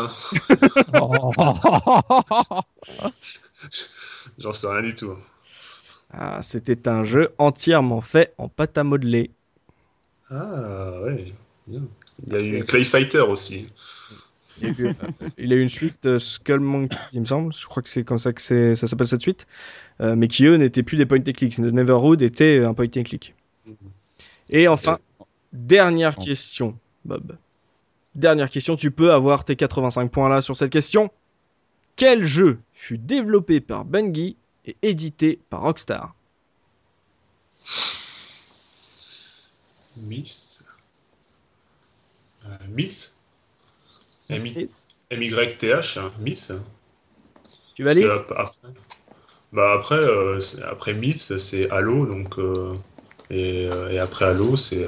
J'en sais rien du tout. Ah, c'était un jeu entièrement fait en pâte à modeler. Ah, ouais. Bien. Il y a eu Clay Fighter aussi. Il a eu une suite, Skull Monkeys, il me semble. Je crois que c'est comme ça que ça s'appelle cette suite. Mais qui, eux, n'étaient plus des point and click. The Neverhood était un point and click. Et enfin, dernière question, Bob. Dernière question, tu peux avoir tes 85 points là sur cette question. Quel jeu fut développé par Bungie et édité par Rockstar? Myth. Myth. M-Y-T-H, Myth. Tu vas lire? Après Myth, c'est Halo, donc et après Halo, c'est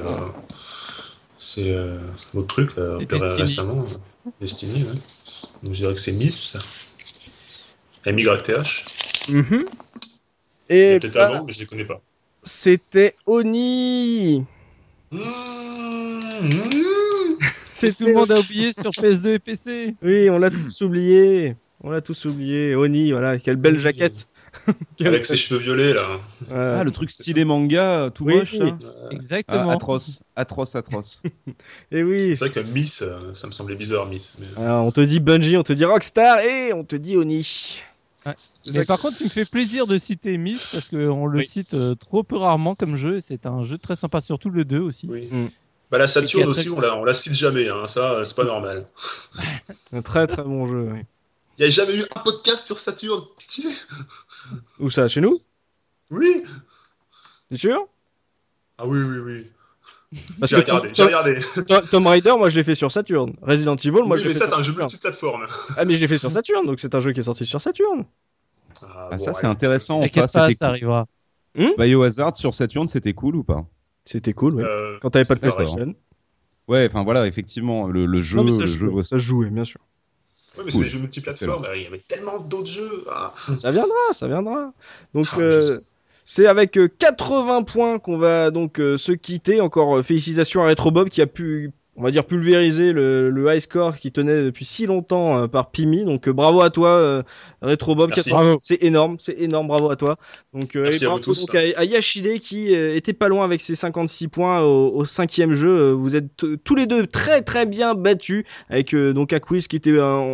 l'autre truc là, récemment, Destiny. Ouais. Donc je dirais que c'est Myth. M-Y-T-H. Et peut-être avant, mais je les connais pas. C'était Oni. Tout le monde a oublié sur PS2 et PC. Oui, on l'a tous oublié. Oni, voilà, quelle belle jaquette. Avec ses cheveux violets là. Ah, le truc stylé manga, tout moche. Hein. Exactement. Atroce. Et oui. C'est vrai que Myth, ça me semblait bizarre, Myth. Mais... Alors, on te dit Bungie, on te dit Rockstar et on te dit Oni. Ouais. Mais par contre, tu me fais plaisir de citer Myth parce qu'on le cite trop peu rarement comme jeu. C'est un jeu très sympa, surtout le 2 aussi. Oui. Bah, la Saturn aussi, on la cite jamais, hein. Ça, c'est pas normal. Un très très bon jeu. Oui. Il n'y a jamais eu un podcast sur Saturn, pitié. Où ça, chez nous? Oui. T'es sûr? Ah oui. Parce j'ai que regardé. Tomb Raider, moi je l'ai fait sur Saturn. Resident Evil, moi je l'ai fait ça, sur c'est un jeu multiplateforme. Ah, mais je l'ai fait sur Saturn, donc c'est un jeu qui est sorti sur Saturn. Ça, c'est intéressant. T'inquiète pas, ça arrivera. Biohazard sur Saturn, c'était cool ou pas? C'était cool, oui. Quand t'avais pas de PlayStation. Ouais, enfin voilà, effectivement, le jeu. Non, mais ça jouait, bien sûr. Oui, mais c'est des jeux multiplateformes. Il y avait tellement d'autres jeux. Ça viendra. Donc, c'est avec 80 points qu'on va donc se quitter. Encore félicitations à Retro Bob qui a pu, on va dire, pulvériser le high score qui tenait depuis si longtemps par Pimi. Donc, bravo à toi, Retro Bob. C'est énorme, bravo à toi. Donc, merci et à bravo vous tous. donc à Yashide qui était pas loin avec ses 56 points au 5e jeu. Vous êtes tous les deux très très bien battus avec donc un quiz qui était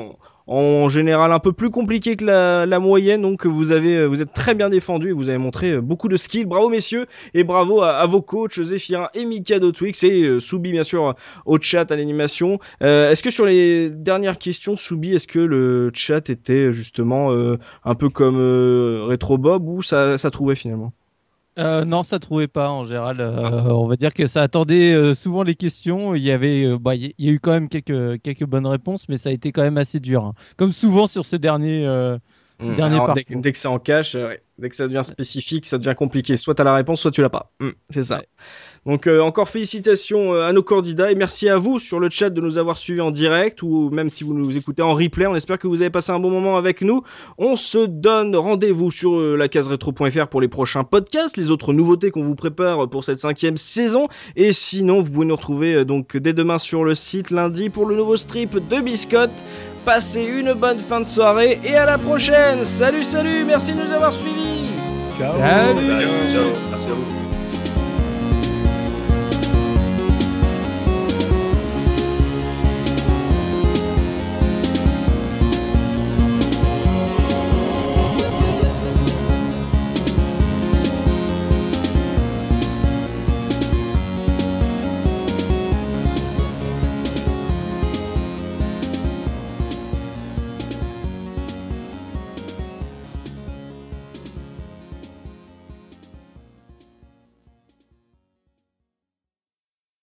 en général un peu plus compliqué que la moyenne, donc vous êtes très bien défendus et vous avez montré beaucoup de skill. Bravo messieurs et bravo à vos coachs Zephyrin et Mikado Twix et Soubi bien sûr au chat, à l'animation. Est-ce que sur les dernières questions, Soubi, est-ce que le chat était justement un peu comme Retro Bob ou ça trouvait finalement? Non, ça trouvait pas en général. On va dire que ça attendait souvent les questions. Il y a eu quand même quelques bonnes réponses, mais ça a été quand même assez dur. Hein. Comme souvent sur ce dernier parcours. Dès que c'est en cash, dès que ça devient spécifique, ça devient compliqué. Soit t'as la réponse, soit tu l'as pas. C'est ça. Ouais. Donc encore félicitations à nos candidats et merci à vous sur le chat de nous avoir suivis en direct ou même si vous nous écoutez en replay. On espère que vous avez passé un bon moment avec nous. On se donne rendez-vous sur lacaseretro.fr pour les prochains podcasts, les autres nouveautés qu'on vous prépare pour cette 5e saison. Et sinon, vous pouvez nous retrouver donc dès demain sur le site lundi pour le nouveau strip de Biscotte. passez une bonne fin de soirée et à la prochaine. Salut, merci de nous avoir suivis. Ciao. Salut. Ciao. Merci à vous.